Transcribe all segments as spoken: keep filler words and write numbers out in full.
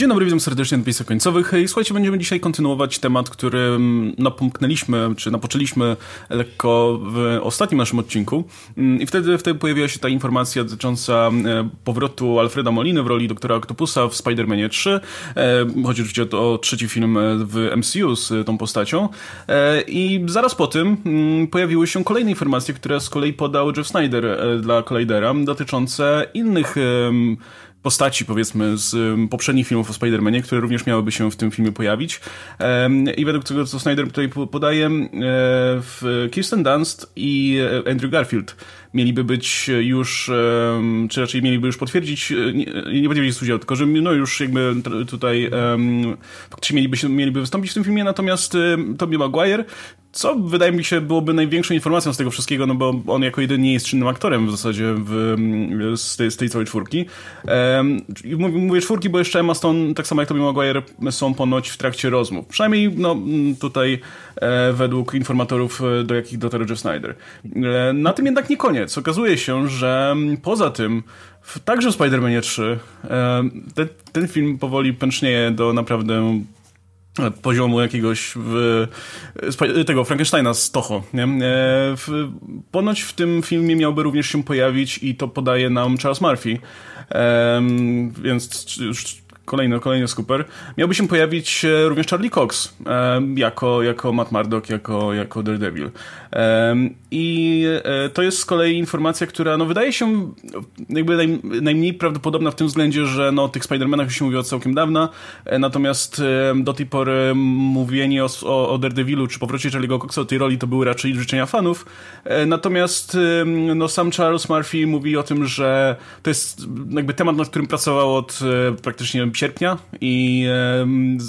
Dzień dobry, witam serdecznie na napisach końcowych. I słuchajcie, będziemy dzisiaj kontynuować temat, który napomknęliśmy, czy napoczęliśmy lekko w ostatnim naszym odcinku. I wtedy, wtedy pojawiła się ta informacja dotycząca powrotu Alfreda Moliny w roli doktora Octopusa w Spider-Manie trzy. Chodzi oczywiście o trzeci film w M C U z tą postacią. I zaraz po tym pojawiły się kolejne informacje, które z kolei podał Jeff Snyder dla Collidera, dotyczące innych postaci, powiedzmy, z poprzednich filmów o Spider-Manie, które również miałyby się w tym filmie pojawić. I według tego, co Snyder tutaj podaje, Kirsten Dunst i Andrew Garfield mieliby być już, czy raczej mieliby już potwierdzić, nie, nie potwierdzić udział, tylko że no już jakby tutaj faktycznie mieliby, się, mieliby wystąpić w tym filmie, natomiast Tobey Maguire, co wydaje mi się byłoby największą informacją z tego wszystkiego, no bo on jako jedyny nie jest czynnym aktorem w zasadzie w, z, tej, z tej całej czwórki. I mówię, mówię czwórki, bo jeszcze Emma Stone, tak samo jak Tobey Maguire, są ponoć w trakcie rozmów. Przynajmniej no, tutaj e, według informatorów, do jakich dotarł Jeff Snyder. E, na tym jednak nie koniec. Okazuje się, że poza tym w, także w Spider-Manie trzy e, te, ten film powoli pęcznieje do naprawdę poziomu jakiegoś w, tego Frankensteina z Toho. Nie? W, ponoć w tym filmie miałby również się pojawić, i to podaje nam Charles Murphy, um, więc już Kolejny, kolejny skuper. Miałby się pojawić również Charlie Cox e, jako, jako Matt Murdock, jako, jako Daredevil. E, I e, to jest z kolei informacja, która no, wydaje się jakby naj, najmniej prawdopodobna w tym względzie, że no, o tych Spider-Manach już się mówi od całkiem dawna, e, natomiast e, do tej pory mówienie o, o, o Daredevilu czy powrocie Charlie'ego Coxa o tej roli to były raczej życzenia fanów. E, natomiast e, no, sam Charles Murphy mówi o tym, że to jest jakby temat, nad którym pracował od e, praktycznie sierpnia i e,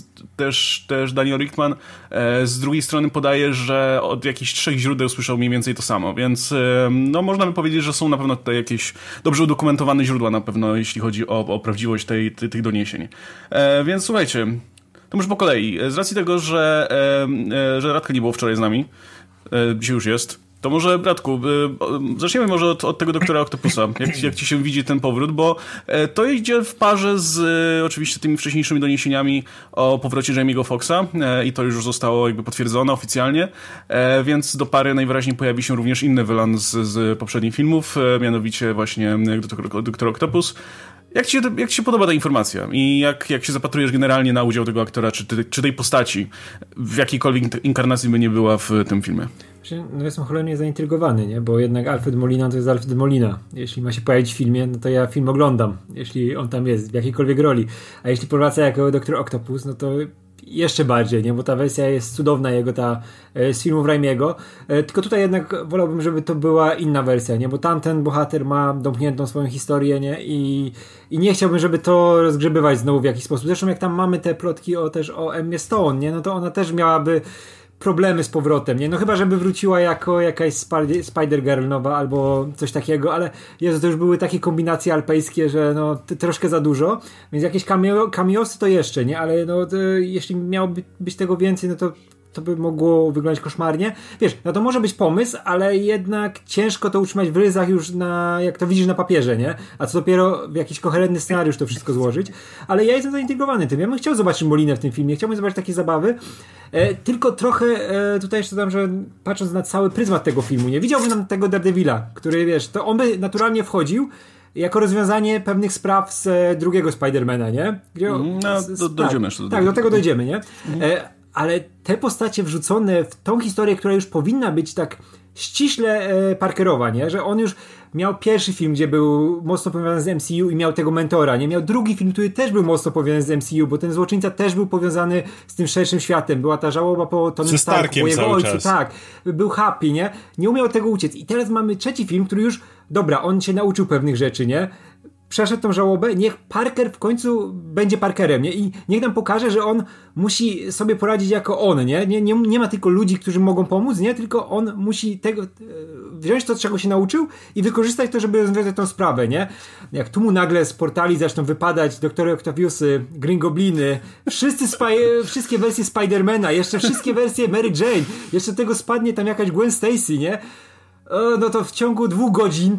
też, też Daniel Richtman e, z drugiej strony podaje, że od jakichś trzech źródeł słyszał mniej więcej to samo, więc e, no można by powiedzieć, że są na pewno tutaj jakieś dobrze udokumentowane źródła na pewno, jeśli chodzi o, o prawdziwość tej, tej, tych doniesień. E, więc słuchajcie, to może po kolei. Z racji tego, że, e, e, że Radka nie było wczoraj z nami, e, dzisiaj już jest, to może, Bratku, zaczniemy może od, od tego doktora Octopusa, jak, jak ci się widzi ten powrót, bo to idzie w parze z oczywiście tymi wcześniejszymi doniesieniami o powrocie Jamie'ego Foxa i to już zostało jakby potwierdzone oficjalnie, więc do pary najwyraźniej pojawi się również inny wylan z, z poprzednich filmów, mianowicie właśnie doktor, doktor Octopus. Jak ci, jak ci się podoba ta informacja i jak, jak się zapatrujesz generalnie na udział tego aktora, czy, czy tej postaci, w jakiejkolwiek inkarnacji by nie była w tym filmie? No jestem cholernie zaintrygowany, nie? Bo jednak Alfred Molina to jest Alfred Molina. Jeśli ma się pojawić w filmie, no to ja film oglądam, jeśli on tam jest, w jakiejkolwiek roli. A jeśli powraca jako doktor Octopus, no to jeszcze bardziej, nie? Bo ta wersja jest cudowna, jego ta e, z filmów Raimiego. E, tylko tutaj jednak wolałbym, żeby to była inna wersja, nie? Bo tamten bohater ma domkniętą swoją historię, nie? I, i nie chciałbym, żeby to rozgrzebywać znowu w jakiś sposób. Zresztą jak tam mamy te plotki o, też o Emmie Stone, nie? No to ona też miałaby problemy z powrotem, nie? No chyba, żeby wróciła jako jakaś Spider-Girl nowa albo coś takiego, ale Jezu, to już były takie kombinacje alpejskie, że no t- troszkę za dużo, więc jakieś cameo, cameosy to jeszcze, nie? Ale no to, jeśli miałoby być tego więcej, no to to by mogło wyglądać koszmarnie. Wiesz, no to może być pomysł, ale jednak ciężko to utrzymać w ryzach już na, jak to widzisz na papierze, nie? A co dopiero w jakiś koherentny scenariusz to wszystko złożyć. Ale ja jestem zaintrygowany tym. Ja bym chciał zobaczyć Molinę w tym filmie, chciałbym zobaczyć takie zabawy. E, tylko trochę e, tutaj jeszcze dodam, że patrząc na cały pryzmat tego filmu, nie widziałbym nam tego Daredevila, który, wiesz, to on by naturalnie wchodził jako rozwiązanie pewnych spraw z e, drugiego Spidermana, nie? Gdzie, no, z, do, dojdziemy jeszcze. Tak, tak, do tego dojdziemy, nie? E, ale te postacie wrzucone w tą historię, która już powinna być tak ściśle e, Parkerowa, nie? Że on już miał pierwszy film, gdzie był mocno powiązany z M C U i miał tego mentora, nie? Miał drugi film, który też był mocno powiązany z M C U, bo ten złoczyńca też był powiązany z tym szerszym światem. Była ta żałoba po Tonym Starku, po jego ojcu, czas. Tak. Był happy, nie? Nie umiał od tego uciec. I teraz mamy trzeci film, który już, dobra, on się nauczył pewnych rzeczy, nie? Przeszedł tą żałobę, niech Parker w końcu będzie Parkerem, nie? I niech nam pokaże, że on musi sobie poradzić jako on, nie? Nie, nie, nie ma tylko ludzi, którzy mogą pomóc, nie? Tylko on musi tego, wziąć to, czego się nauczył i wykorzystać to, żeby rozwiązać tą sprawę, nie? Jak tu mu nagle z portali zaczną wypadać Doktory Octaviusy, Green Gobliny, wszyscy spy- wszystkie wersje Spidermana, jeszcze wszystkie wersje Mary Jane, jeszcze tego spadnie tam jakaś Gwen Stacy, nie? No to w ciągu dwóch godzin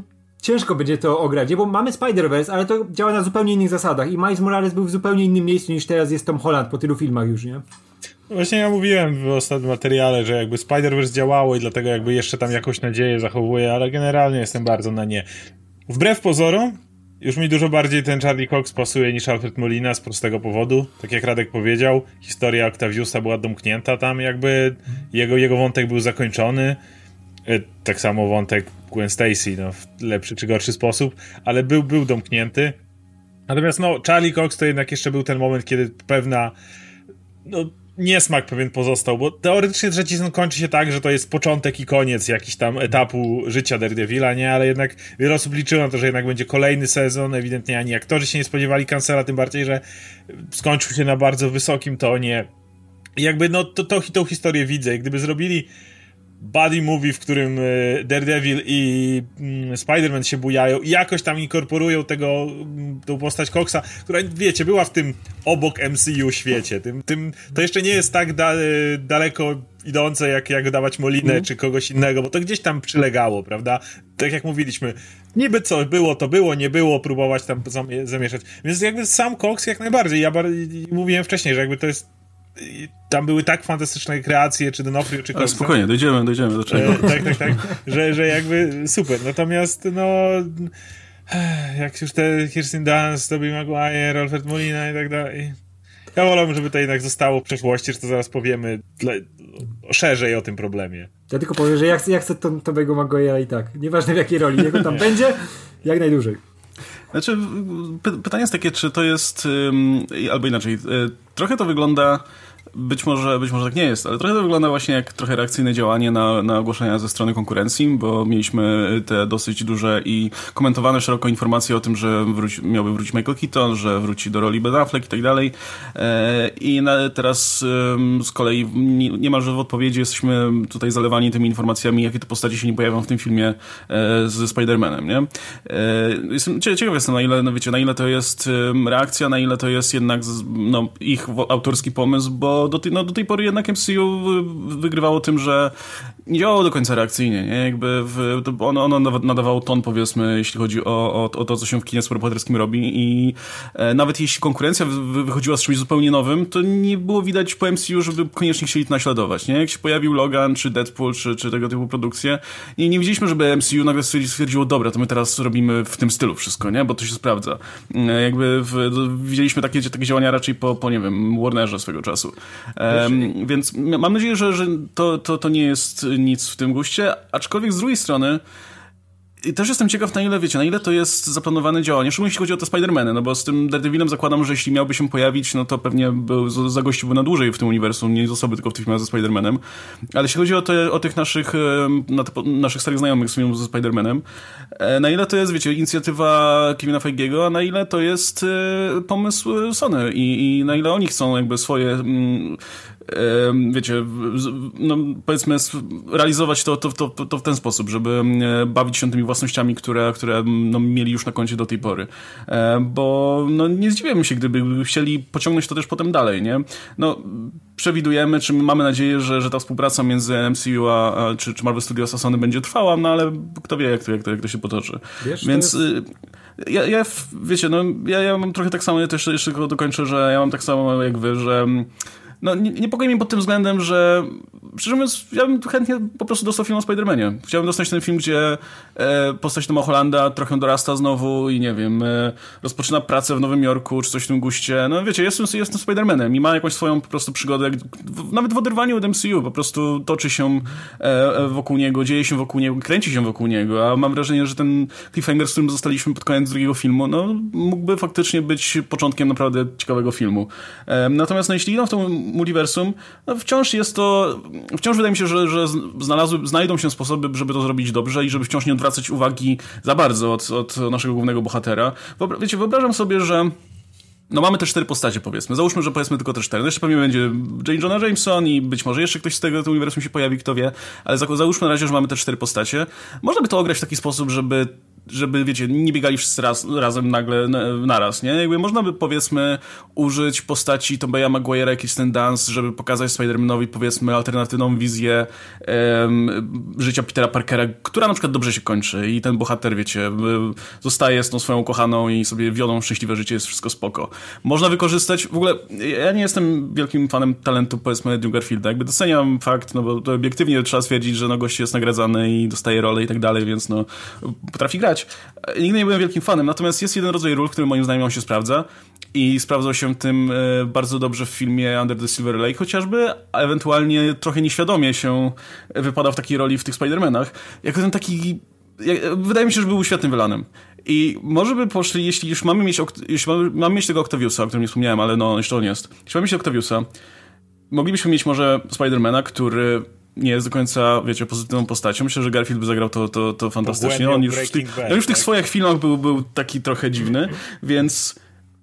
ciężko będzie to ograć, nie? Bo mamy Spider-Verse, ale to działa na zupełnie innych zasadach i Miles Morales był w zupełnie innym miejscu niż teraz jest Tom Holland po tylu filmach już, nie? Właśnie ja mówiłem w ostatnim materiale, że jakby Spider-Verse działało i dlatego jakby jeszcze tam jakąś nadzieję zachowuję, ale generalnie jestem bardzo na nie. Wbrew pozorom, już mi dużo bardziej ten Charlie Cox pasuje niż Alfred Molina z prostego powodu. Tak jak Radek powiedział, historia Octaviusa była domknięta tam jakby, jego, jego wątek był zakończony. Tak samo wątek Gwen Stacy, no, w lepszy czy gorszy sposób, ale był, był domknięty. Natomiast no, Charlie Cox to jednak jeszcze był ten moment, kiedy pewna no, niesmak pewien pozostał, bo teoretycznie trzeci sezon kończy się tak, że to jest początek i koniec jakiś tam etapu życia Daredevila, nie? Ale jednak wiele osób liczyło na to, że jednak będzie kolejny sezon, ewidentnie ani aktorzy się nie spodziewali cancela, tym bardziej, że skończył się na bardzo wysokim tonie. I jakby no to, to, tą historię widzę. Gdyby zrobili buddy movie, w którym Daredevil i Spider-Man się bujają i jakoś tam inkorporują tego, tą postać Coxa, która, wiecie, była w tym obok M C U świecie. Tym, tym, to jeszcze nie jest tak da, daleko idące, jak, jak dawać Molinę mm. czy kogoś innego, bo to gdzieś tam przylegało, prawda? Tak jak mówiliśmy, niby co było, to było, nie było, próbować tam zamieszać. Więc jakby sam Cox jak najbardziej. Ja bar- mówiłem wcześniej, że jakby to jest tam były tak fantastyczne kreacje, czy D'Onofrio, czy Coxa. Spokojnie, dojdziemy, dojdziemy do czego. E, tak, tak, tak, że, że jakby super. Natomiast no jak już te Kirsten Dunst, Tobey Maguire, Alfred Molina i tak dalej. Ja wolałbym, żeby to jednak zostało w przeszłości, że to zaraz powiemy dla, szerzej o tym problemie. Ja tylko powiem, że ja chcę, ja chcę to, Tobey'ego Maguire'a i tak. Nieważne w jakiej roli, niech on tam będzie, jak najdłużej. Znaczy, py- pytanie jest takie, czy to jest, um, albo inaczej, y, trochę to wygląda, być może, być może tak nie jest, ale trochę to wygląda właśnie jak trochę reakcyjne działanie na, na ogłoszenia ze strony konkurencji, bo mieliśmy te dosyć duże i komentowane szeroko informacje o tym, że wróci, miałby wrócić Michael Keaton, że wróci do roli Ben Affleck i tak dalej. E, I na, teraz e, z kolei nie, niemalże w odpowiedzi jesteśmy tutaj zalewani tymi informacjami, jakie to postacie się nie pojawią w tym filmie e, z Spider-Manem, nie? E, jestem, ciekaw jestem, na ile, no wiecie, na ile to jest reakcja, na ile to jest jednak no, ich autorski pomysł, bo do tej, no, do tej pory jednak M C U wygrywało tym, że nie działało do końca reakcyjnie, nie? Jakby w, ono, ono nadawało ton, powiedzmy, jeśli chodzi o, o, o to, co się w kinie superbohaterskim robi i e, nawet jeśli konkurencja wy, wychodziła z czymś zupełnie nowym, to nie było widać po M C U, żeby koniecznie chcieli to naśladować, nie? Jak się pojawił Logan, czy Deadpool, czy, czy tego typu produkcje, nie, nie widzieliśmy, żeby M C U nagle stwierdziło, dobra, to my teraz robimy w tym stylu wszystko, nie? Bo to się sprawdza. E, jakby w, widzieliśmy takie, takie działania raczej po, po, nie wiem, Warnerze swego czasu. Um, więc mam nadzieję, że, że to, to, to nie jest nic w tym guście, aczkolwiek z drugiej strony i też jestem ciekaw, na ile, wiecie, na ile to jest zaplanowane działanie, szczególnie jeśli chodzi o te Spider-Many, no bo z tym Daredevilem zakładam, że jeśli miałby się pojawić, no to pewnie był, zagościłby na dłużej w tym uniwersum, nie zostałby tylko w tych filmach ze Spider-Manem, ale jeśli chodzi o, te, o tych naszych na te, naszych starych znajomych z filmów ze Spider-Manem, na ile to jest, wiecie, inicjatywa Kevina Feige'ego, a na ile to jest pomysł Sony i, i na ile oni chcą jakby swoje wiecie, no powiedzmy realizować to, to, to, to w ten sposób, żeby bawić się tymi własnościami, które, które no, mieli już na koncie do tej pory. Bo no, nie zdziwiłem się, gdyby chcieli pociągnąć to też potem dalej, nie? No, przewidujemy, czy mamy nadzieję, że, że ta współpraca między M C U a, a czy, czy Marvel Studios a Sony będzie trwała, no ale kto wie, jak to, jak to, jak to się potoczy. Wiesz, więc jest... ja, ja, wiecie, no ja, ja mam trochę tak samo, ja też jeszcze tylko dokończę, że ja mam tak samo jak wy, że no, nie, niepokoi mnie pod tym względem, że szczerze mówiąc, ja bym chętnie po prostu dostał film o Spider-Manie. Chciałbym dostać ten film, gdzie e, postać Toma Hollanda trochę dorasta znowu i nie wiem, e, rozpoczyna pracę w Nowym Jorku, czy coś w tym guście. No wiecie, jestem, jestem Spider-Manem i ma jakąś swoją po prostu przygodę, w, nawet w oderwaniu od M C U, po prostu toczy się e, wokół niego, dzieje się wokół niego, kręci się wokół niego, a mam wrażenie, że ten cliffhanger, z którym zostaliśmy pod koniec drugiego filmu, no mógłby faktycznie być początkiem naprawdę ciekawego filmu. E, natomiast no, jeśli idą w to multiversum, no wciąż jest to wciąż wydaje mi się, że, że znalazły, znajdą się sposoby, żeby to zrobić dobrze i żeby wciąż nie odwracać uwagi za bardzo od, od naszego głównego bohatera. Wyobra- wiecie, wyobrażam sobie, że no mamy te cztery postacie, powiedzmy. Załóżmy, że powiedzmy tylko te cztery. No jeszcze pewnie będzie J. Jonah Jameson i być może jeszcze ktoś z tego uniwersum się pojawi, kto wie, ale załóżmy na razie, że mamy te cztery postacie. Można by to ograć w taki sposób, żeby żeby, wiecie, nie biegali wszyscy raz, razem nagle naraz, nie? Jakby można by, powiedzmy, użyć postaci Tobeya Maguire'a, jakiś ten dans, żeby pokazać Spider-Manowi, powiedzmy, alternatywną wizję um, życia Petera Parkera, która na przykład dobrze się kończy i ten bohater, wiecie, zostaje z tą swoją kochaną i sobie wiodą szczęśliwe życie, jest wszystko spoko. Można wykorzystać, w ogóle, ja nie jestem wielkim fanem talentu, powiedzmy, Andrew Garfielda, jakby doceniam fakt, no bo to obiektywnie trzeba stwierdzić, że no gość jest nagradzany i dostaje rolę i tak dalej, więc no potrafi grać. Nigdy nie byłem wielkim fanem, natomiast jest jeden rodzaj ról, który moim zdaniem on się sprawdza i sprawdzał się tym e, bardzo dobrze w filmie Under the Silver Lake chociażby, a ewentualnie trochę nieświadomie się wypadał w takiej roli w tych Spider-Manach. Jako ten taki... Jak, wydaje mi się, że był świetnym Wylanem. I może by poszli, jeśli już mamy mieć, jeśli mamy, mamy mieć tego Octaviusa, o którym nie wspomniałem, ale no jeszcze on jest. Jeśli mamy mieć Octaviusa, moglibyśmy mieć może Spider-Mana, który nie jest do końca, wiecie, pozytywną postacią. Myślę, że Garfield by zagrał to, to, to fantastycznie. On już w, ty, Bad, on już w tych tak? swoich filmach był, był taki trochę dziwny, więc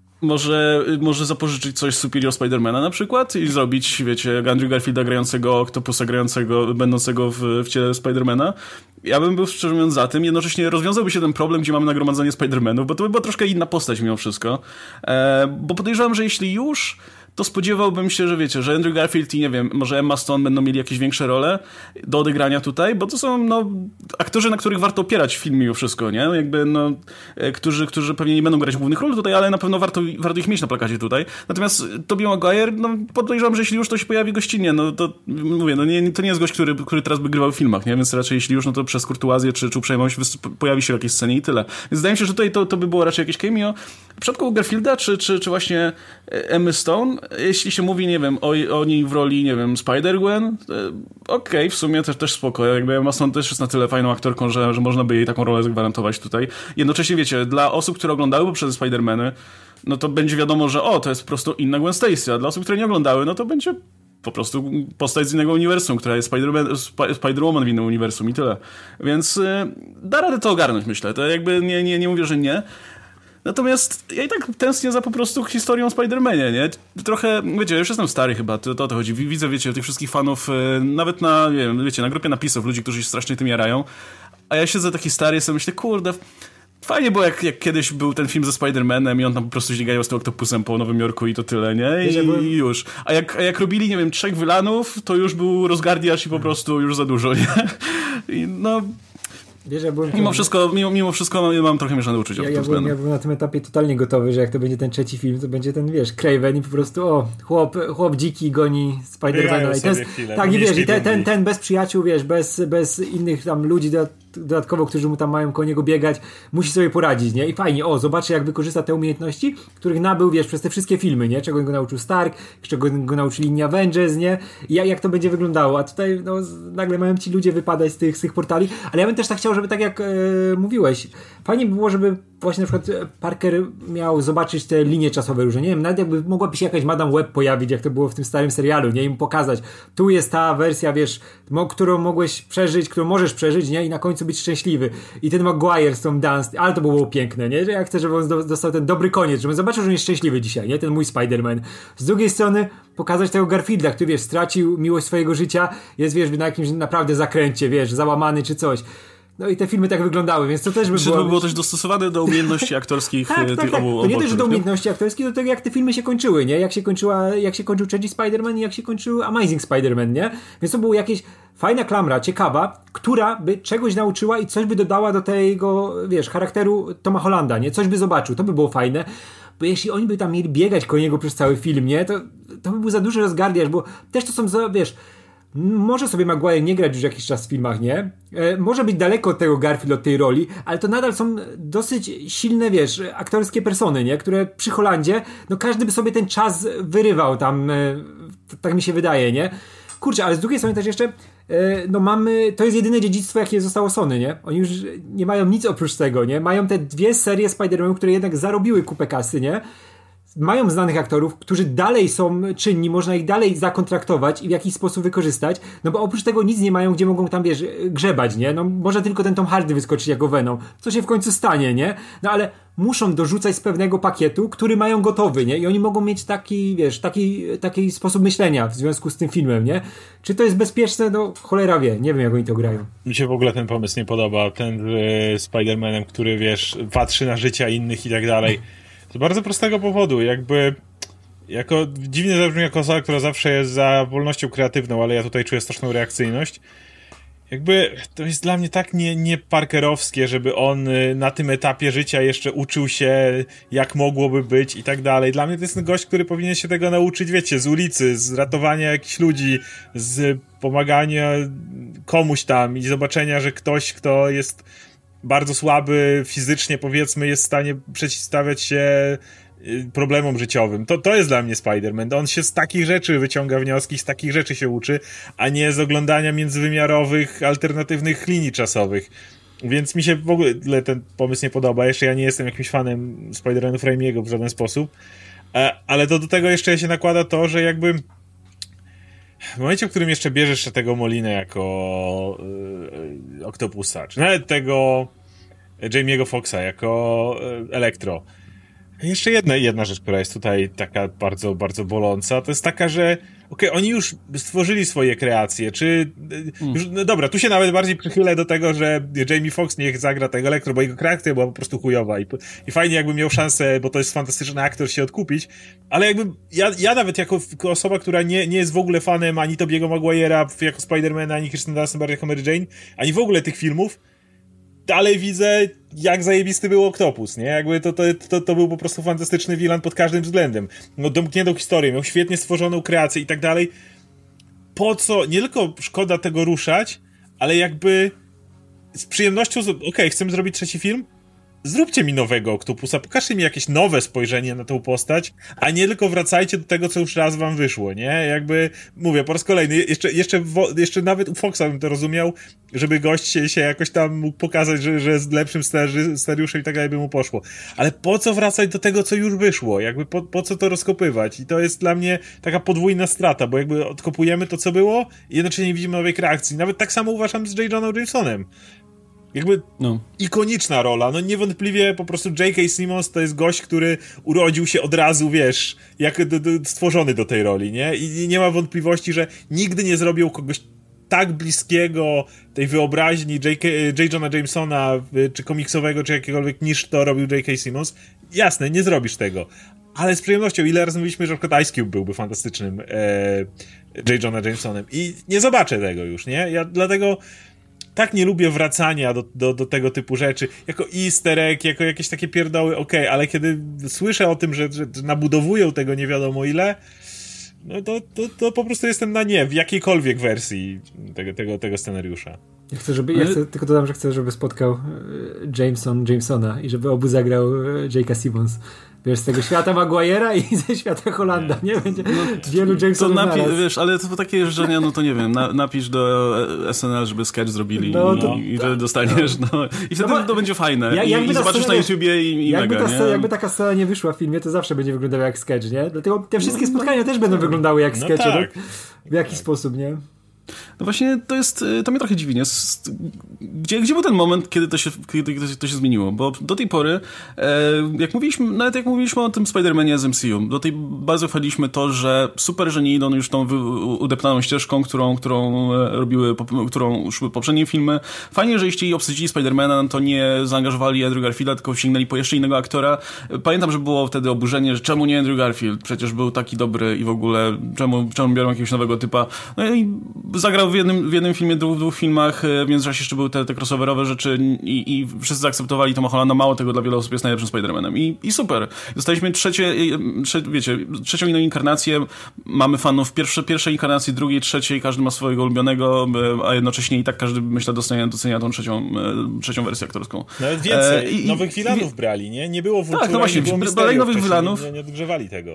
może, może zapożyczyć coś z Superior Spidermana na przykład i zrobić, wiecie, Andrew Garfielda grającego Octopusa, grającego, będącego w, w ciele Spidermana. Ja bym był szczerze mówiąc za tym. Jednocześnie rozwiązałby się ten problem, gdzie mamy nagromadzenie Spidermanów, bo to by była troszkę inna postać mimo wszystko. E, bo podejrzewam, że jeśli już, to spodziewałbym się, że wiecie, że Andrew Garfield i nie wiem, może Emma Stone będą mieli jakieś większe role do odegrania tutaj, bo to są no aktorzy, na których warto opierać film mimo wszystko, nie? Jakby no, którzy, którzy pewnie nie będą grać głównych ról tutaj, ale na pewno warto, warto ich mieć na plakacie tutaj. Natomiast Tobey Maguire, no podejrzewam, że jeśli już to się pojawi gościnnie, no to mówię, no nie, to nie jest gość, który, który teraz by grywał w filmach, nie? Więc raczej jeśli już, no to przez kurtuazję czy, czy uprzejmość pojawi się w jakiejś scenie i tyle. Więc wydaje mi się, że tutaj to, to by było raczej jakieś cameo. W przypadku Garfielda czy, czy, czy właśnie Emmy Stone, jeśli się mówi, nie wiem, o, o niej w roli, nie wiem, Spider-Gwen, e, okej, okay, w sumie też, też spoko. Jakby Emma Stone też jest na tyle fajną aktorką, że, że można by jej taką rolę zagwarantować tutaj. Jednocześnie, wiecie, dla osób, które oglądały poprzez Spider-Many, no to będzie wiadomo, że o, to jest po prostu inna Gwen Stacy, a dla osób, które nie oglądały, no to będzie po prostu postać z innego uniwersum, która jest Spider-Man, Spider-Woman w innym uniwersum i tyle. Więc y, da radę to ogarnąć, myślę. To jakby nie, nie, nie mówię, że nie. Natomiast ja i tak tęsknię za po prostu historią o Spider-Manie, nie? Trochę, wiecie, już jestem stary chyba, to, to o to chodzi. Widzę, wiecie, tych wszystkich fanów, y, nawet na, nie wiem, wiecie, na grupie napisów, ludzi, którzy się strasznie tym jarają, a ja siedzę taki stary i sobie myślę, kurde, fajnie było, jak, jak kiedyś był ten film ze Spider-Manem i on tam po prostu ścigał z tym Octopusem po Nowym Jorku i to tyle, nie? I, i już. A jak, a jak robili, nie wiem, trzech Wylanów, to już był rozgardiasz i po prostu już za dużo, nie? I no... Wiesz, ja byłem mimo, wszystko, mimo, mimo wszystko mam, mam trochę mieszane uczucia. Ja, ja, byłem, ja byłem na tym etapie totalnie gotowy, że jak to będzie ten trzeci film, to będzie ten, wiesz, Kraven i po prostu o, chłop, chłop dziki goni Spider-Mana. I ten, tak, i wiesz, i ten, ten, ten bez przyjaciół, wiesz, bez, bez innych tam ludzi dodatkowo, którzy mu tam mają koło niego biegać, musi sobie poradzić, nie? I fajnie, o, zobaczę, jak wykorzysta te umiejętności, których nabył, wiesz, przez te wszystkie filmy, nie? Czego go nauczył Stark, czego go nauczyli inni Avengers, nie? I jak, jak to będzie wyglądało, a tutaj, no, nagle mają ci ludzie wypadać z tych, z tych portali, ale ja bym też tak chciał, żeby tak jak e, mówiłeś, fajnie by było, żeby właśnie na przykład Parker miał zobaczyć te linie czasowe różne, nie wiem, nawet jakby mogłaby się jakaś Madame Web pojawić, jak to było w tym starym serialu, nie? I mu pokazać, tu jest ta wersja, wiesz, mo- którą mogłeś przeżyć, którą możesz przeżyć, nie? I na końcu być szczęśliwy. I ten Maguire z tą Dance, ale to było piękne, nie? Że ja chcę, żeby on dostał ten dobry koniec, żebym zobaczył, że on jest szczęśliwy dzisiaj, nie? Ten mój Spider-Man. Z drugiej strony pokazać tego Garfielda, który, wiesz, stracił miłość swojego życia, jest, wiesz, na jakimś naprawdę zakręcie, wiesz, załamany czy coś. No i te filmy tak wyglądały, więc to też by było... to było też dostosowane do umiejętności aktorskich tak, tych tak, obu, tak. obu To nie też do nie? umiejętności aktorskich, do tego jak te filmy się kończyły, nie? Jak się kończyła, jak się kończył trzeci Spider-Man i jak się kończył Amazing Spider-Man, nie? Więc to była jakaś fajna klamra, ciekawa, która by czegoś nauczyła i coś by dodała do tego, wiesz, charakteru Toma Hollanda, nie? Coś by zobaczył, to by było fajne. Bo jeśli oni by tam mieli biegać koło niego przez cały film, nie? To, to by był za duży rozgardiaż, bo też to są, wiesz... Może sobie Maguire nie grać już jakiś czas w filmach, nie? E, może być daleko od tego Garfield, od tej roli, ale to nadal są dosyć silne, wiesz, aktorskie persony, nie? Które przy Hollandzie, no każdy by sobie ten czas wyrywał tam, e, tak mi się wydaje, nie? Kurczę, ale z drugiej strony też jeszcze, e, no mamy, to jest jedyne dziedzictwo, jakie zostało Sony, nie? Oni już nie mają nic oprócz tego, nie? Mają te dwie serie Spider-Manów, które jednak zarobiły kupę kasy, nie? mają znanych aktorów, którzy dalej są czynni, można ich dalej zakontraktować i w jakiś sposób wykorzystać, no bo oprócz tego nic nie mają, gdzie mogą tam, wiesz, grzebać, nie? No może tylko ten Tom Hardy wyskoczyć jako Venom, co się w końcu stanie, nie? No ale muszą dorzucać z pewnego pakietu, który mają gotowy, nie? I oni mogą mieć taki, wiesz, taki, taki sposób myślenia w związku z tym filmem, nie? Czy to jest bezpieczne? No cholera wie, nie wiem jak oni to grają. Mi się w ogóle ten pomysł nie podoba, ten y, Spider-Manem, który, wiesz, patrzy na życia innych i tak dalej. Z bardzo prostego powodu, jakby jako dziwnie zabrzmi jako osoba, która zawsze jest za wolnością kreatywną, ale ja tutaj czuję straszną reakcyjność. Jakby to jest dla mnie tak nie, nie parkerowskie, żeby on na tym etapie życia jeszcze uczył się, jak mogłoby być i tak dalej. Dla mnie to jest ten gość, który powinien się tego nauczyć, wiecie, z ulicy, z ratowania jakichś ludzi, z pomagania komuś tam i zobaczenia, że ktoś, kto jest bardzo słaby fizycznie, powiedzmy, jest w stanie przeciwstawiać się problemom życiowym. To, to jest dla mnie Spider-Man. On się z takich rzeczy wyciąga wnioski, z takich rzeczy się uczy, a nie z oglądania międzywymiarowych, alternatywnych linii czasowych. Więc mi się w ogóle ten pomysł nie podoba. Jeszcze ja nie jestem jakimś fanem Spider-Manów Raimiego w żaden sposób. Ale to do tego jeszcze się nakłada to, że jakby w momencie, w którym jeszcze bierzesz tego Molinę jako yy, Octopusa, czy nawet tego Jamie'ego Foxa jako yy, Elektro. Jeszcze jedna, jedna rzecz, która jest tutaj taka bardzo, bardzo boląca, to jest taka, że okej, okay, oni już stworzyli swoje kreacje, czy mm. już, no dobra, tu się nawet bardziej przychylę do tego, że Jamie Foxx niech zagra tego Elektro, bo jego kreacja była po prostu chujowa i, i fajnie jakby miał szansę, bo to jest fantastyczny aktor, się odkupić, ale jakby ja, ja nawet jako, jako osoba, która nie, nie jest w ogóle fanem ani Tobey'ego Maguire'a jako Spidermana, ani Kirsten Dunst bardziej jako Mary Jane, ani w ogóle tych filmów, dalej widzę, jak zajebisty był Octopus, nie? Jakby to, to, to, to był po prostu fantastyczny villain pod każdym względem. No, domkniętą historię, miał świetnie stworzoną kreację i tak dalej. Po co? Nie tylko szkoda tego ruszać, ale jakby z przyjemnością, okej, okay, chcemy zrobić trzeci film? Zróbcie mi nowego Octopusa, pokażcie mi jakieś nowe spojrzenie na tą postać, a nie tylko wracajcie do tego, co już raz wam wyszło, nie? Jakby, mówię, po raz kolejny, jeszcze, jeszcze, jeszcze nawet u Foxa bym to rozumiał, żeby gość się, się jakoś tam mógł pokazać, że, że z lepszym scenariuszem i tak dalej by mu poszło. Ale po co wracać do tego, co już wyszło? Jakby po, po co to rozkopywać? I to jest dla mnie taka podwójna strata, bo jakby odkopujemy to, co było i jednocześnie nie widzimy nowej kreacji. Nawet tak samo uważam z J. Jonah Jamesonem. Jakby no. Ikoniczna rola, no niewątpliwie po prostu J K. Simmons to jest gość, który urodził się od razu, wiesz, jak do, do, stworzony do tej roli, nie? I, I nie ma wątpliwości, że nigdy nie zrobił kogoś tak bliskiego tej wyobraźni J. K, J. Jonah Jamesona, czy komiksowego, czy jakiegokolwiek, niż to robił J K. Simmons. Jasne, nie zrobisz tego. Ale z przyjemnością, ile razy mówiliśmy, że na przykład Ice Cube byłby fantastycznym e, J. Jonah Jamesonem. I nie zobaczę tego już, nie? Ja dlatego tak nie lubię wracania do, do, do tego typu rzeczy, jako easter egg, jako jakieś takie pierdoły, okej, okay, ale kiedy słyszę o tym, że, że nabudowują tego nie wiadomo ile, no to, to, to po prostu jestem na nie, w jakiejkolwiek wersji tego, tego, tego scenariusza. Ja chcę, żeby, ja chcę, tylko dodam, że chcę, żeby spotkał Jameson Jamesona i żeby obu zagrał J K. Simmons. Wiesz, z tego świata Maguire'a i ze świata Hollanda, nie? Będzie no, wielu Jamesonów napi- naraz. Wiesz, ale to takie życzenia, no to nie wiem, na, napisz do S N L, żeby sketch zrobili no, to, i, i to dostaniesz, no. I wtedy no, to będzie fajne. Ja, I, i zobaczysz na YouTubie i, i jakby mega, ta, nie? Jakby taka scena nie wyszła w filmie, to zawsze będzie wyglądała jak sketch, nie? Dlatego te wszystkie spotkania no, też będą wyglądały jak no sketche, tak. tak? W jakiś tak. sposób, nie? No właśnie to jest, to mnie trochę dziwi, nie? Gdzie, gdzie był ten moment, kiedy to się, kiedy to się zmieniło? Bo do tej pory, jak mówiliśmy, nawet jak mówiliśmy o tym Spider-Manie z M C U, do tej bardzo chwaliliśmy to, że super, że nie idą już tą udeptaną ścieżką, którą, którą robiły, którą szły poprzednie filmy. Fajnie, że jeśli obsadzili Spider-Mana, to nie zaangażowali Andrew Garfielda, tylko sięgnęli po jeszcze innego aktora. Pamiętam, że było wtedy oburzenie, że czemu nie Andrew Garfield? Przecież był taki dobry i w ogóle czemu, czemu biorą jakiegoś nowego typa? No i zagrał w jednym, w jednym filmie, dwóch, dwóch filmach, w międzyczasie jeszcze były te, te crossoverowe rzeczy i, i wszyscy zaakceptowali Toma Hollanda, mało tego, dla wielu osób jest najlepszym Spider-Manem. I, i super. Dostaliśmy trzecie, trze, wiecie, trzecią inną inkarnację, mamy fanów pierwsze, pierwszej inkarnacji, drugiej, trzeciej, każdy ma swojego ulubionego, a jednocześnie i tak każdy, myślę, docenia, docenia tą trzecią, trzecią wersję aktorską. Nawet więcej, e, i, nowych wilanów brali, nie? Nie było Vulture'a, tak, no właśnie, nie było brali nowych wilanów. Nie, nie odgrzewali tego.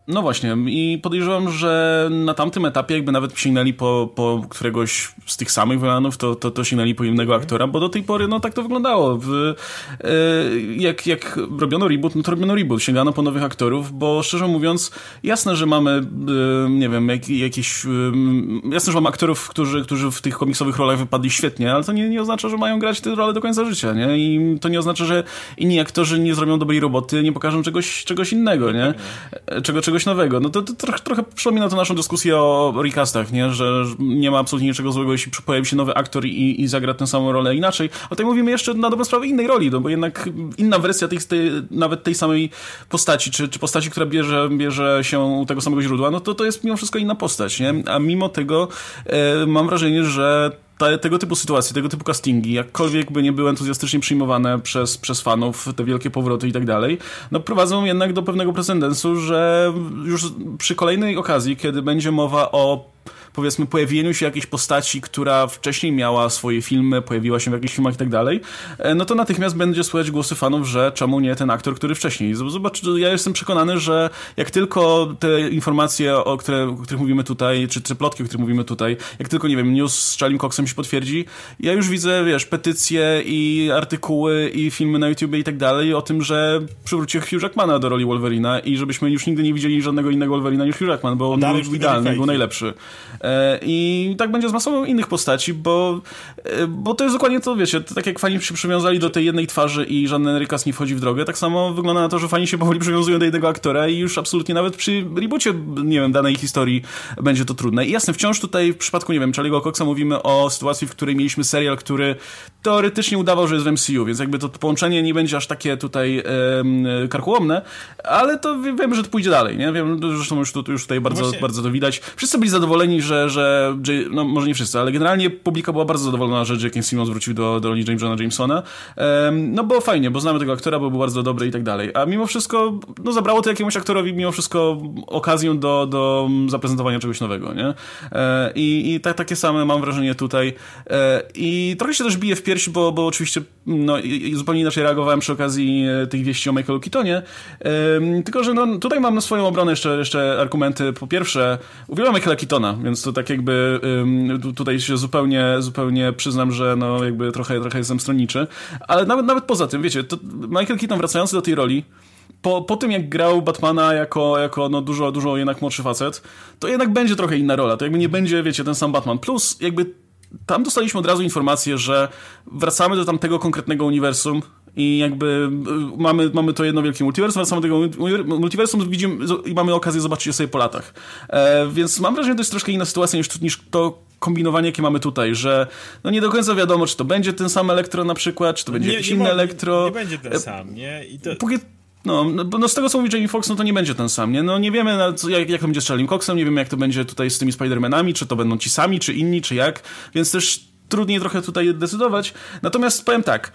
No właśnie i podejrzewam, że na tamtym etapie jakby nawet sięgnęli po, po któregoś z tych samych wymianów, to, to, to sięgnęli po innego aktora, bo do tej pory no tak to wyglądało. W, e, jak, jak robiono reboot, no to robiono reboot, sięgano po nowych aktorów, bo szczerze mówiąc jasne, że mamy e, nie wiem, jak, jakieś e, jasne, że mamy aktorów, którzy, którzy w tych komiksowych rolach wypadli świetnie, ale to nie, nie oznacza, że mają grać te role do końca życia, nie? I to nie oznacza, że inni aktorzy nie zrobią dobrej roboty, nie pokażą czegoś, czegoś innego, nie? Czego, czego czegoś nowego. No to, to trochę, trochę przypomina to naszą dyskusję o recastach, nie? Że nie ma absolutnie niczego złego, jeśli pojawi się nowy aktor i, i zagra tę samą rolę inaczej. A tutaj mówimy jeszcze na dobrą sprawę innej roli, no bo jednak inna wersja tej, tej, nawet tej samej postaci, czy, czy postaci, która bierze, bierze się u tego samego źródła, no to to jest mimo wszystko inna postać, nie? A mimo tego e, mam wrażenie, że Te, tego typu sytuacje, tego typu castingi, jakkolwiek by nie były entuzjastycznie przyjmowane przez, przez fanów, te wielkie powroty i tak dalej, no prowadzą jednak do pewnego precedensu, że już przy kolejnej okazji, kiedy będzie mowa o powiedzmy pojawieniu się jakiejś postaci, która wcześniej miała swoje filmy, pojawiła się w jakichś filmach i tak dalej, no to natychmiast będzie słychać głosy fanów, że czemu nie ten aktor, który wcześniej. Zobacz, ja jestem przekonany, że jak tylko te informacje, o, które, o których mówimy tutaj, czy, czy plotki, o których mówimy tutaj, jak tylko, nie wiem, news z Charliem Coxem się potwierdzi, ja już widzę, wiesz, petycje i artykuły i filmy na YouTubie i tak dalej o tym, że przywrócił Hugh Jackmana do roli Wolverina i żebyśmy już nigdy nie widzieli żadnego innego Wolverina niż Hugh Jackman, bo on był idealny, był najlepszy. I tak będzie z masą innych postaci, bo, bo to jest dokładnie to, wiecie, to tak jak fani się przywiązali do tej jednej twarzy i żaden recast nie wchodzi w drogę, tak samo wygląda na to, że fani się powoli przywiązują do jednego aktora i już absolutnie nawet przy reboocie, nie wiem, danej historii będzie to trudne. I jasne, wciąż tutaj w przypadku, nie wiem, Charlie'ego Coxa mówimy o sytuacji, w której mieliśmy serial, który teoretycznie udawał, że jest w M C U, więc jakby to połączenie nie będzie aż takie tutaj e, karkołomne, ale to wiemy, że to pójdzie dalej, nie? Wiem, zresztą już, tu, już tutaj bardzo, no bardzo to widać. Wszyscy byli zadowoleni, że, że J, no może nie wszyscy, ale generalnie publika była bardzo zadowolona, że J K. Simmons wrócił do, do roli Jamesa Jamesona. Um, no bo fajnie, bo znamy tego aktora, bo był bardzo dobry i tak dalej. A mimo wszystko, no zabrało to jakiemuś aktorowi mimo wszystko okazję do, do zaprezentowania czegoś nowego, nie? E, I i tak, takie same mam wrażenie tutaj. E, I trochę się też bije w piersi, bo, bo oczywiście no, i, i zupełnie inaczej reagowałem przy okazji tych wieści o Michaelu Keatonie. E, tylko, że no, tutaj mam na swoją obronę jeszcze, jeszcze argumenty. Po pierwsze, uwielbiam Michaela Keatona, więc to tak jakby um, tutaj się zupełnie, zupełnie przyznam, że no jakby trochę, trochę jestem stronniczy. Ale nawet, nawet poza tym, wiecie, to Michael Keaton wracający do tej roli, Po, po tym jak grał Batmana jako, jako no dużo, dużo jednak młodszy facet, to jednak będzie trochę inna rola. To jakby nie będzie, wiecie, ten sam Batman. Plus jakby tam dostaliśmy od razu informację, że wracamy do tamtego konkretnego uniwersum i jakby mamy, mamy to jedno wielkie multiversum, wracamy do tego multiversum widzimy, i mamy okazję zobaczyć je sobie po latach. E, więc mam wrażenie, że to jest troszkę inna sytuacja niż, niż to kombinowanie, jakie mamy tutaj, że no nie do końca wiadomo, czy to będzie ten sam Elektro na przykład, czy to będzie nie, jakiś nie inny ma, Elektro. Nie, nie będzie ten sam, nie? I to... Póki No, no z tego, co mówi Jamie Foxx, no to nie będzie ten sam, nie? No nie wiemy, jak, jak to będzie z Charliem Coxem, nie wiemy, jak to będzie tutaj z tymi Spider-Manami, czy to będą ci sami, czy inni, czy jak, więc też trudniej trochę tutaj decydować. Natomiast powiem tak,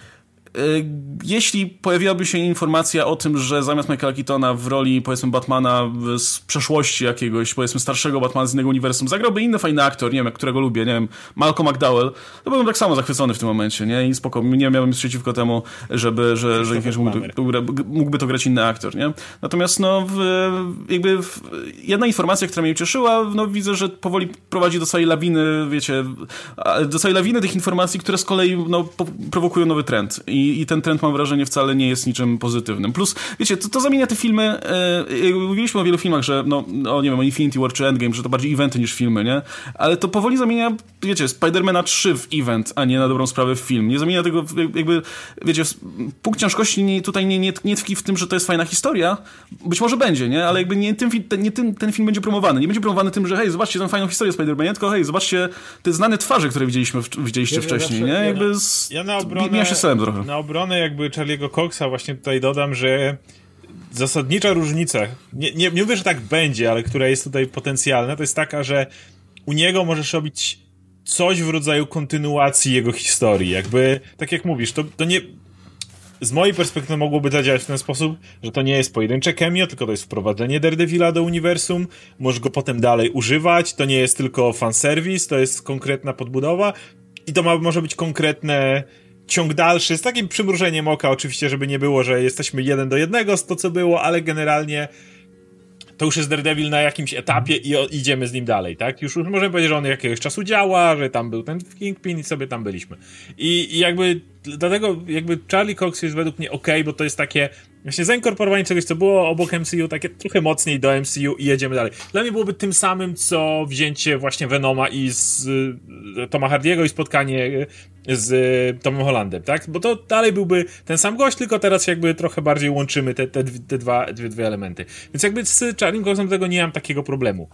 jeśli pojawiłaby się informacja o tym, że zamiast Michaela Keatona w roli, powiedzmy, Batmana z przeszłości jakiegoś, powiedzmy, starszego Batmana z innego uniwersum zagrałby inny fajny aktor, nie wiem, którego lubię, nie wiem, Malcolm McDowell, to byłbym tak samo zachwycony w tym momencie, nie? I spoko, nie miałbym nic przeciwko temu, żeby, że, że wiesz, mógłby, mógłby to grać inny aktor, nie? Natomiast, no, w, jakby w, jedna informacja, która mnie ucieszyła, no, widzę, że powoli prowadzi do całej lawiny, wiecie, do całej lawiny tych informacji, które z kolei, no, prowokują nowy trend. I, I ten trend, mam wrażenie, wcale nie jest niczym pozytywnym. Plus, wiecie, to, to zamienia te filmy, e, mówiliśmy o wielu filmach, że no, o, nie wiem, o Infinity War czy Endgame, że to bardziej eventy niż filmy, nie? Ale to powoli zamienia, wiecie, Spider-Mana trzy w event, a nie na dobrą sprawę w film. Nie zamienia tego, jakby, wiecie, punkt ciężkości nie, tutaj nie, nie, nie tkwi w tym, że to jest fajna historia. Być może będzie, nie? Ale jakby nie, tym, ten, nie tym ten film będzie promowany. Nie będzie promowany tym, że hej, zobaczcie tę fajną historię Spider-Manie, tylko hej, zobaczcie te znane twarze, które widzieliśmy, widzieliście ja wcześniej, zawsze, nie? Jakby z, ja na obronę, się sam trochę. Na obronę jakby Charlie'ego Coxa właśnie tutaj dodam, że zasadnicza różnica, nie, nie, nie mówię, że tak będzie, ale która jest tutaj potencjalna, to jest taka, że u niego możesz robić coś w rodzaju kontynuacji jego historii. Jakby, tak jak mówisz, to, to nie... Z mojej perspektywy mogłoby zadziałać w ten sposób, że to nie jest pojedyncze cameo, tylko to jest wprowadzenie Daredevila do uniwersum, możesz go potem dalej używać, to nie jest tylko fanservice, to jest konkretna podbudowa i to ma, może być konkretne ciąg dalszy, z takim przymrużeniem oka oczywiście, żeby nie było, że jesteśmy jeden do jednego z to, co było, ale generalnie to już jest Daredevil na jakimś etapie i o, idziemy z nim dalej, tak? Już, już możemy powiedzieć, że on jakiegoś czasu działa, że tam był ten Kingpin i sobie tam byliśmy. I, i jakby dlatego jakby Charlie Cox jest według mnie okej, okay, bo to jest takie właśnie zainkorporowanie czegoś, co było obok M C U, takie trochę mocniej do M C U i jedziemy dalej. Dla mnie byłoby tym samym, co wzięcie właśnie Venoma i z y, Toma Hardiego i spotkanie z y, Tomem Hollandem, tak? Bo to dalej byłby ten sam gość, tylko teraz jakby trochę bardziej łączymy te, te, te dwa, dwie, dwie elementy. Więc jakby z Charlie Coxem tego nie mam takiego problemu.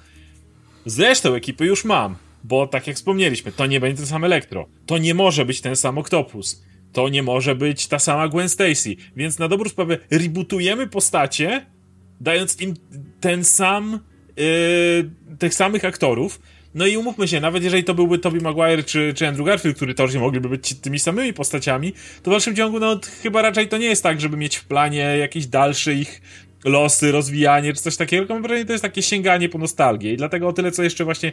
Z resztą ekipy już mam, bo tak jak wspomnieliśmy, to nie będzie ten sam Elektro. To nie może być ten sam Octopus. To nie może być ta sama Gwen Stacy. Więc na dobrą sprawę rebootujemy postacie, dając im ten sam yy, tych samych aktorów. No i umówmy się, nawet jeżeli to byłby Tobey Maguire czy, czy Andrew Garfield, którzy teoretycznie mogliby być tymi samymi postaciami, to w dalszym ciągu, no chyba raczej to nie jest tak, żeby mieć w planie jakieś dalsze ich losy, rozwijanie czy coś takiego, tylko mam wrażenie, to jest takie sięganie po nostalgię i dlatego o tyle, co jeszcze właśnie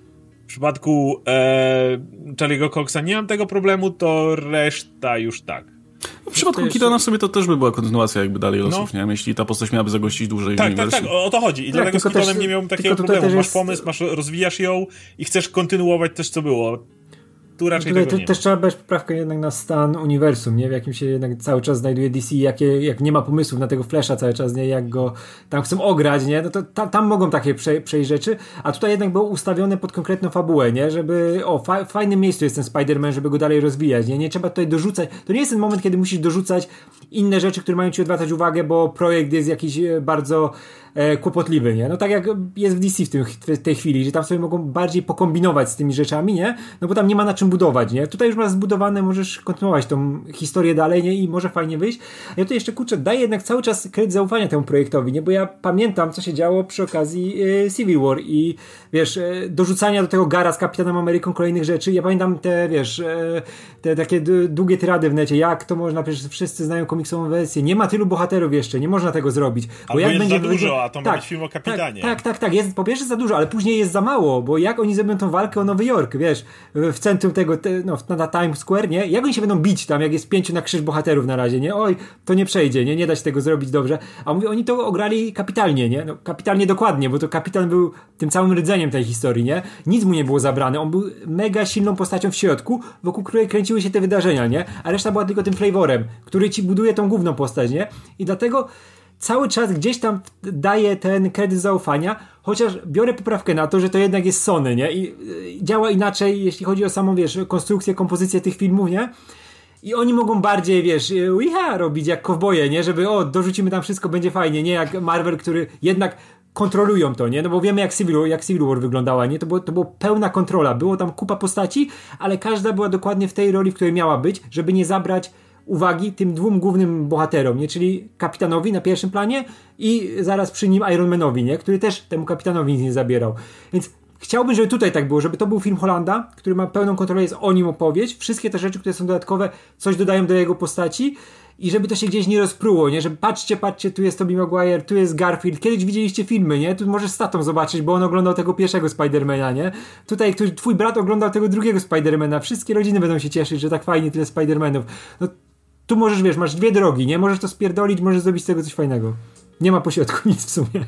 w przypadku e, Charlie'ego Coxa nie mam tego problemu, to reszta już tak. W przypadku jeszcze... Keatona w sobie to też by była kontynuacja jakby dalej losów, no. nie? Jeśli ta postać miałaby zagościć dłużej tak, w uniwersum. Tak, tak, o to chodzi. I tak, dlatego z Keatonem też, nie miałem takiego problemu. Masz jest... pomysł, masz, rozwijasz ją i chcesz kontynuować też, co było. Tu raczej Tutaj tego te, nie też trzeba brać poprawkę jednak na stan uniwersum, nie? W jakim się jednak cały czas znajduje D C, jakie, jak nie ma pomysłów na tego Flasha cały czas, nie? Jak go tam chcą ograć, nie? No to tam, tam mogą takie prze, przejść rzeczy, a tutaj jednak było ustawione pod konkretną fabułę, nie? Żeby, o, fa, w fajnym miejscu jest ten Spider-Man, żeby go dalej rozwijać, nie? Nie trzeba tutaj dorzucać, to nie jest ten moment, kiedy musisz dorzucać inne rzeczy, które mają ci odwracać uwagę, bo projekt jest jakiś bardzo e, kłopotliwy, nie? No tak jak jest w D C w, tym, w tej chwili, że tam sobie mogą bardziej pokombinować z tymi rzeczami, nie? No bo tam nie ma na czym budować, nie? Tutaj już masz zbudowane, możesz kontynuować tą historię dalej, nie? I może fajnie wyjść. Ja to jeszcze, kurczę, daję jednak cały czas kredyt zaufania temu projektowi, nie? Bo ja pamiętam, co się działo przy okazji e, Civil War i wiesz, e, dorzucania do tego gara z Kapitanem Ameryką kolejnych rzeczy. Ja pamiętam te, wiesz, e, te takie d- długie tyrady w necie, jak to można, przecież wszyscy znają komiksową wersję. Nie ma tylu bohaterów jeszcze, nie można tego zrobić. Bo albo jak jest będzie za dużo, a to tak, ma być film o Kapitanie. Tak, tak, tak, tak. Jest po pierwsze za dużo, ale później jest za mało, bo jak oni zrobią tą walkę o Nowy Jork, wiesz, w centrum tego, te, no, na, na Times Square, nie? Jak oni się będą bić tam, jak jest pięciu na krzyż bohaterów na razie, nie? Oj, to nie przejdzie, nie? Nie da się tego zrobić dobrze. A mówię, oni to ograli kapitalnie, nie? No, kapitalnie dokładnie, bo to kapitan był tym całym rdzeniem tej historii, nie? Nic mu nie było zabrane. On był mega silną postacią w środku, wokół której kręciły się te wydarzenia, nie? A reszta była tylko tym flavorem, który ci buduje tą główną postać, nie? I dlatego cały czas gdzieś tam daję ten kredyt zaufania, chociaż biorę poprawkę na to, że to jednak jest Sony, nie? I y, działa inaczej, jeśli chodzi o samą, wiesz, konstrukcję, kompozycję tych filmów, nie? I oni mogą bardziej, wiesz, uiha, robić jak kowboje, nie? Żeby, o, dorzucimy tam wszystko, będzie fajnie, nie? Jak Marvel, który jednak kontrolują to, nie? No bo wiemy jak Civil, jak Civil War wyglądała, nie? To było, to było pełna kontrola. Było tam kupa postaci, ale każda była dokładnie w tej roli, w której miała być, żeby nie zabrać uwagi tym dwóm głównym bohaterom, nie? Czyli kapitanowi na pierwszym planie i zaraz przy nim Iron Manowi, nie? Który też temu kapitanowi nic nie zabierał. Więc chciałbym, żeby tutaj tak było, żeby to był film Hollanda, który ma pełną kontrolę, jest o nim opowieść. Wszystkie te rzeczy, które są dodatkowe, coś dodają do jego postaci i żeby to się gdzieś nie rozpruło, nie? Żeby patrzcie, patrzcie, tu jest Tobey Maguire, tu jest Garfield. Kiedyś widzieliście filmy, nie? Tu możesz z tatą zobaczyć, bo on oglądał tego pierwszego Spidermana, nie? Tutaj który, twój brat oglądał tego drugiego Spidermana. Wszystkie rodziny będą się cieszyć, że tak fajnie tyle Spidermanów. No tu możesz, wiesz, masz dwie drogi, nie? Możesz to spierdolić, możesz zrobić z tego coś fajnego. Nie ma pośrodku nic w sumie.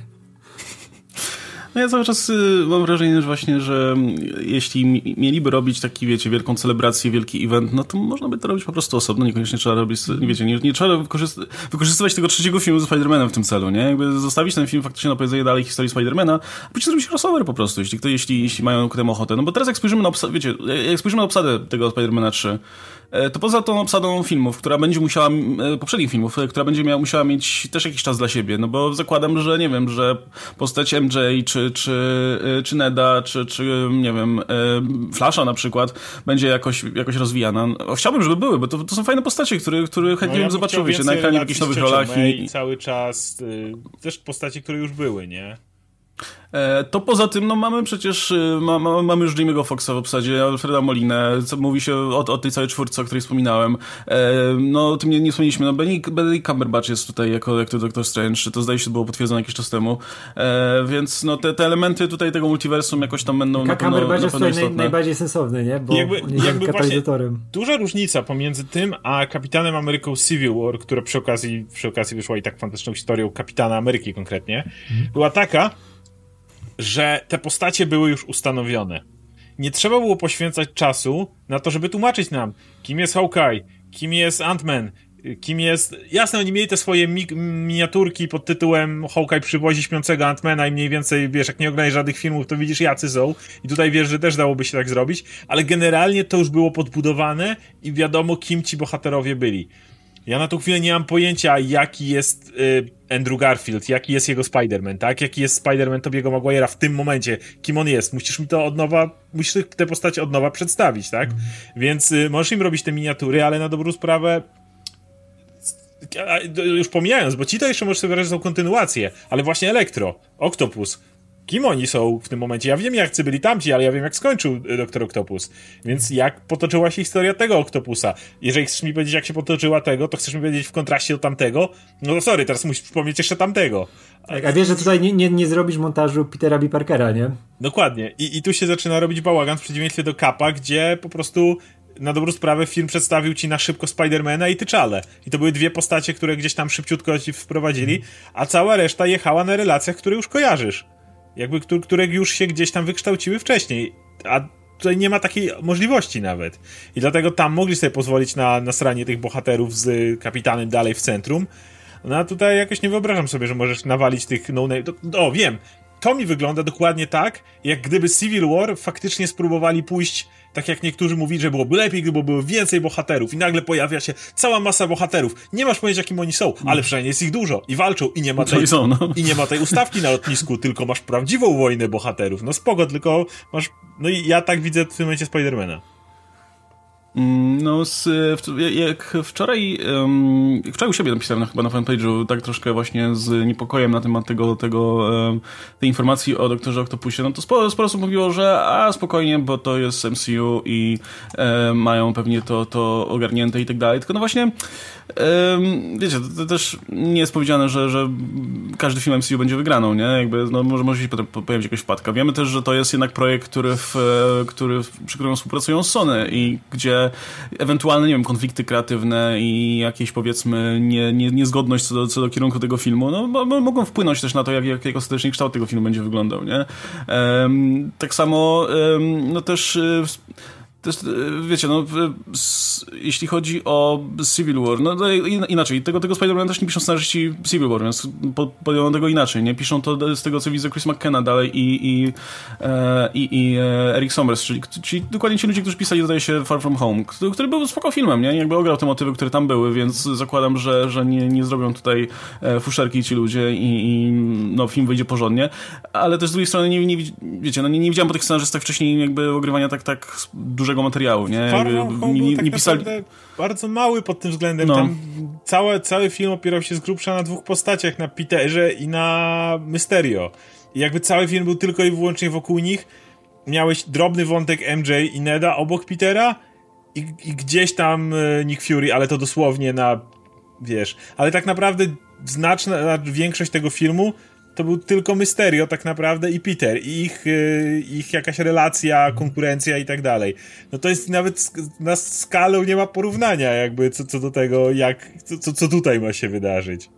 No ja cały czas y, mam wrażenie, że właśnie, że jeśli mieliby robić taki, wiecie, wielką celebrację, wielki event, no to można by to robić po prostu osobno, niekoniecznie trzeba robić, wiecie, nie, nie trzeba wykorzyst- wykorzystywać tego trzeciego filmu ze Spider-Manem w tym celu, nie? Jakby zostawić ten film faktycznie na opowiedzenie dalej historii Spider-Mana, a później zrobić crossover po prostu, jeśli, kto, jeśli, jeśli mają ku temu ochotę. No bo teraz jak spojrzymy na obsadę, wiecie, jak spojrzymy na obsadę tego Spider-Mana trzy, to poza tą obsadą filmów, która będzie musiała, poprzednich filmów, która będzie miała, musiała mieć też jakiś czas dla siebie, no bo zakładam, że nie wiem, że postać M J, czy, czy, czy Neda, czy, czy nie wiem, Flasha na przykład, będzie jakoś, jakoś rozwijana. No, chciałbym, żeby były, bo to, to są fajne postacie, które, które chętnie no, bym ja zobaczył, wiecie, na ekranie w jakichś nowych rolach. I... i cały czas y, też postacie, które już były, nie? To poza tym, no mamy przecież, ma, ma, mamy już Jamie'ego Foxa w obsadzie, Alfreda Molinę, co mówi się o, o tej całej czwórce, o której wspominałem. E, no, o tym nie, nie wspomnieliśmy, no Benedict Cumberbatch jest tutaj jako, jako Doctor Strange, to zdaje się było potwierdzone jakiś czas temu, e, więc no te, te elementy tutaj tego multiversum jakoś tam będą na pewno, Cumberbatch na pewno jest istotne. Naj, najbardziej sensowny, nie? Bo jakby, on jest jakby katalizatorem. Duża różnica pomiędzy tym, a Kapitanem Ameryką Civil War, która przy okazji, przy okazji wyszła i tak fantastyczną historią Kapitana Ameryki konkretnie, mhm. była taka, że te postacie były już ustanowione. Nie trzeba było poświęcać czasu na to, żeby tłumaczyć nam, kim jest Hawkeye, kim jest Ant-Man, kim jest... Jasne, oni mieli te swoje mi- miniaturki pod tytułem Hawkeye przywozi śpiącego Ant-Mana i mniej więcej, wiesz, jak nie oglądasz żadnych filmów, to widzisz, jacy są. I tutaj wiesz, że też dałoby się tak zrobić, ale generalnie to już było podbudowane i wiadomo, kim ci bohaterowie byli. Ja na tą chwilę nie mam pojęcia, jaki jest y, Andrew Garfield, jaki jest jego Spider-Man, tak? Jaki jest Spider-Man Tobiego Maguire'a w tym momencie, kim on jest. Musisz mi to od nowa, musisz te postacie od nowa przedstawić, tak? Mm. Więc y, możesz im robić te miniatury, ale na dobrą sprawę już pomijając, bo ci to jeszcze możesz sobie wyrazić, że są kontynuacje, ale właśnie Elektro, Octopus, kim oni są w tym momencie? Ja wiem, jak byli tamci, ale ja wiem, jak skończył Doktor Octopus. Więc jak potoczyła się historia tego Octopusa? Jeżeli chcesz mi powiedzieć, jak się potoczyła tego, to chcesz mi powiedzieć w kontraście do tamtego? No to sorry, teraz musisz przypomnieć jeszcze tamtego. Tak, a wiesz, że tutaj nie, nie, nie zrobisz montażu Petera B. Parkera, nie? Dokładnie. I, i tu się zaczyna robić bałagan w przeciwieństwie do Kapa, gdzie po prostu na dobrą sprawę film przedstawił ci na szybko Spidermana i T'Challę. I to były dwie postacie, które gdzieś tam szybciutko ci wprowadzili, a cała reszta jechała na relacjach, które już kojarzysz. Jakby, które już się gdzieś tam wykształciły wcześniej, a tutaj nie ma takiej możliwości nawet. I dlatego tam mogli sobie pozwolić na, na sranie tych bohaterów z Kapitanem dalej w centrum. No a tutaj jakoś nie wyobrażam sobie, że możesz nawalić tych no-name... O, wiem! To mi wygląda dokładnie tak, jak gdyby Civil War faktycznie spróbowali pójść, tak jak niektórzy mówili, że byłoby lepiej, gdyby było więcej bohaterów i nagle pojawia się cała masa bohaterów. Nie masz pojęcia, kim oni są, ale przynajmniej jest ich dużo i walczą i nie ma tej, są, no. i nie ma tej ustawki na lotnisku, tylko masz prawdziwą wojnę bohaterów. No spoko, tylko masz... No i ja tak widzę w tym momencie Spidermana. No, z, jak wczoraj, um, wczoraj u siebie napisałem chyba na fanpage'u tak troszkę właśnie z niepokojem na temat tego, tego um, tej informacji o Doktorze Octopusie, no to sporo, sporo osób mówiło, że a spokojnie, bo to jest M C U i um, mają pewnie to, to ogarnięte i tak dalej, tylko no właśnie um, wiecie, to, to też nie jest powiedziane, że, że każdy film M C U będzie wygraną, nie? Jakby, no może, może się potem pojawić jakaś wpadka. Wiemy też, że to jest jednak projekt, który, w, który przy którym współpracują Sony i gdzie ewentualne, nie wiem, konflikty kreatywne i jakieś, powiedzmy, nie, nie, niezgodność co do, co do kierunku tego filmu, no bo, bo mogą wpłynąć też na to, jak, jak, jak ostatecznie kształt tego filmu będzie wyglądał, nie? Um, tak samo, um, no też... Też, wiecie, no, jeśli chodzi o Civil War, no inaczej, tego, tego Spider-Man też nie piszą scenarzyści Civil War, więc podjąłem tego inaczej, nie? Piszą to z tego, co widzę, Chris McKenna dalej i, i, i, i Eric Sommers, czyli, czyli dokładnie ci ludzie, którzy pisali, zdaje się, Far From Home, który, który był spoko filmem, nie? Jakby ograł te motywy, które tam były, więc zakładam, że, że nie, nie zrobią tutaj fuszerki ci ludzie i, i no, film wyjdzie porządnie, ale też z drugiej strony nie, nie, wiecie, no, nie, nie widziałem po tych scenarzystach wcześniej jakby ogrywania tak, tak dużego materiału, nie? Far From Home nie, nie, tak nie pisali... bardzo mały pod tym względem. No. Tam cały, cały film opierał się z grubsza na dwóch postaciach, na Peterze i na Mysterio. I jakby cały film był tylko i wyłącznie wokół nich. Miałeś drobny wątek M J i Neda obok Petera i, i gdzieś tam Nick Fury, ale to dosłownie na, wiesz, ale tak naprawdę znaczna większość tego filmu to był tylko Mysterio tak naprawdę i Peter, i ich, ich jakaś relacja, konkurencja i tak dalej. No to jest nawet na skalę nie ma porównania jakby co, co do tego, jak, co, co tutaj ma się wydarzyć.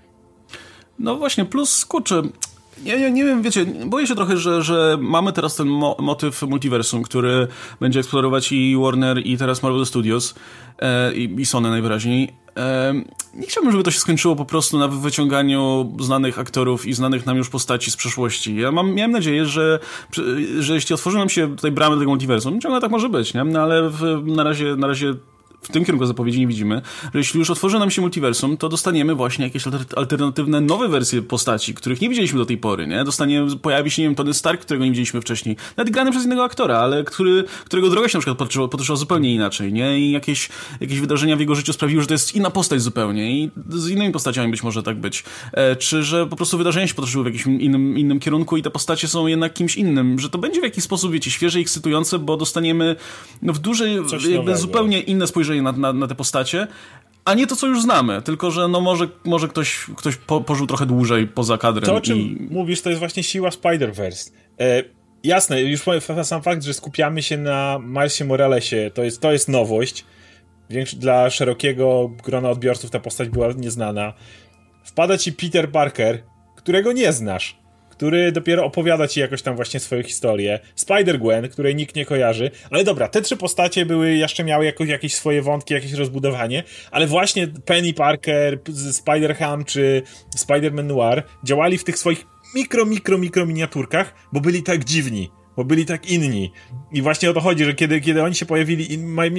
No właśnie, plus kurczę, ja, ja nie wiem, wiecie, boję się trochę, że, że mamy teraz ten mo- motyw multiversum, który będzie eksplorować i Warner, i teraz Marvel Studios, e, i, i Sony najwyraźniej. E, nie chciałbym, żeby to się skończyło po prostu na wyciąganiu znanych aktorów i znanych nam już postaci z przeszłości. Ja mam, miałem nadzieję, że, że jeśli otworzą nam się tutaj bramy do tego multiversum, ciągle tak może być, nie? No ale w, na razie, na razie w tym kierunku zapowiedzi nie widzimy, że jeśli już otworzy nam się multiversum, to dostaniemy właśnie jakieś alternatywne, nowe wersje postaci, których nie widzieliśmy do tej pory, nie? Dostanie, pojawi się, nie wiem, Tony Stark, którego nie widzieliśmy wcześniej. Nawet grany przez innego aktora, ale który, którego droga się na przykład potoczyła, potoczyła zupełnie inaczej, nie? I jakieś, jakieś wydarzenia w jego życiu sprawiły, że to jest inna postać zupełnie i z innymi postaciami być może tak być. E, czy że po prostu wydarzenia się potoczyły w jakimś innym, innym kierunku i te postacie są jednak kimś innym, że to będzie w jakiś sposób, wiecie, świeże i ekscytujące, bo dostaniemy no, w dużej, jakby zupełnie inne spojrzenie na, na, na te postacie, a nie to, co już znamy, tylko że no może, może ktoś, ktoś po, pożył trochę dłużej poza kadrem. To, o czym i... mówisz, to jest właśnie siła Spider-Verse. E, jasne, już sam fakt, że skupiamy się na Milesie Moralesie, to jest, to jest nowość. Większy, dla szerokiego grona odbiorców ta postać była nieznana. Wpada ci Peter Parker, którego nie znasz, który dopiero opowiada ci jakoś tam właśnie swoją historię. Spider-Gwen, której nikt nie kojarzy. Ale dobra, te trzy postacie były, jeszcze miały jakoś, jakieś swoje wątki, jakieś rozbudowanie, ale właśnie Penny Parker, Spider-Ham czy Spider-Man Noir działali w tych swoich mikro, mikro, mikro miniaturkach, bo byli tak dziwni. Bo byli tak inni. I właśnie o to chodzi, że kiedy, kiedy oni się pojawili,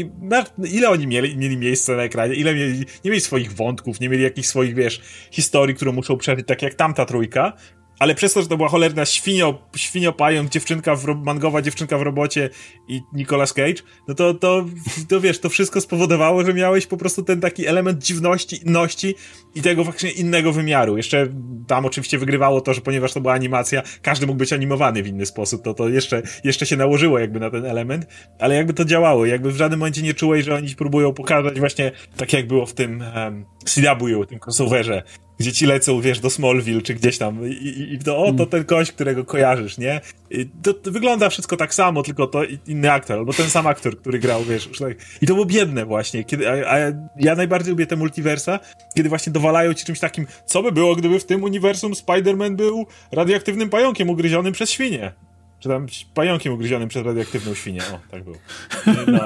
ile oni mieli, mieli miejsca na ekranie, ile mieli, nie mieli swoich wątków, nie mieli jakichś swoich, wiesz, historii, którą muszą przeżyć, tak jak tamta trójka, ale przez to, że to była cholerna świnio, świniopająk, dziewczynka w, mangowa dziewczynka w robocie i Nicolas Cage, no to, to, to wiesz, to wszystko spowodowało, że miałeś po prostu ten taki element dziwności, inności i tego faktycznie innego wymiaru. Jeszcze tam oczywiście wygrywało to, że ponieważ to była animacja, każdy mógł być animowany w inny sposób, to to jeszcze, jeszcze się nałożyło jakby na ten element, ale jakby to działało, jakby w żadnym momencie nie czułeś, że oni próbują pokazać właśnie tak jak było w tym um, C W, tym crossoverze, gdzie ci lecą, wiesz, do Smallville, czy gdzieś tam i, i, i to, o, to ten gość, którego kojarzysz, nie? I to, to wygląda wszystko tak samo, tylko to inny aktor, albo ten sam aktor, który grał, wiesz, już tak. I to było biedne właśnie, kiedy, a, a ja najbardziej lubię te multiversa, kiedy właśnie dowalają ci czymś takim, co by było, gdyby w tym uniwersum Spider-Man był radioaktywnym pająkiem ugryzionym przez świnię. Czy tam pająkiem ugryzionym przez radioaktywną świnię. O, tak było. No.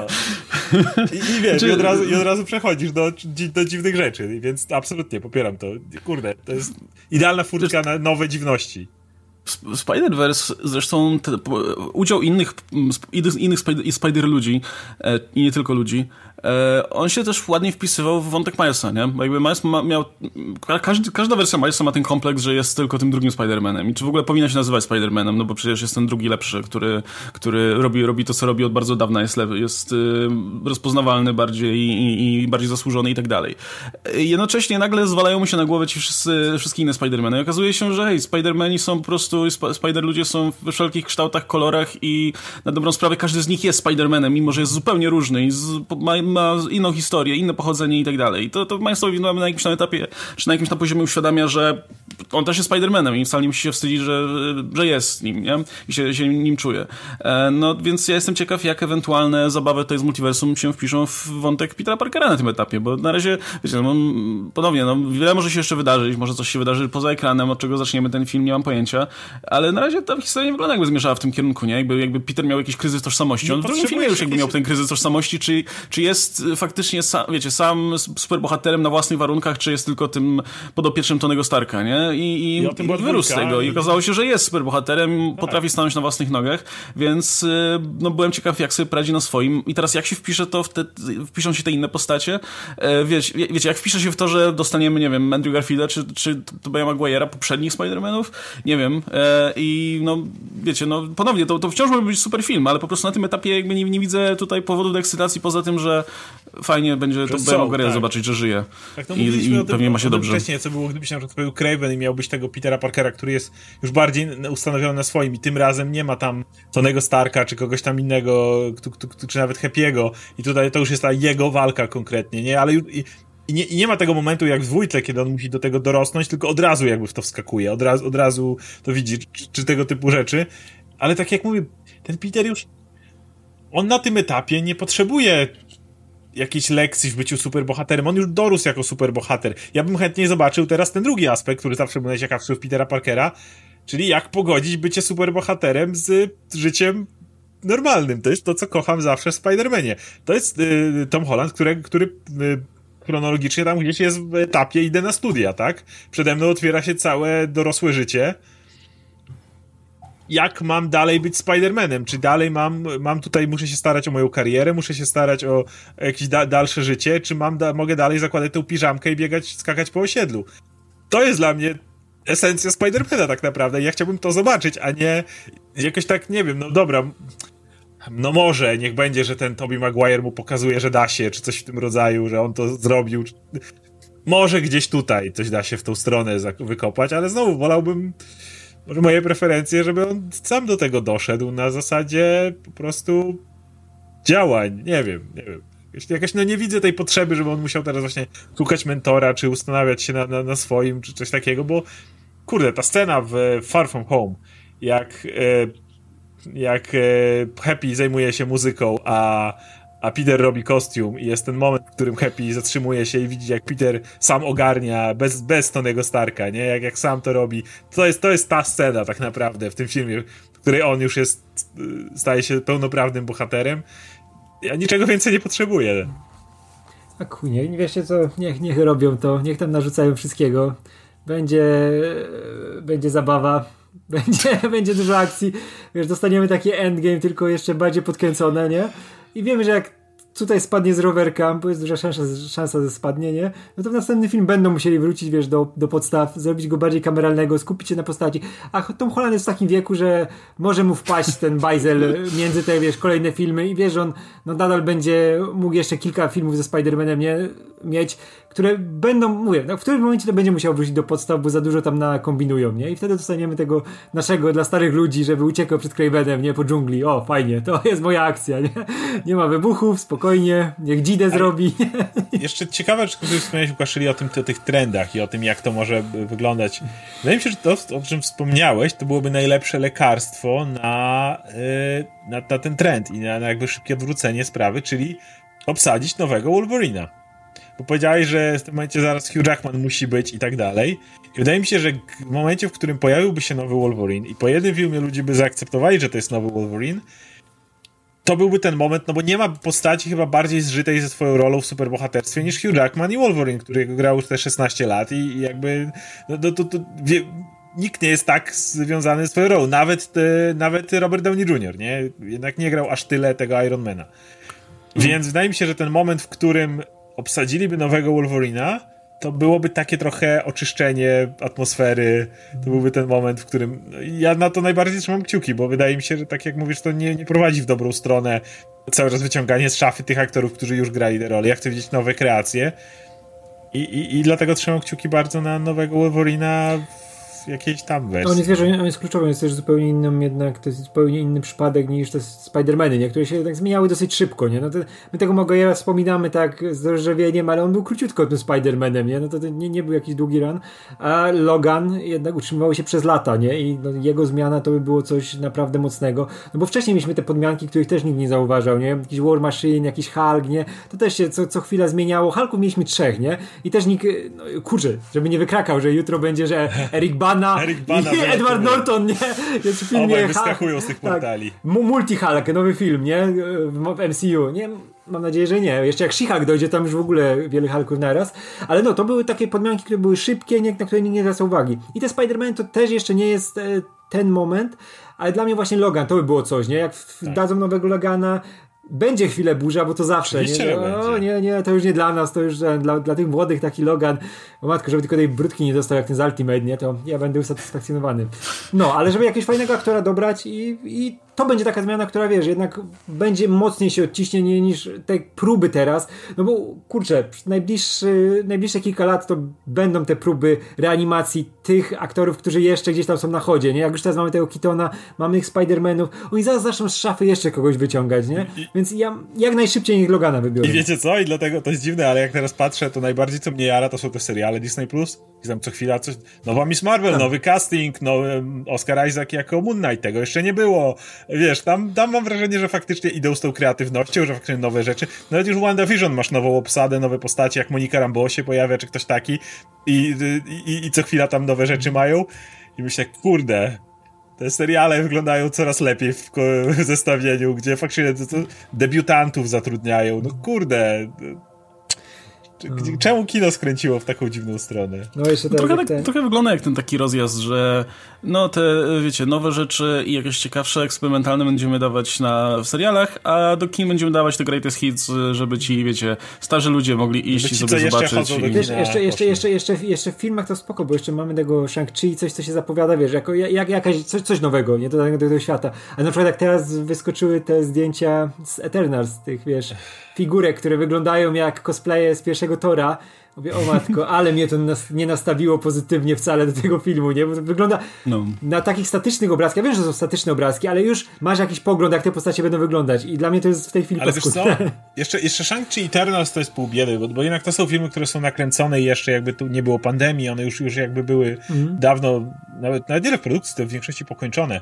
I, I wiesz, Czy... i, od razu, i od razu przechodzisz do, do dziwnych rzeczy, więc absolutnie popieram to. Kurde, to jest idealna furtka na nowe dziwności. Spider-Verse zresztą te, udział innych, innych Spider ludzi e, i nie tylko ludzi, e, on się też ładnie wpisywał w wątek Milesa, nie? Bo jakby Miles ma, miał, każdy, każda wersja Milesa ma ten kompleks, że jest tylko tym drugim Spider-Manem i czy w ogóle powinna się nazywać Spider-Manem, no bo przecież jest ten drugi lepszy, który, który robi, robi to, co robi od bardzo dawna, jest, jest y, rozpoznawalny bardziej i, i, i bardziej zasłużony i tak dalej. Jednocześnie nagle zwalają mu się na głowę ci wszyscy, wszystkie inne Spider-Many i okazuje się, że hej, Spider-Mani są po prostu Spider-ludzie są we wszelkich kształtach, kolorach i na dobrą sprawę każdy z nich jest Spider-Manem, mimo że jest zupełnie różny i z, ma, ma inną historię, inne pochodzenie i tak dalej. I to, to Milesowi na jakimś tam etapie, czy na jakimś tam poziomie uświadamia, że on też jest Spider-Manem i wcale nie musi się wstydzić, że, że jest nim, nie? I się, się nim czuje. E, no więc ja jestem ciekaw, jak ewentualne zabawy tutaj z multiversum się wpiszą w wątek Petera Parkera na tym etapie, bo na razie, wiecie, no, ponownie, no, wiele może się jeszcze wydarzyć, może coś się wydarzy poza ekranem, od czego zaczniemy ten film, nie mam pojęcia, ale na razie ta historia nie wygląda jakby zmierzała w tym kierunku, nie? Jakby, jakby Peter miał jakiś kryzys tożsamości. On w drugim filmie już jakby miał ten kryzys tożsamości, czy, czy jest faktycznie sam, wiecie, sam superbohaterem na własnych warunkach, czy jest tylko tym podopiecznym Tonego Starka, nie? I, i, I, i wyrósł z tego. I okazało się, że jest superbohaterem, tak. Potrafi stanąć na własnych nogach, więc no, byłem ciekaw, jak sobie poradzi na swoim. I teraz jak się wpisze to, w te, wpiszą się te inne postacie. E, wiecie, wiecie, jak wpisze się w to, że dostaniemy, nie wiem, Andrew Garfielda, czy, czy Tobeya Maguire'a, poprzednich Spider-Manów? Nie wiem. E, I no, wiecie, no ponownie, to, to wciąż może być super film, ale po prostu na tym etapie jakby nie, nie widzę tutaj powodu do ekscytacji, poza tym, że fajnie będzie to Tobeya Maguire'a tak. zobaczyć, że żyje. Tak, no, I, i o tym, pewnie ma się dobrze. Wcześniej, co było, gdybyś na przykład pojawił Craven i miałbyś tego Petera Parkera, który jest już bardziej ustanowiony na swoim i tym razem nie ma tam Tonego Starka, czy kogoś tam innego, czy nawet Happy'ego i tutaj to już jest ta jego walka konkretnie, nie? Ale już... I, I nie, I nie ma tego momentu jak w dwójce, kiedy on musi do tego dorosnąć, tylko od razu jakby w to wskakuje, od razu, od razu to widzi, czy, czy tego typu rzeczy. Ale tak jak mówię, ten Peter już, on na tym etapie nie potrzebuje jakiejś lekcji w byciu superbohaterem, on już dorósł jako superbohater. Ja bym chętnie zobaczył teraz ten drugi aspekt, który zawsze był najciekawszy w Petera Parkera, czyli jak pogodzić bycie superbohaterem z życiem normalnym. To jest to, co kocham zawsze w Spider-Manie. To jest y, Tom Holland, który, który y, chronologicznie tam gdzieś jest w etapie, idę na studia, tak? Przede mną otwiera się całe dorosłe życie. jak mam dalej być Spider-Manem? Czy dalej mam, mam tutaj, muszę się starać o moją karierę, muszę się starać o jakieś da- dalsze życie, czy mam da- mogę dalej zakładać tę piżamkę i biegać, skakać po osiedlu? To jest dla mnie esencja Spider-Mana tak naprawdę i ja chciałbym to zobaczyć, a nie jakoś tak, nie wiem, no dobra, no może, niech będzie, że ten Tobey Maguire mu pokazuje, że da się, czy coś w tym rodzaju, że on to zrobił. Może gdzieś tutaj coś da się w tą stronę wykopać, ale znowu wolałbym, może moje preferencje, żeby on sam do tego doszedł na zasadzie po prostu działań, nie wiem, nie wiem. Jakoś no nie widzę tej potrzeby, żeby on musiał teraz właśnie szukać mentora, czy ustanawiać się na, na, na swoim, czy coś takiego, bo kurde, ta scena w Far From Home, jak jak Happy zajmuje się muzyką, a, a Peter robi kostium i jest ten moment, w którym Happy zatrzymuje się i widzi, jak Peter sam ogarnia bez, bez Tonego Starka, nie? Jak, jak sam to robi. To jest, to jest ta scena tak naprawdę w tym filmie, w której on już jest, staje się pełnoprawnym bohaterem. Ja niczego więcej nie potrzebuję. A chuj, nie, nie wiecie co, niech, niech robią to, niech tam narzucają wszystkiego. Będzie, będzie zabawa, będzie, będzie dużo akcji. Wiesz, dostaniemy takie endgame, tylko jeszcze bardziej podkręcone, nie? I wiemy, że jak tutaj spadnie z rowerka, bo jest duża szansa, szansa ze spadnie, nie? No to w następny film będą musieli wrócić, wiesz, do, do podstaw, zrobić go bardziej kameralnego, skupić się na postaci. A Tom Holland jest w takim wieku, że może mu wpaść ten bajzel między te, wiesz, kolejne filmy i wiesz, że on no, nadal będzie mógł jeszcze kilka filmów ze Spider-Manem, nie? Mieć, które będą, mówię, no, w którym momencie to będzie musiał wrócić do podstaw, bo za dużo tam nakombinują, nie? I wtedy dostaniemy tego naszego dla starych ludzi, żeby uciekał przed Cravenem, nie? Po dżungli. O, fajnie, to jest moja akcja, nie? Nie ma wybuchów, spokojnie, niech Dzidę zrobi. Jeszcze ciekawe, czy wspomniałeś, Łukaszyli, o, tym, o tych trendach i o tym, jak to może wyglądać. Wydaje mi się, że to, o czym wspomniałeś, to byłoby najlepsze lekarstwo na, yy, na, na ten trend i na, na jakby szybkie odwrócenie sprawy, czyli obsadzić nowego Wolverina. Bo powiedziałeś, że w tym momencie zaraz Hugh Jackman musi być i tak dalej. I wydaje mi się, że w momencie, w którym pojawiłby się nowy Wolverine i po jednym filmie ludzie by zaakceptowali, że to jest nowy Wolverine, to byłby ten moment, no bo nie ma postaci chyba bardziej zżytej ze swoją rolą w superbohaterstwie niż Hugh Jackman i Wolverine, którego grał już te szesnaście lat i, i jakby no, to, to, to, wie, nikt nie jest tak związany ze swoją rolą. Nawet, te, nawet Robert Downey junior, nie? Jednak nie grał aż tyle tego Ironmana. Hmm. Więc wydaje mi się, że ten moment, w którym obsadziliby nowego Wolverina, to byłoby takie trochę oczyszczenie atmosfery. To byłby ten moment, w którym ja na to najbardziej trzymam kciuki, bo wydaje mi się, że tak jak mówisz, to nie, nie prowadzi w dobrą stronę cały czas wyciąganie z szafy tych aktorów, którzy już grali te role. Ja chcę widzieć nowe kreacje i, i, i dlatego trzymam kciuki bardzo na nowego Wolverina w jakiejś tam wersji. On jest, wiesz, on jest kluczowy, jest też zupełnie innym jednak, to jest zupełnie inny przypadek niż te Spider-Many, nie? Które się jednak zmieniały dosyć szybko, nie? No to, my tego Maguire'a wspominamy tak z rozrzewieniem, ale on był króciutko tym Spider-Manem, nie? No to, to nie, nie był jakiś długi run, a Logan jednak utrzymywał się przez lata, nie? I no, jego zmiana to by było coś naprawdę mocnego, no bo wcześniej mieliśmy te podmianki, których też nikt nie zauważał, nie? Jakiś War Machine, jakiś Hulk, nie? To też się co, co chwila zmieniało. Hulków mieliśmy trzech, nie? I też nikt, no, kurczę, żeby nie wykrakał, że jutro będzie, że Eric Bana, Eric Bana i Edward Norton, nie? Jest w filmie Obaj wyskakują z tych portali. Tak, Multi-Hulk, nowy film, nie? W M C U, nie? Mam nadzieję, że nie. Jeszcze jak She-Hulk dojdzie, tam już w ogóle wiele Hulków naraz. Ale no, to były takie podmianki, które były szybkie, nie, na które nikt nie zwracał uwagi. I te Spider-Man to też jeszcze nie jest e, ten moment, ale dla mnie właśnie Logan, to by było coś, nie? Jak tak. dadzą nowego Logana, będzie chwilę burza, bo to zawsze, nie? No, nie, nie, to już nie dla nas, to już dla, dla tych młodych taki Logan, o matko, żeby tylko tej brudki nie dostał jak ten z Ultimate, nie? To ja będę usatysfakcjonowany. No, ale żeby jakiegoś fajnego aktora dobrać i, i to będzie taka zmiana, która, wiesz, jednak będzie mocniej się odciśnie nie, niż te próby teraz, no bo kurczę, najbliższy, najbliższe kilka lat to będą te próby reanimacji tych aktorów, którzy jeszcze gdzieś tam są na chodzie, nie? Jak już teraz mamy tego Keatona, mamy tych Spider-Manów, oni zaraz zaczną z szafy jeszcze kogoś wyciągać, nie? Więc ja jak najszybciej niech Logana wybiorę. I wiecie co? I dlatego to jest dziwne, ale jak teraz patrzę, to najbardziej co mnie jara, to są te seriale Disney Plus. I tam co chwila coś, nowa Miss Marvel, tak. nowy casting, nowy Oscar Isaac jako Moon Knight, tego jeszcze nie było. Wiesz, tam, tam mam wrażenie, że faktycznie idą z tą kreatywnością, że faktycznie nowe rzeczy. Nawet już w WandaVision masz nową obsadę, nowe postacie, jak Monica Rambeau się pojawia, czy ktoś taki i, i, i co chwila tam nowe rzeczy mają. I myślę, kurde, te seriale wyglądają coraz lepiej w, w zestawieniu, gdzie faktycznie to, to debiutantów zatrudniają. No kurde... No. Czemu kino skręciło w taką dziwną stronę? No jeszcze no, trochę, tak, tak, trochę wygląda jak ten taki rozjazd, że no te, wiecie, nowe rzeczy i jakieś ciekawsze, eksperymentalne będziemy dawać na, w serialach, a do kin będziemy dawać te greatest hits, żeby ci, wiecie, starzy ludzie mogli iść i sobie zobaczyć. I... Wiesz, jeszcze, jeszcze, jeszcze, jeszcze, jeszcze w filmach to spoko, bo jeszcze mamy tego Shang-Chi, coś, co się zapowiada, wiesz, jako, jak, jakaś, coś, coś nowego, nie do tego, do tego świata. A na przykład jak teraz wyskoczyły te zdjęcia z Eternals, tych, wiesz, figurek, które wyglądają jak cosplaye z pierwszego Tora. Mówię, o matko, ale mnie to nas, nie nastawiło pozytywnie wcale do tego filmu, nie? Bo to wygląda no. na takich statycznych obrazkach. Ja wiem, że są statyczne obrazki, ale już masz jakiś pogląd, jak te postacie będą wyglądać i dla mnie to jest w tej chwili ale wiesz co? Jeszcze, jeszcze Shang-Chi i Eternals to jest pół biedy, bo, bo jednak to są filmy, które są nakręcone i jeszcze jakby tu nie było pandemii, one już, już jakby były mhm. dawno, nawet, nawet nie w produkcji, to w większości pokończone.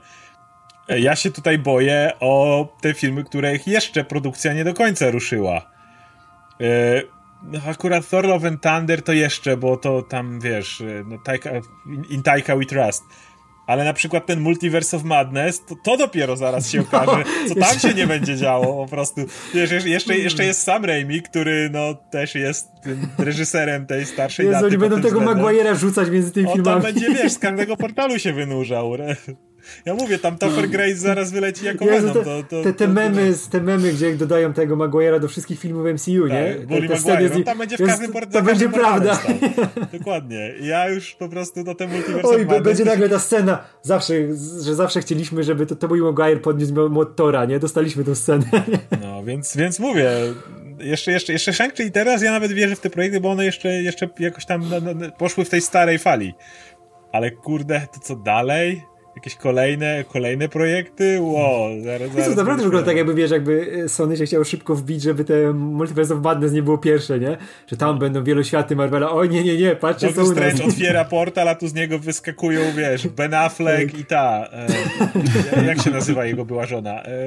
Ja się tutaj boję o te filmy, których jeszcze produkcja nie do końca ruszyła. Yy, no akurat Thor Love and Thunder to jeszcze, bo to tam, wiesz, no, Taika, in Taika we trust. Ale na przykład ten Multiverse of Madness, to, to dopiero zaraz się okaże, co tam się nie będzie działo, po prostu. Wiesz, jeszcze, jeszcze jest Sam Raimi, który no też jest tym reżyserem tej starszej Jezu, daty. Oni będą tego Maguire'a rzucać między tymi On filmami. On tam będzie, wiesz, z każdego portalu się wynurzał. Ja mówię, tam Topher Grace zaraz wyleci jako Jezu, Venom. te, to, to, te, te, to, memy, te memy, gdzie dodają tego Maguire'a do wszystkich filmów M C U, tak, nie? Bully te, te Maguire, on tam będzie w każdym portalu. To będzie prawda. Dokładnie. Ja już po prostu do tego Multiverse Oj, b- będzie nagle ta scena, zawsze, że zawsze chcieliśmy, żeby to, to był Maguire podniósł młot Tora, nie? Dostaliśmy tę scenę. No, więc, więc mówię, jeszcze, jeszcze, jeszcze Shang-Chi i teraz ja nawet wierzę w te projekty, bo one jeszcze, jeszcze jakoś tam no, no, poszły w tej starej fali. Ale kurde, to co dalej? Jakieś kolejne, kolejne projekty? Wow, zaraz, zaraz to naprawdę wygląda tak, jakby wiesz, jakby Sony się chciało szybko wbić, żeby te Multiverse of Madness nie było pierwsze, nie? Że tam będą wieloświaty Marvela. O nie, nie, nie, patrzcie Doctor co u nas. Strange otwiera portal, a tu z niego wyskakują, wiesz, Ben Affleck i ta. E, jak się nazywa jego była żona? E,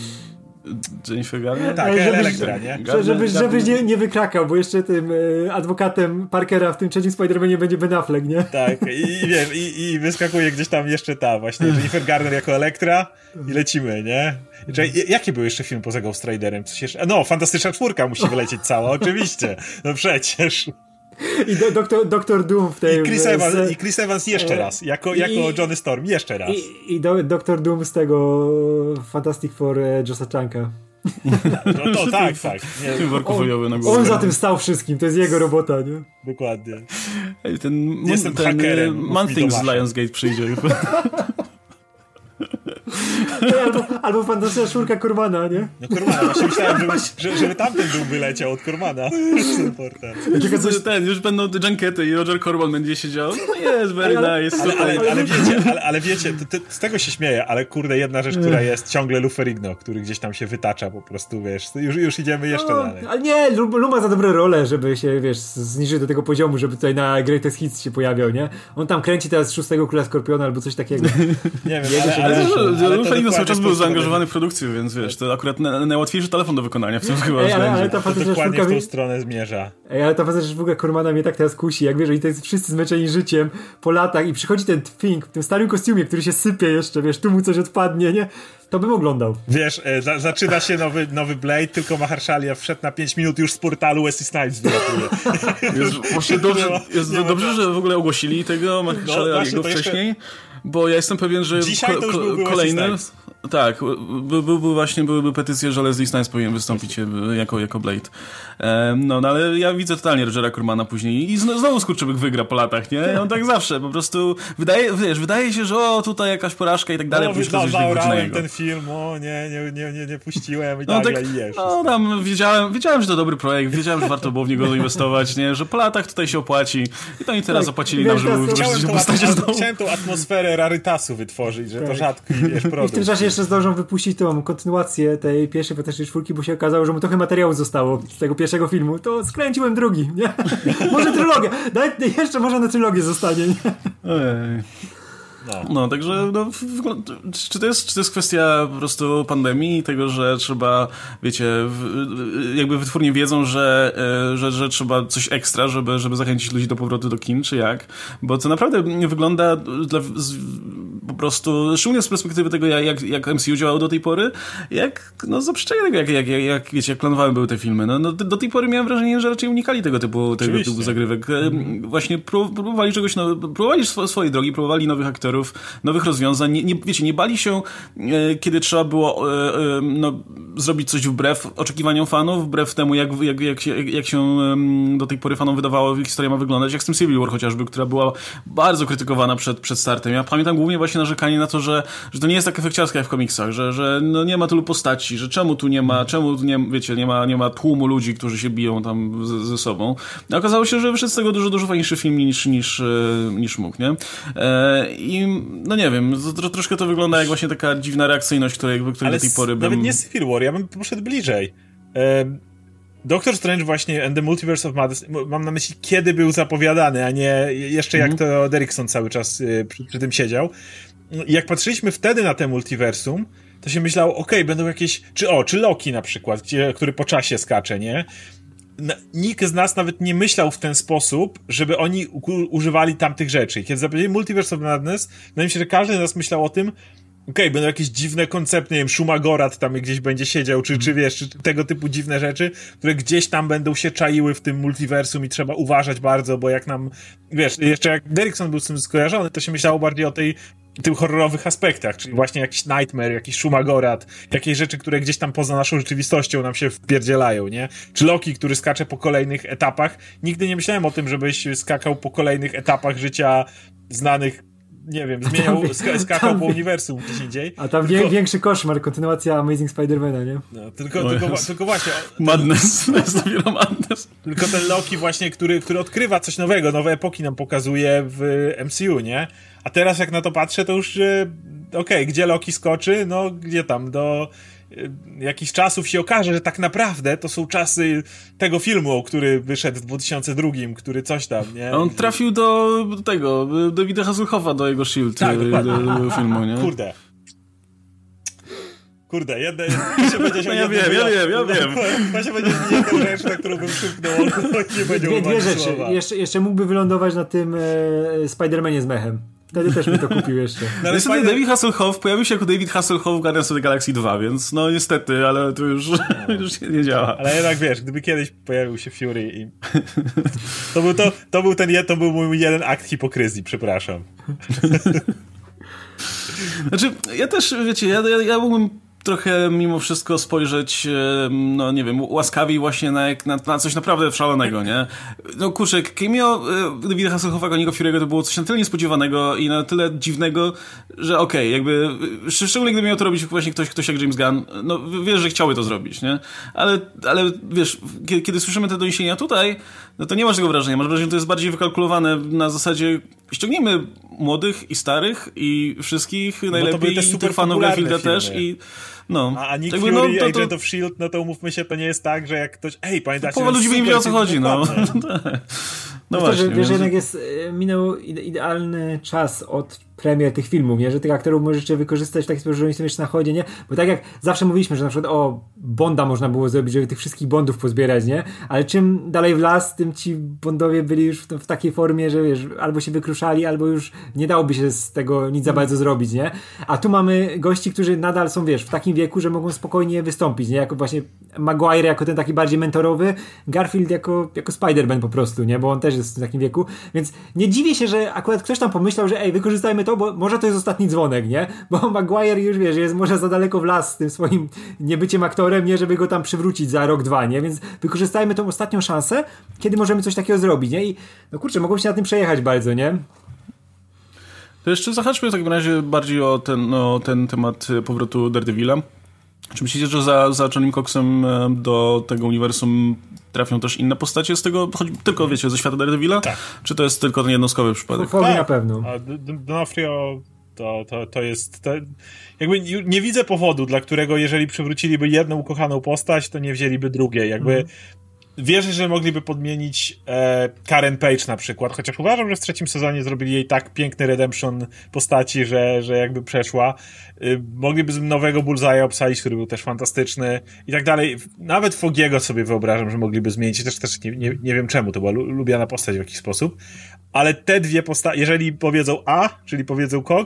Jennifer Garner? Tak, żebyś, Elektra, nie? Garner, żebyś żebyś nie, nie wykrakał, bo jeszcze tym e, adwokatem Parkera w tym trzecim Spider-Manie będzie Ben Affleck, nie? Tak, i, i wiesz, i, i wyskakuje gdzieś tam jeszcze ta właśnie Jennifer Garner jako Elektra i lecimy, nie? Czyli, jaki był jeszcze film poza Ghost Riderem? Coś jeszcze? No, Fantastyczna Czwórka musi wylecieć cała, oczywiście. No przecież. I do, doktor, doktor Doom w tej... I Chris, w, Evans, z, I Chris Evans jeszcze raz, jako, i, jako Johnny Storm, jeszcze raz. I, i do, doktor Doom z tego Fantastic Four e, Josa Chanka. No to tak, tak. Nie, on, na on za tym stał wszystkim, to jest jego robota, nie? Dokładnie. Ej, ten Jestem ten, ten Man Things z Lionsgate przyjdzie. albo, albo Fantastyczna Czwórka Kormana, nie? No Kormana, właśnie myślałem, żeby, żeby, żeby tamten dół wyleciał od Kormana. Tylko coś ten, już będą te junkety i Roger Corman będzie siedział. No jest, very ale, nice. Ale, ale, ale, ale wiecie, ale, ale wiecie to, to, z tego się śmieję, ale kurde, jedna rzecz, która jest ciągle Lou Ferrigno, który gdzieś tam się wytacza po prostu, wiesz, już, już idziemy jeszcze no, dalej. Ale nie, Lou ma za dobre role, żeby się, wiesz, zniżyć do tego poziomu, żeby tutaj na Greatest Hits się pojawiał, nie? On tam kręci teraz Szóstego Króla Skorpiona albo coś takiego. Nie wiem, ale, ale, ale, ale Lou Ferrigno cały czas był zaangażowany w produkcję, więc wiesz, to akurat na, najłatwiejszy telefon do wykonania w tym chyba. Ej, ale, ale ta to dokładnie w tą stronę zmierza. Ej, ale ta Fantastyczna Czwórka Kormana mnie tak teraz kusi, jak wiesz, i to jest wszyscy zmęczeni życiem po latach i przychodzi ten Thing w tym starym kostiumie, który się sypie jeszcze, wiesz, tu mu coś odpadnie, nie? To bym oglądał. Wiesz, e, za, zaczyna się nowy, nowy Blade, tylko Mahershala wszedł na pięć minut już z portalu Wesley Snipes wylatuje. Jest, właśnie dobrze, jest dobrze, że w ogóle ogłosili tego Mahershala no, wcześniej, jeszcze... bo ja jestem pewien, że dzisiaj ko- to już byłby kolejny... Tak, by, by, by właśnie byłyby petycje, że Leslie Snipes powinien wystąpić jako, jako Blade. Um, no, no, ale ja widzę totalnie Rogera Cormana później i znowu Skurczybyk wygra po latach, nie? On tak zawsze, po prostu wydaje, wiesz, wydaje się, że o, tutaj jakaś porażka i tak dalej. No, wydarzałem ten film, o nie, nie, nie, nie, nie puściłem i no, nagle tak, i jesz. No tam wiedziałem, wiedziałem, że to dobry projekt, wiedziałem, że warto było w niego inwestować, nie? Że po latach tutaj się opłaci i to oni teraz tak, opłacili nam, żeby wyczyścić postacie z domu. Chciałem tą atmosferę rarytasu wytworzyć, że tak. To rzadki, wiesz, produkt. I w tym czasie jeszcze zdążą wypuścić tą kontynuację tej pierwszej Fantastycznej Czwórki, bo się okazało, że mu trochę materiału zostało z tego pierwszego filmu, to skręciłem drugi, nie? Może trylogia, daj, jeszcze może na trylogię zostanie, nie? Ej. No. no, także no, czy, to jest, czy to jest kwestia po prostu pandemii, tego, że trzeba, wiecie, jakby wytwórnie wiedzą, że, że, że trzeba coś ekstra, żeby, żeby zachęcić ludzi do powrotu do kin, czy jak? Bo to naprawdę wygląda dla po prostu, szczególnie z perspektywy tego, jak, jak M C U działało do tej pory, jak, no, zaprzeczenie tego, jak, jak, jak, jak, wiecie, jak planowane były te filmy. No, no, do tej pory miałem wrażenie, że raczej unikali tego typu, tego typu zagrywek. Właśnie próbowali czegoś, no, próbowali swojej drogi, próbowali nowych aktorów, nowych rozwiązań. Nie, nie, wiecie, nie bali się, kiedy trzeba było no, zrobić coś wbrew oczekiwaniom fanów, wbrew temu, jak, jak, jak, się, jak się do tej pory fanom wydawało, jak historia ma wyglądać, jak z tym Civil War chociażby, która była bardzo krytykowana przed, przed startem. Ja pamiętam głównie właśnie narzekanie na to, że, że to nie jest tak efekciarskie jak w komiksach, że, że no nie ma tylu postaci, że czemu tu nie ma, czemu tu nie, wiecie, nie ma, nie ma tłumu ludzi, którzy się biją tam z, ze sobą. A okazało się, że wyszedł z tego dużo, dużo fajniejszy film niż, niż, niż mógł, nie? I no nie wiem, to, troszkę to wygląda jak właśnie taka dziwna reakcyjność, której, której do tej pory bym... nawet nie Civil War, ja bym poszedł bliżej. Um... Doctor Strange właśnie and the Multiverse of Madness, mam na myśli, kiedy był zapowiadany, a nie jeszcze jak to Derrickson cały czas y, przy, przy tym siedział. I jak patrzyliśmy wtedy na te multiversum, to się myślało, okej, okay, będą jakieś, czy o, czy Loki na przykład, gdzie, który po czasie skacze, nie? Na, nikt z nas nawet nie myślał w ten sposób, żeby oni u, używali tamtych rzeczy. Kiedy zapowiedzieli Multiverse of Madness, wydaje mi się, że każdy z nas myślał o tym, okej, okay, będą jakieś dziwne koncepty, nie wiem, Shumagorat tam gdzieś będzie siedział, czy, czy wiesz, czy tego typu dziwne rzeczy, które gdzieś tam będą się czaiły w tym multiversum i trzeba uważać bardzo, bo jak nam, wiesz, jeszcze jak Derrickson był z tym skojarzony, to się myślało bardziej o tej, tych horrorowych aspektach, czyli właśnie jakiś Nightmare, jakiś Shumagorat, jakieś rzeczy, które gdzieś tam poza naszą rzeczywistością nam się wpierdzielają, nie? Czy Loki, który skacze po kolejnych etapach. Nigdy nie myślałem o tym, żebyś skakał po kolejnych etapach życia znanych, nie wiem, zmieniał, sk- skakał tam, po uniwersum gdzieś indziej. A tam tylko... większy koszmar, kontynuacja Amazing Spider-Mana, nie? No, tylko, tylko, tylko właśnie... Madness, to jest dopiero madness. Tylko ten Loki właśnie, który, który odkrywa coś nowego, nowe epoki nam pokazuje w M C U, nie? A teraz jak na to patrzę, to już okej, okay, gdzie Loki skoczy? No, gdzie tam? Do jakichś czasów się okaże, że tak naprawdę to są czasy tego filmu, który wyszedł w dwa tysiące drugim, który coś tam, nie? On trafił do, do tego, do Davida Hasselhoffa, do jego Shield, tak, do, do, do filmu, nie? Kurde. Kurde, jedne, to się będzie... No ja wiem, ja wiem, ja wiem. To się będzie jedna rzecz, na którą bym szybnął, nie będzie Dwie, dwie rzeczy. Jeszcze, jeszcze mógłby wylądować na tym e, Spider-Manie z mechem. Wtedy też by to kupił jeszcze. No, ale Spider... David Hasselhoff pojawił się jako David Hasselhoff w Guardians of the Galaxy dwa, więc no niestety, ale to już, no. już nie działa. Ale jednak wiesz, gdyby kiedyś pojawił się Fury i... To był, to, to był ten to był mój jeden akt hipokryzji, przepraszam. Znaczy, ja też, wiecie, ja, ja, ja mógłbym trochę mimo wszystko spojrzeć, no nie wiem, łaskawiej właśnie na, na, na coś naprawdę szalonego, nie? No kurczę, cameo Davida Hasselhoffa jako Nico Fury'ego to było coś na tyle niespodziewanego i na tyle dziwnego, że okej, okay, jakby, szczególnie gdyby miał to robić właśnie ktoś, ktoś jak James Gunn, no wiesz, że chciałby to zrobić, nie? Ale, ale wiesz, kiedy, kiedy słyszymy te doniesienia tutaj, no to nie masz tego wrażenia, masz wrażenie, że to jest bardziej wykalkulowane na zasadzie ściągnijmy młodych i starych i wszystkich no najlepiej, i tych fanów Garfielda też i no. A, a Nick Fury, no, to, to... Agent of Shield, no to umówmy się, to nie jest tak, że jak ktoś, ej, pamiętacie... Połowa ludzi by nie wiedział, o co chodzi, no. No, no właśnie. To, że, wiesz, jednak jest, minął idealny czas od premier tych filmów, nie? Że tych aktorów możesz jeszcze wykorzystać w taki sposób, że oni są jeszcze na chodzie, nie? Bo tak jak zawsze mówiliśmy, że na przykład o, Bonda można było zrobić, żeby tych wszystkich Bondów pozbierać, nie? Ale czym dalej w las, tym ci Bondowie byli już w, w takiej formie, że wiesz, albo się wykruszali, albo już nie dałoby się z tego nic za bardzo zrobić, nie? A tu mamy gości, którzy nadal są, wiesz, w takim wieku, że mogą spokojnie wystąpić, nie? Jako właśnie Maguire jako ten taki bardziej mentorowy, Garfield jako, jako Spider-Man po prostu, nie? Bo on też jest w takim wieku, więc nie dziwię się, że akurat ktoś tam pomyślał, że ej, wykorzystajmy to, bo może to jest ostatni dzwonek, nie? Bo Maguire już, wiesz, jest może za daleko w las z tym swoim niebyciem aktorem, nie? Żeby go tam przywrócić za rok, dwa, nie? Więc wykorzystajmy tą ostatnią szansę, kiedy możemy coś takiego zrobić, nie? I no kurczę, mogą się na tym przejechać bardzo, nie? To jeszcze zahaczmy w takim razie bardziej o ten, no, ten temat powrotu Daredevila. Czy myślicie, że za, za Johnnym Coxem do tego uniwersum trafią też inne postacie z tego, choć tylko, wiecie, ze świata Daredevila? Tak. Czy to jest tylko ten jednostkowy przypadek? Tak, na pewno. A D'Onofrio to, to, to jest... To, jakby nie widzę powodu, dla którego jeżeli przywróciliby jedną ukochaną postać, to nie wzięliby drugiej. Jakby mm. wierzę, że mogliby podmienić e, Karen Page na przykład, chociaż uważam, że w trzecim sezonie zrobili jej tak piękny redemption postaci, że, że jakby przeszła. Y, mogliby z nowego Bullseye'a obsadzić, który był też fantastyczny i tak dalej. Nawet Fogiego sobie wyobrażam, że mogliby zmienić. Też, też nie, nie, nie wiem czemu, to była lubiana postać w jakiś sposób. Ale te dwie postacie, jeżeli powiedzą A, czyli powiedzą Cox,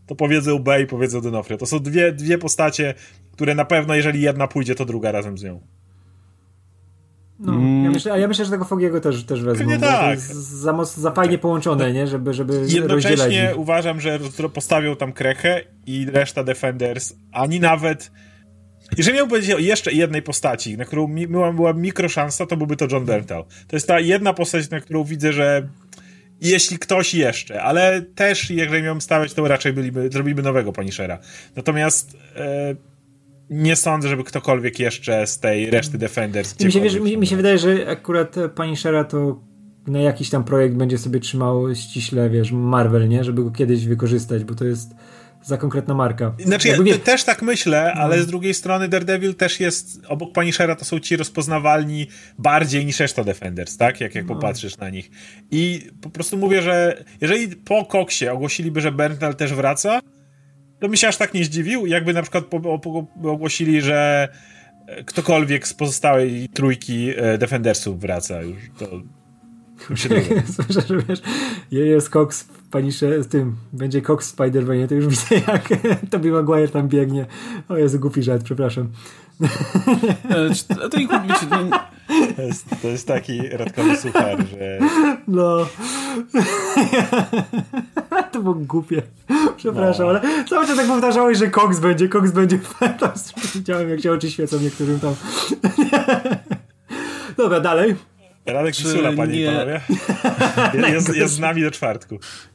to powiedzą B i powiedzą D'Onofrio. To są dwie, dwie postacie, które na pewno, jeżeli jedna pójdzie, to druga razem z nią. No, mm. ja myślę, a ja myślę, że tego Fogiego też, też wezmą. Nie tak. To jest za, mocno, za fajnie połączone, nie? Żeby, żeby jednocześnie uważam, że postawią tam Krechę i reszta Defenders, ani nawet... Jeżeli miałbym powiedzieć o jeszcze jednej postaci, na którą mi, była mikroszansa, to byłby to John Bernthal. To jest ta jedna postać, na którą widzę, że jeśli ktoś jeszcze, ale też jeżeli miałbym stawiać, to raczej byliby, zrobiliby nowego Punishera. Natomiast e, nie sądzę, żeby ktokolwiek jeszcze z tej reszty Defenders... Mi się, wiesz, mi, mi się wydaje, że akurat Punishera to na jakiś tam projekt będzie sobie trzymał ściśle, wiesz, Marvel, nie? Żeby go kiedyś wykorzystać, bo to jest za konkretna marka. Znaczy ja wie... też tak myślę, ale no. z drugiej strony Daredevil też jest, obok Punishera to są ci rozpoznawalni bardziej niż reszta Defenders, tak? Jak, jak no. popatrzysz na nich. I po prostu mówię, że jeżeli po Coxie ogłosiliby, że Bernthal też wraca, to mi się aż tak nie zdziwił, jakby na przykład po, po, ogłosili, że ktokolwiek z pozostałej trójki Defendersów wraca już, to słyszę, że wiesz, jest Cox w Punisher, z tym, będzie Cox w Spider-Manie, to już widzę, jak Tobey Maguire tam biegnie. O Jezu, głupi żart, przepraszam. to, jest, to jest taki radkowy suchar, że... No. To było głupie. Przepraszam, no. Ale cały czas tak powtarzałeś, że Cox będzie, Cox będzie. Tam widziałem, jak się oczy świecą niektórym tam. Dobra, dalej. Radek Wisula, panie nie... i panowie. Jest, jest z nami do czwartku.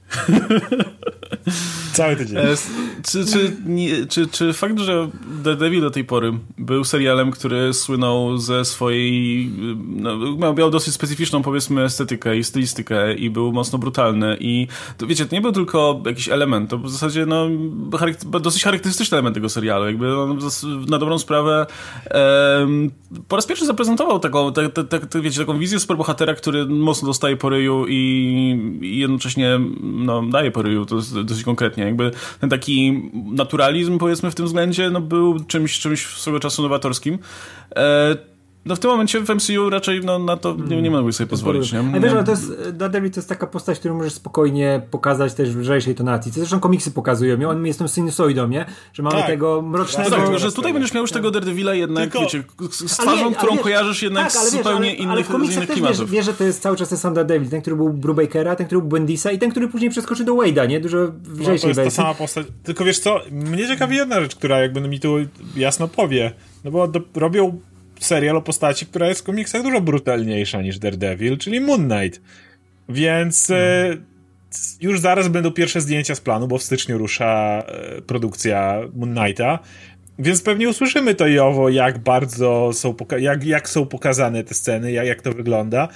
Cały tydzień. E, czy, czy, nie, czy, czy fakt, że Daredevil do tej pory był serialem, który słynął ze swojej... No, miał dosyć specyficzną, powiedzmy, estetykę i stylistykę i był mocno brutalny i to, wiecie, to nie był tylko jakiś element, to w zasadzie no, charakter, dosyć charakterystyczny element tego serialu. Jakby no, na dobrą sprawę e, po raz pierwszy zaprezentował taką, te, te, te, wiecie, taką wizję superbohatera, który mocno dostaje po ryju i, i jednocześnie no, daje po ryju, to jest dosyć konkretnie. Jakby ten taki naturalizm, powiedzmy, w tym względzie no, był czymś, czymś swego czasu nowatorskim. E, no w tym momencie w M C U raczej no, na to nie, nie mogli sobie pozwolić. Nie? Ale wiesz, ale to jest, Daredevil to jest taka postać, którą możesz spokojnie pokazać też w lżejszej tonacji. Co zresztą komiksy pokazują. On jest tą sinusoidą, nie? Że mamy tak. tego mrocznego... Tak, tylko, że tutaj będziesz miał już tego Daredevila jednak, tylko... wiecie, z twarzą, nie, którą wiesz, kojarzysz jednak tak, z zupełnie wiesz, ale, innych, ale w komiksach też wiesz, wiesz, że to jest cały czas ten sam Daredevil. Ten, który był Brubakera, ten, który był Bendisa i ten, który później przeskoczy do Wade'a, nie? Dużo w lżejszej no, to jest wersji. ta sama postać. Tylko wiesz co, mnie ciekawi jedna rzecz, która jakby mi tu jasno powie. No bo do, robią serial o postaci, która jest w komiksach dużo brutalniejsza niż Daredevil, czyli Moon Knight. Więc hmm. e, już zaraz będą pierwsze zdjęcia z planu, bo w styczniu rusza e, produkcja Moon Knighta. Więc pewnie usłyszymy to i owo, jak bardzo są, poka- jak, jak są pokazane te sceny, jak, jak to wygląda.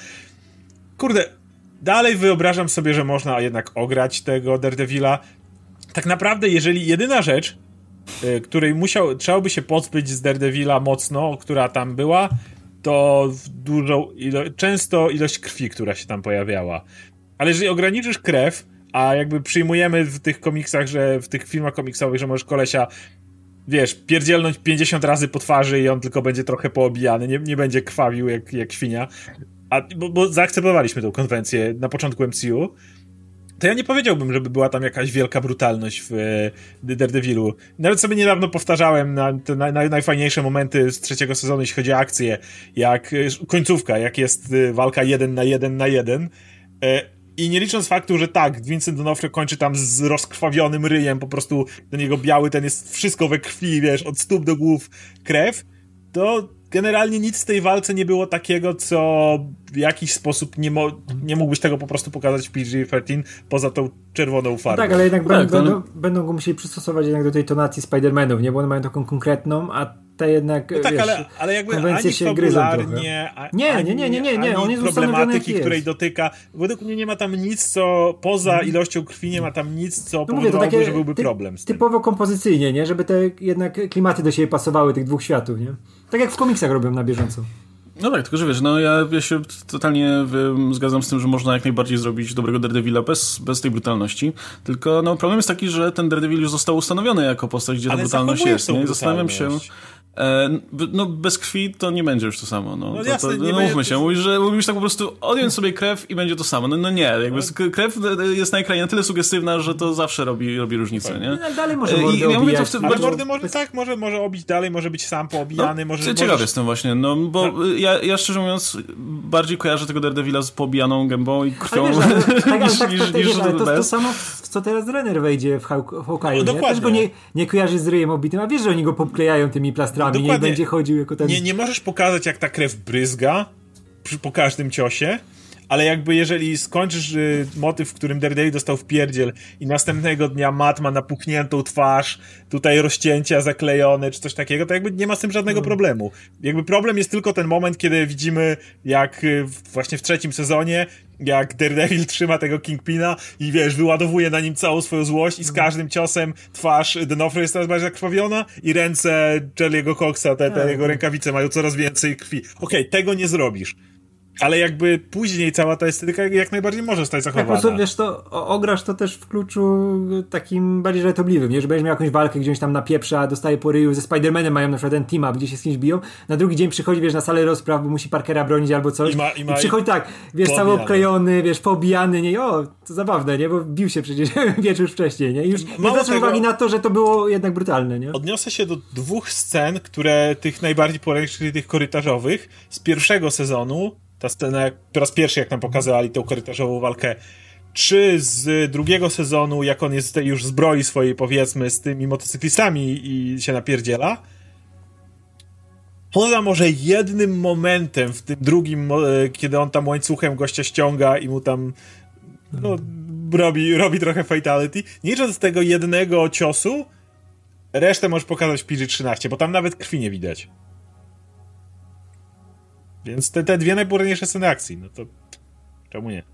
Kurde, dalej wyobrażam sobie, że można jednak ograć tego Daredevila. Tak naprawdę, jeżeli jedyna rzecz, której musiał, trzeba by się pozbyć z Daredevila mocno, która tam była, to dużą ilo- często ilość krwi, która się tam pojawiała. Ale jeżeli ograniczysz krew, a jakby przyjmujemy w tych komiksach, że w tych filmach komiksowych, że możesz kolesia, wiesz, pierdzielnąć pięćdziesiąt razy po twarzy i on tylko będzie trochę poobijany, nie, nie będzie krwawił jak, jak świnia, a, bo, bo zaakceptowaliśmy tą konwencję na początku M C U, to ja nie powiedziałbym, żeby była tam jakaś wielka brutalność w e, Daredevilu. Nawet sobie niedawno powtarzałem na te na, na, najfajniejsze momenty z trzeciego sezonu, jeśli chodzi o akcję, jak e, końcówka, jak jest e, walka jeden na jeden na jeden. E, I nie licząc faktu, że tak, Vincent D'Onofrio kończy tam z rozkrwawionym ryjem, po prostu ten jego biały, ten jest wszystko we krwi, wiesz, od stóp do głów krew, to generalnie nic w tej walce nie było takiego, co w jakiś sposób nie, mo- nie mógłbyś tego po prostu pokazać w P G trzynaście poza tą czerwoną farbą. No tak, ale jednak tak, będą, będą, będą go musieli przystosować jednak do tej tonacji Spider-Manów, nie? Bo one mają taką konkretną, a te jednak, no tak, wiesz, ale, ale jakby konwencje ani się gryzą trochę. A, nie, ani, nie, nie, nie, nie, nie, on jest problematyki, jest. której dotyka. Według mnie nie ma tam nic, co poza hmm. ilością krwi, nie ma tam nic, co no mówię, to takie że byłby ty, problem z tym. Typowo kompozycyjnie, nie? Żeby te jednak klimaty do siebie pasowały, tych dwóch światów, nie? Tak jak w komiksach robią na bieżąco. No tak, tylko że wiesz, no ja, ja się totalnie y, zgadzam z tym, że można jak najbardziej zrobić dobrego Daredevila bez, bez tej brutalności, tylko no problem jest taki, że ten Daredevil już został ustanowiony jako postać, gdzie ale ta brutalność jest, nie? I zastanawiam się, No bez krwi to nie będzie już to samo. No, no to, jasne, to, nie no mówmy się, to... mówisz, że mówisz tak po prostu odjąć sobie krew i będzie to samo. No, no nie, jakby no. krew jest na ekranie na tyle sugestywna, że to zawsze robi, robi różnicę, nie? No, dalej może mordę I, ja mówię to w tym, ale mordy może, tak, może, może obić dalej, może być sam poobijany, no, może... Ciekawy możesz... jestem właśnie, no bo no. Ja, ja szczerze mówiąc bardziej kojarzę tego Daredevila z poobijaną gębą i krwią niż to samo, co teraz Renner wejdzie w Hawkeye'u, no, też go nie, nie kojarzy z ryjem obitym, a wiesz, że oni go popklejają tymi plastrami. Dokładnie. Nie będzie chodził jako ten... Nie, nie możesz pokazać, jak ta krew bryzga przy, po każdym ciosie, ale jakby jeżeli skończysz y, motyw, w którym Daredevil dostał w pierdziel i następnego dnia Matt ma napuchniętą twarz, tutaj rozcięcia zaklejone, czy coś takiego, to jakby nie ma z tym żadnego hmm. problemu. Jakby problem jest tylko ten moment, kiedy widzimy, jak y, właśnie w trzecim sezonie, jak Daredevil trzyma tego Kingpina i wiesz, wyładowuje na nim całą swoją złość i z każdym ciosem twarz D'Onofrio jest coraz bardziej zakrwawiona i ręce Charlie'ego Coxa, te, te jego rękawice mają coraz więcej krwi. Okej, okay, tego nie zrobisz. Ale jakby później cała ta estetyka jak najbardziej może zostać zachowana. Tak, po prostu, wiesz, to ograsz to też w kluczu takim bardziej żartobliwym, nie? Że będziesz miał jakąś walkę gdzieś tam na pieprza, dostaje po ryju, ze Spider-Manem mają na przykład ten team-up, gdzie się z kimś biją, na drugi dzień przychodzi, wiesz, na salę rozpraw, bo musi Parkera bronić albo coś i, ma, i, ma, i przychodzi tak, wiesz, cały obklejony, wiesz, poobijany, nie? O, to zabawne, nie? Bo bił się przecież wieczór wcześniej, nie? I już nie zwracam uwagi na to, że to było jednak brutalne, nie? Odniosę się do dwóch scen, które tych najbardziej poręcznych, czyli tych korytarzowych z pierwszego sezonu. Ta scena, jak, po raz pierwszy jak nam pokazywali tę korytarzową walkę, czy z drugiego sezonu, jak on jest w tej już zbroi swojej, powiedzmy, z tymi motocyklistami i się napierdziela. Poza może jednym momentem w tym drugim, kiedy on tam łańcuchem gościa ściąga i mu tam no, robi, robi trochę fatality. Nie licząc tego jednego ciosu, resztę możesz pokazać w P G trzynaście, bo tam nawet krwi nie widać. Więc te, te dwie najpórniejsze sceny akcji, no to czemu nie?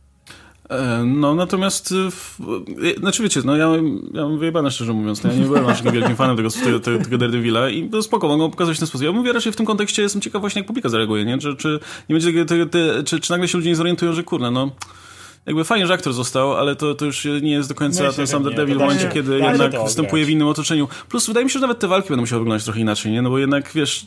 No, natomiast w, znaczy wiecie, no ja, ja mam wyjebane, szczerze mówiąc, no, ja nie byłem aż wielkim fanem tego, tego, tego Daredevila i to spoko, mogą pokazać w ten sposób. Ja mówię raczej w tym kontekście, jestem ciekaw właśnie, jak publika zareaguje, nie? Czy, czy, nie będzie, te, te, czy, czy nagle się ludzie nie zorientują, że kurna, no jakby fajnie, że aktor został, ale to, to już nie jest do końca no ten sam Daredevil w momencie, kiedy tak, jednak to występuje w innym otoczeniu. Plus wydaje mi się, że nawet te walki będą musiały wyglądać trochę inaczej, nie? No bo jednak, wiesz...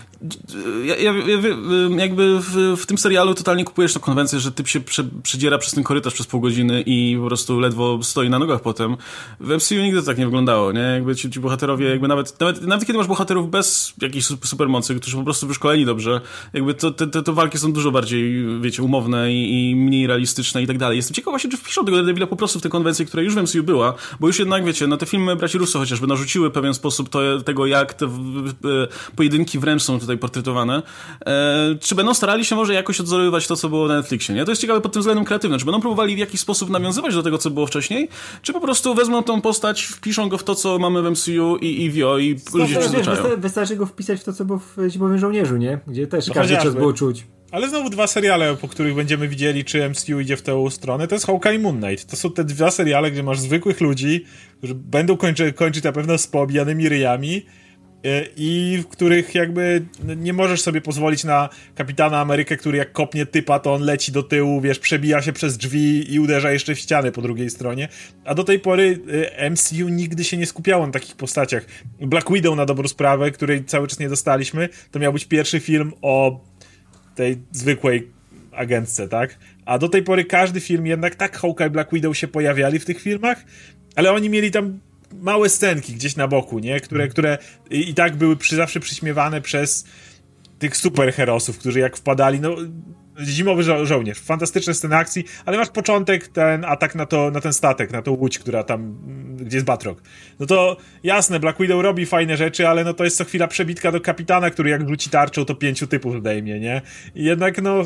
Ja, ja, ja, jakby w, w tym serialu totalnie kupujesz tą konwencję, że typ się prze, przedziera przez ten korytarz przez pół godziny i po prostu ledwo stoi na nogach potem. W M C U nigdy to tak nie wyglądało, nie? Jakby ci, ci bohaterowie, jakby nawet, nawet, nawet kiedy masz bohaterów bez jakiejś supermocy, którzy po prostu wyszkoleni dobrze, jakby to, te, te, te walki są dużo bardziej, wiecie, umowne i, i mniej realistyczne i tak dalej. Jestem ciekaw właśnie, czy wpiszą tego Daredevila po prostu w tę konwencję, która już w M C U była, bo już jednak, wiecie, no te filmy braci Russo chociażby narzuciły pewien sposób to, tego, jak te w, w, w, pojedynki wręcz są tutaj portretowane. E, czy będą starali się może jakoś odzorowywać to, co było na Netflixie, nie? To jest ciekawe pod tym względem kreatywnym. Czy będą próbowali w jakiś sposób nawiązywać do tego, co było wcześniej? Czy po prostu wezmą tą postać, wpiszą go w to, co mamy w M C U i, i wio, i no, ludzie się przyzwyczają? Wystarczy, wystarczy go wpisać w to, co było w Zimowym Żołnierzu, nie? Gdzie też no każdy czas było czuć. Ale znowu dwa seriale, po których będziemy widzieli, czy M C U idzie w tę stronę, to jest Hawkeye i Moon Knight. To są te dwa seriale, gdzie masz zwykłych ludzi, którzy będą kończy, kończyć na pewno z poobijanymi ryjami, i w których jakby nie możesz sobie pozwolić na Kapitana Amerykę, który jak kopnie typa, to on leci do tyłu, wiesz, przebija się przez drzwi i uderza jeszcze w ściany po drugiej stronie. A do tej pory M C U nigdy się nie skupiało na takich postaciach. Black Widow, na dobrą sprawę, której cały czas nie dostaliśmy, to miał być pierwszy film o tej zwykłej agentce, tak? A do tej pory każdy film jednak tak Hawkeye, Black Widow się pojawiali w tych filmach, ale oni mieli tam małe scenki gdzieś na boku, nie? Które, które i, i tak były przy, zawsze przyśmiewane przez tych superherosów, którzy jak wpadali, no Zimowy żo- żołnierz, fantastyczne sceny akcji, ale masz początek, ten atak na, to, na ten statek, na tą łódź, która tam, gdzie jest Batroc. No to jasne, Black Widow robi fajne rzeczy, ale no to jest co chwila przebitka do kapitana, który jak rzuci tarczą, to pięciu typów zdejmie, nie? I jednak no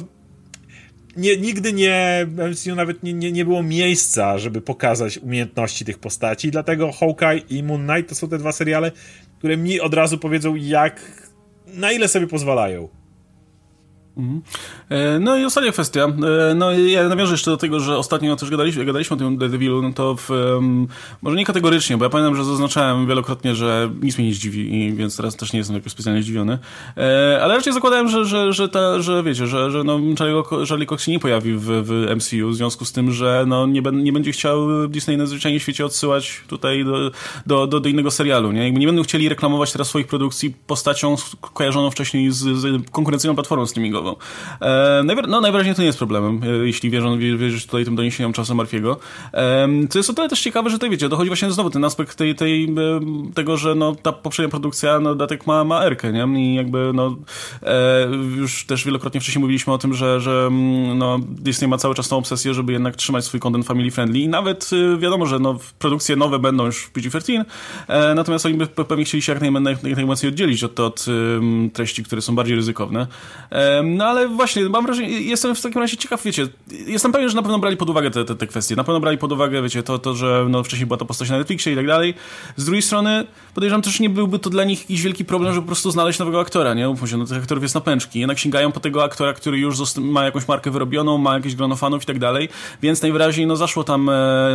Nie, nigdy nie, M C U nawet nie, nie, nie było miejsca, żeby pokazać umiejętności tych postaci, dlatego Hawkeye i Moon Knight to są te dwa seriale, które mi od razu powiedzą, jak, na ile sobie pozwalają. Mhm. No i ostatnia kwestia. No ja nawiążę jeszcze do tego, że ostatnio też gadaliśmy, gadaliśmy o tym Daredevilu, no to w, um, może nie kategorycznie, bo ja pamiętam, że zaznaczałem wielokrotnie, że nic mnie nie zdziwi, i więc teraz też nie jestem jakoś specjalnie zdziwiony. Ale raczej zakładałem, że, że, że, ta, że wiecie, że, że no, Charlie Cox się nie pojawi w, w M C U, w związku z tym, że no, nie, ben, nie będzie chciał Disney na zwyczajnie świecie odsyłać tutaj do, do, do, do innego serialu. Nie? Jakby nie będą chcieli reklamować teraz swoich produkcji postacią kojarzoną wcześniej z, z konkurencyjną platformą streamingową. E, no najwyraźniej to nie jest problemem, e, jeśli wierzą, wierzysz tutaj tym doniesieniom czasem Murphy'ego. E, co jest o tyle też ciekawe, że tutaj wiecie, dochodzi właśnie znowu ten aspekt tej, tej, e, tego, że no, ta poprzednia produkcja, no datek ma, ma erkę, nie? I jakby no e, już też wielokrotnie wcześniej mówiliśmy o tym, że, że no, Disney ma cały czas tą obsesję, żeby jednak trzymać swój content family friendly i nawet e, wiadomo, że no, produkcje nowe będą już w P G trzynaście, e, natomiast oni by pewnie chcieli się jak, najmniej, jak najmocniej oddzielić od, od um, treści, które są bardziej ryzykowne. E, No ale właśnie, mam wrażenie, jestem w takim razie ciekaw, wiecie, jestem pewien, że na pewno brali pod uwagę te, te, te kwestie, na pewno brali pod uwagę, wiecie, to, to że no, wcześniej była to postać na Netflixie i tak dalej. Z drugiej strony, podejrzewam też, nie byłby to dla nich jakiś wielki problem, żeby po prostu znaleźć nowego aktora, nie? Umówmy się, no tych aktorów jest na pęczki, jednak sięgają po tego aktora, który już ma jakąś markę wyrobioną, ma jakieś grono fanów i tak dalej, więc najwyraźniej, no zaszło tam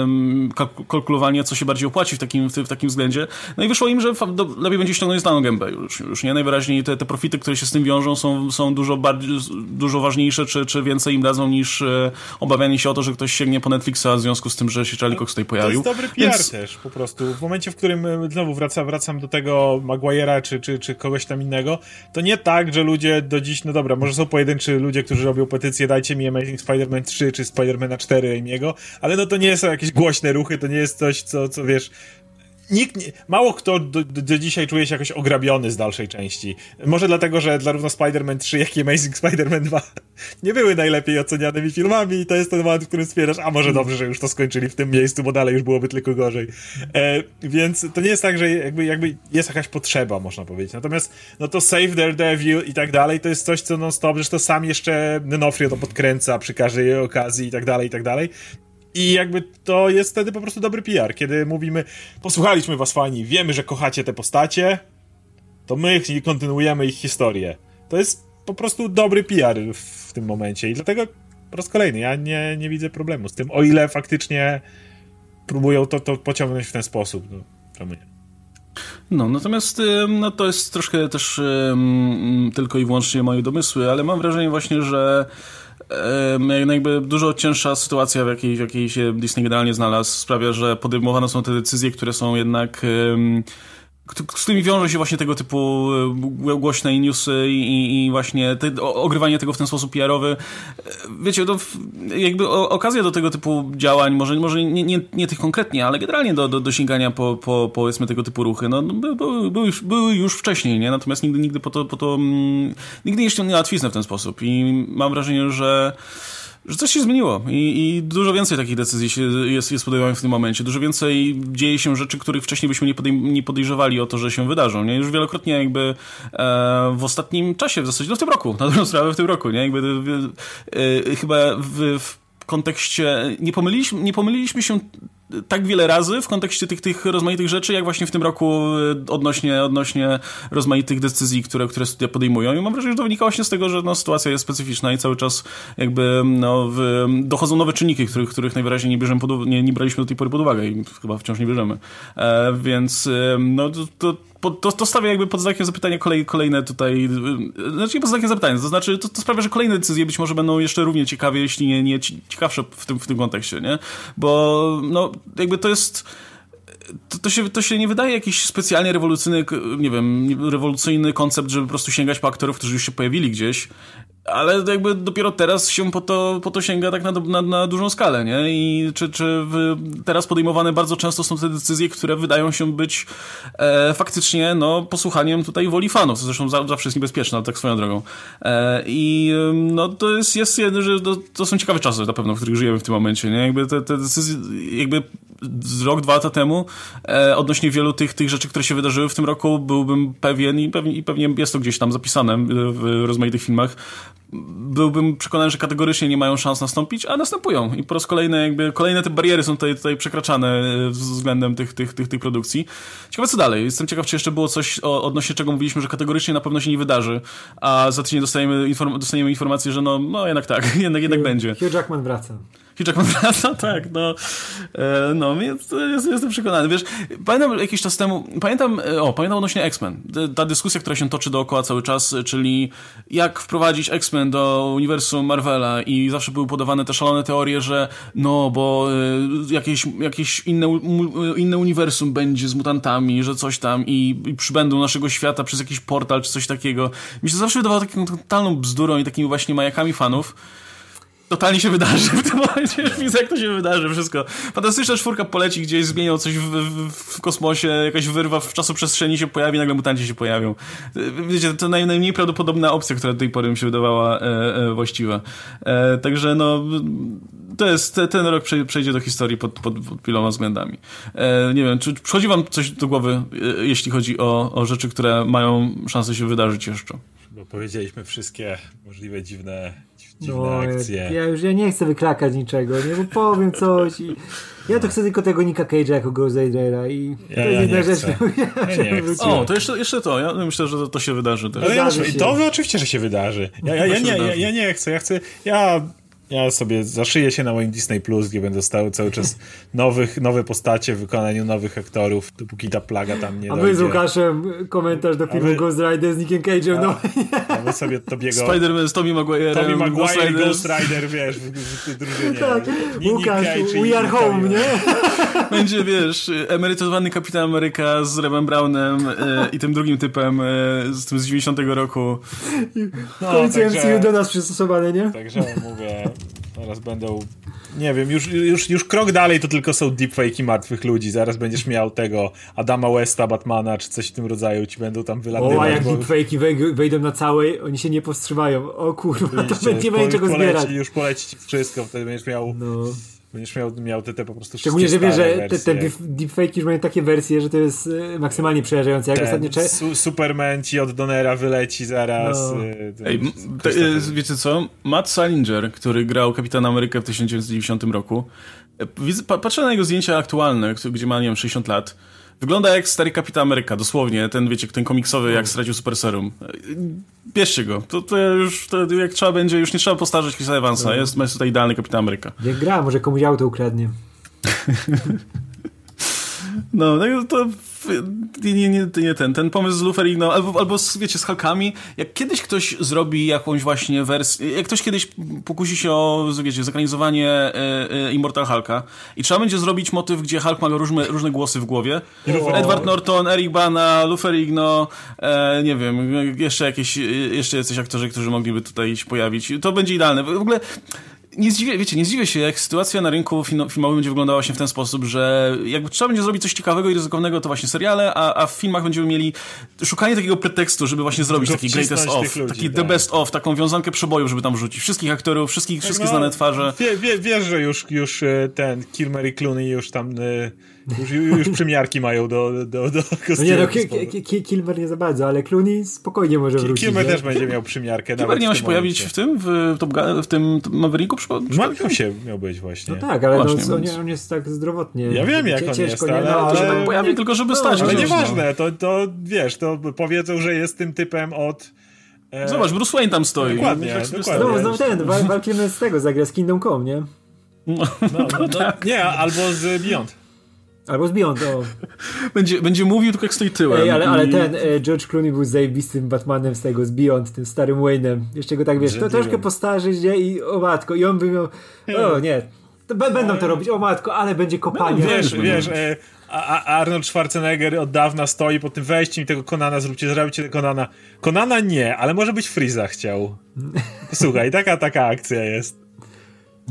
e, kalkulowanie, co się bardziej opłaci w takim, w, w takim względzie, no i wyszło im, że do, lepiej będzie ściągnąć znaną gębę już, już, nie? Najwyraźniej te, te profity, które się z tym wiążą, są, są dużo bardziej dużo ważniejsze, czy, czy więcej im dadzą niż e, obawianie się o to, że ktoś sięgnie po Netflixa w związku z tym, że się Charlie Cox tutaj pojawił. To jest dobry P R Więc... też, po prostu. W momencie, w którym znowu wracam, wracam do tego Maguire'a, czy, czy, czy kogoś tam innego, to nie tak, że ludzie do dziś, no dobra, może są pojedynczy ludzie, którzy robią petycję, dajcie mi Amazing Spider-Man trzy, czy Spider-Mana cztery Raimiego, ale no to nie są jakieś głośne ruchy, to nie jest coś, co, co wiesz... Nikt nie, mało kto do, do, do dzisiaj czuje się jakoś ograbiony z dalszej części. Może dlatego, że zarówno Spider-Man trzy, jak i Amazing Spider-Man dwa nie były najlepiej ocenianymi filmami i to jest ten moment, w którym stwierdzasz, a może dobrze, że już to skończyli w tym miejscu, bo dalej już byłoby tylko gorzej. E, więc to nie jest tak, że jakby, jakby jest jakaś potrzeba, można powiedzieć. Natomiast no to Save Daredevil i tak dalej, to jest coś, co non-stop, że to sam jeszcze D'Onofrio to podkręca przy każdej okazji i tak dalej, i tak dalej. I jakby to jest wtedy po prostu dobry P R, kiedy mówimy, posłuchaliśmy was fani, wiemy, że kochacie te postacie, to my kontynuujemy ich historię. To jest po prostu dobry P R w tym momencie i dlatego po raz kolejny ja nie, nie widzę problemu z tym, o ile faktycznie próbują to, to pociągnąć w ten sposób. No, czemu nie? No, natomiast no, to jest troszkę też um, tylko i wyłącznie moje domysły, ale mam wrażenie właśnie, że um, jakby dużo cięższa sytuacja, w jakiej, w jakiej się Disney generalnie znalazł, sprawia, że podejmowane są te decyzje, które są jednak... Um, z którymi wiąże się właśnie tego typu głośne newsy i, i właśnie te, o, ogrywanie tego w ten sposób P R-owy. Wiecie, to jakby o, okazja do tego typu działań, może, może nie, nie, nie tych konkretnie, ale generalnie do, do, do sięgania po, po powiedzmy tego typu ruchy, no, były, były, były, już, były już wcześniej, nie? Natomiast nigdy, nigdy po to, po to nigdy nie ściągnęła łatwiznę w ten sposób i mam wrażenie, że że coś się zmieniło i, i dużo więcej takich decyzji się jest, jest podejmowanych w tym momencie. Dużo więcej dzieje się rzeczy, których wcześniej byśmy nie, podej- nie podejrzewali o to, że się wydarzą. Nie? Już wielokrotnie jakby e, w ostatnim czasie, w zasadzie no w tym roku, na dobrą sprawę w tym roku, nie? Jakby e, e, chyba w, w kontekście, nie pomyliliśmy, nie pomyliliśmy się tak wiele razy w kontekście tych, tych rozmaitych rzeczy, jak właśnie w tym roku odnośnie, odnośnie rozmaitych decyzji, które, które studia podejmują. I mam wrażenie, że to wynika właśnie z tego, że no, sytuacja jest specyficzna i cały czas jakby no, w, dochodzą nowe czynniki, których, których najwyraźniej nie, bierzemy pod, nie, nie braliśmy do tej pory pod uwagę i chyba wciąż nie bierzemy. E, więc no, to, to, to, to stawia jakby pod znakiem zapytania kolej, kolejne tutaj, znaczy nie pod znakiem zapytania, to znaczy to, to sprawia, że kolejne decyzje być może będą jeszcze równie ciekawie, jeśli nie, nie ciekawsze w tym, w tym kontekście, nie? Bo no jakby to jest to, to, się, to się nie wydaje jakiś specjalnie rewolucyjny, nie wiem, rewolucyjny koncept, żeby po prostu sięgać po aktorów, którzy już się pojawili gdzieś, ale jakby dopiero teraz się po to, po to sięga tak na, na, na dużą skalę, nie? I czy, czy w, teraz podejmowane bardzo często są te decyzje, które wydają się być e, faktycznie no, posłuchaniem tutaj woli fanów, co zresztą zawsze jest niebezpieczne, ale tak swoją drogą. E, I no, to jest, jest że to, to są ciekawe czasy na pewno, w których żyjemy w tym momencie, nie? Jakby te, te decyzje, jakby z rok, dwa lata temu e, odnośnie wielu tych, tych rzeczy, które się wydarzyły w tym roku, byłbym pewien i pewnie, i pewnie jest to gdzieś tam zapisane w rozmaitych filmach, byłbym przekonany, że kategorycznie nie mają szans nastąpić, a następują i po raz kolejny jakby kolejne te bariery są tutaj, tutaj przekraczane względem tych, tych, tych, tych produkcji. Ciekawe co dalej. Jestem ciekaw, czy jeszcze było coś o, odnośnie czego mówiliśmy, że kategorycznie na pewno się nie wydarzy, a za tydzień dostajemy, inform- dostaniemy informację, że no, no jednak tak, jednak, jednak będzie. Hugh Jackman wraca. Hugh Jackman wraca, tak, no, e, no jest, jest, jestem przekonany, wiesz, pamiętam jakiś czas temu, pamiętam, o, pamiętam odnośnie X-Men, ta dyskusja, która się toczy dookoła cały czas, czyli jak wprowadzić X-Men do uniwersum Marvela i zawsze były podawane te szalone teorie, że no, bo y, jakieś, jakieś inne, u, inne uniwersum będzie z mutantami, że coś tam i, i przybędą naszego świata przez jakiś portal czy coś takiego. Mi się zawsze wydawało taką totalną bzdurą i takimi właśnie majakami fanów. Totalnie się wydarzy w tym momencie, już widzę jak to się wydarzy, wszystko. Fantastyczna czwórka poleci gdzieś, zmienią coś w, w, w kosmosie, jakaś wyrwa w czasoprzestrzeni się pojawi, nagle mutanci się pojawią. Wiecie, to naj, najmniej prawdopodobna opcja, która do tej pory mi się wydawała e, e, właściwa. E, także no, to jest, te, ten rok przejdzie do historii pod, pod, pod wieloma względami. E, nie wiem, czy przychodzi wam coś do głowy, e, jeśli chodzi o, o rzeczy, które mają szansę się wydarzyć jeszcze? Bo powiedzieliśmy wszystkie możliwe dziwne, dziwne no, akcje. Ja, ja już ja nie chcę wykrakać niczego, nie, bo powiem coś i ja to chcę tylko tego Nicka Cage'a jako Ghost Ridera i ja, to jest ja jedna rzecz. Ja nie chcę. O, to jeszcze, jeszcze to, ja myślę, że to się wydarzy też. Ale ja, Wydarzy się. to oczywiście, że się wydarzy. Ja, ja, ja, nie, ja, ja nie chcę, ja chcę, ja... Ja sobie zaszyję się na moim Disney Plus, gdzie będą stały cały czas nowych, nowe postacie w wykonaniu nowych aktorów, dopóki ta plaga tam nie a dojdzie. my z Łukaszem komentarz do filmu my... Ghost Rider z Nickiem Cage'em. No. A my sobie Tobiego... Spider-Man z Tommy Maguire'em. Tommy Maguire Ghost i Ghost Rider, wiesz, w, w tej drużynie. Tak, Nick Łukasz, Cage i we are home, nie? Będzie, wiesz, emerytowany Kapitan Ameryka z Rebem Brownem e, i tym drugim typem e, z tym z dziewięćdziesiątego roku. No, w końcu M C U do nas przystosowane, nie? Także mówię, teraz będą... Nie wiem, już, już, już krok dalej to tylko są deepfake'i martwych ludzi. Zaraz będziesz miał tego Adama Westa, Batmana, czy coś w tym rodzaju, ci będą tam wylatywać. O, a jak bo... deepfake'i wej- wejdą na całej, oni się nie powstrzymają. O kurwa, to będzie będzie czego poleci, zbierać. Już poleci ci wszystko, wtedy będziesz miał... No. Będziesz miał, miał te, te po prostu Szczególnie, że wiesz, że te, te wersje. deepfake'i już mają takie wersje, że to jest y, maksymalnie przerażające. Jak Ten ostatnio cze- su- Superman ci od Donera wyleci zaraz. No. Y, ten, Ej, m- te, e, wiecie co? Matt Salinger, który grał Kapitana Amerykę w tysiąc dziewięćset dziewięćdziesiątym roku, e, widzę, pa, patrzę na jego zdjęcia aktualne, gdzie ma, nie wiem, sześćdziesiąt lat. Wygląda jak stary Kapitan Ameryka, dosłownie, ten, wiecie, ten komiksowy, jak stracił super serum. Bierzcie go, to, to już, to jak trzeba będzie, już nie trzeba postarzać Chrisa Evansa, jest, jest tutaj idealny Kapitan Ameryka. Jak gra, może komuś auto ukradnie. No, no to nie, nie, nie, nie ten, ten pomysł z Luferino, albo, albo z, wiecie, z Hulkami, jak kiedyś ktoś zrobi jakąś właśnie wersję, jak ktoś kiedyś pokusi się o, wiecie, zekranizowanie e, e, Immortal Hulka i trzeba będzie zrobić motyw, gdzie Hulk ma różne, różne głosy w głowie. O. Edward Norton, Eric Bana, Luferino, e, nie wiem, jeszcze jakieś, jeszcze jacyś aktorzy, którzy mogliby tutaj się pojawić. To będzie idealne. W ogóle nie zdziwię, wiecie, nie zdziwię się, jak sytuacja na rynku filmowym będzie wyglądała właśnie w ten sposób, że jakby trzeba będzie zrobić coś ciekawego i ryzykownego, to właśnie seriale, a, a w filmach będziemy mieli szukanie takiego pretekstu, żeby właśnie zrobić taki greatest off, ludzi, taki tak. the best off, taką wiązankę przebojów, żeby tam wrzucić wszystkich aktorów, wszystkich, wszystkie no, znane twarze. Wie, wie, wiesz, że już, już ten Kilmer i Clooney już tam już, już przymiarki mają do, do, do kostiumów. No nie, no, Ki- Ki- Kilmer nie za bardzo, ale Clooney spokojnie może wrócić. Kilmer nie? też będzie miał przymiarkę. Kilmer nie ma się pojawić w tym, w, Top Gun, w tym Mavericku? Miał się miał być właśnie. No tak, ale właśnie, no, on, on jest tak zdrowotnie. Ja wiem, jak on jest, nie, ale... no, ale... ale... pojawi tylko, żeby stać. No, ale gdzieś, nieważne, no. to, to wiesz, to powiedzą, że jest tym typem od... E... Zobacz, Bruce Wayne tam stoi. Dokładnie, dokładnie. No, znowu ten, walczymy z tego, zagra z Kingdom Come, nie? No, no, no, tak. Nie, albo z Beyond. Albo z Beyond, o. Będzie, będzie mówił tylko jak stoi tyłem. Ej, ale, ale I... ten e, George Clooney był zajebistym Batmanem z tego, z Beyond, tym starym Wayne'em. Jeszcze go tak, wiesz, to troszkę postarzyć, nie? I o matko, i on by miał... O nie, to b- będą to robić, o matko, ale będzie kopanie. Wiesz, wiesz, e, a, a Arnold Schwarzenegger od dawna stoi pod tym wejściem tego Conana, zróbcie, zrobicie tego Conana. Conana nie, ale może być Freeza chciał. Słuchaj, taka, taka akcja jest.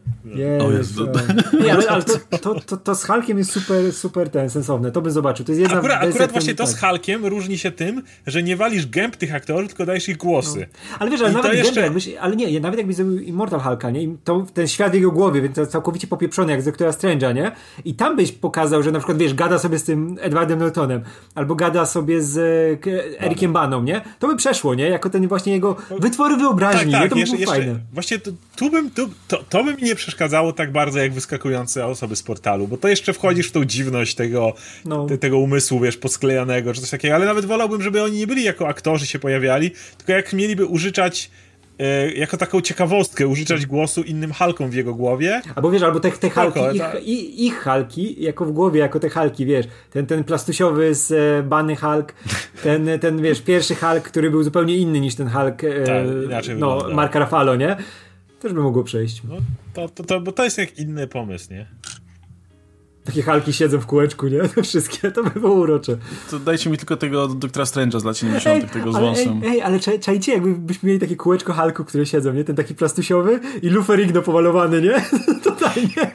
Nie, o Jezu. Nie, ale, ale to, to, to, to z Hulkiem jest super, super ten, sensowne. To bym zobaczył. To jest jedna Akurat, akurat właśnie to tak. z Hulkiem różni się tym, że nie walisz gęb tych aktorów, tylko dajesz ich głosy. No. Ale wiesz, ale I nawet jeszcze... jakbyś, ale nie, nawet jakbyś zrobił Immortal Hulka, nie? I to, ten świat w jego głowie, więc to całkowicie popieprzony jak z Doktora Strange'a, nie? I tam byś pokazał, że na przykład, wiesz, gada sobie z tym Edwardem Nortonem, albo gada sobie z e, Ericiem Baną, nie? To by przeszło, nie? Jako ten właśnie jego wytwory wyobraźni, tak, nie? tak, To by jeszcze, było jeszcze, fajne. Właśnie tu, tu bym, tu, to, to by mi nie przeszkadzało tak bardzo jak wyskakujące osoby z portalu, bo to jeszcze wchodzisz w tą dziwność tego, no. te, tego umysłu, wiesz, posklejanego, czy coś takiego, ale nawet wolałbym, żeby oni nie byli jako aktorzy się pojawiali, tylko jak mieliby użyczać e, jako taką ciekawostkę, użyczać głosu innym Hulkom w jego głowie. Albo wiesz, albo te, te Hulki, Spoko, ich, tak. ich, ich Hulki, jako w głowie, jako te Hulki, wiesz, ten, ten plastusiowy z e, Bunny Hulk, ten, ten, wiesz, pierwszy Hulk, który był zupełnie inny niż ten Hulk e, Tak, inaczej no, wyglądał. Marka Ruffalo, nie? Też by mogło przejść. No, to, to, to, bo to jest jak inny pomysł, nie? Takie Hulki siedzą w kółeczku, nie? Te wszystkie, to by było urocze. To dajcie mi tylko tego Doktora Strange'a z lat siedemdziesiątych, tego z ale, wąsem. Ej, ej, ale czaj, czajcie, jakbyśmy mieli takie kółeczko Hulków, które siedzą, nie? Ten taki plastusiowy i luferigno pomalowany, nie? Totalnie.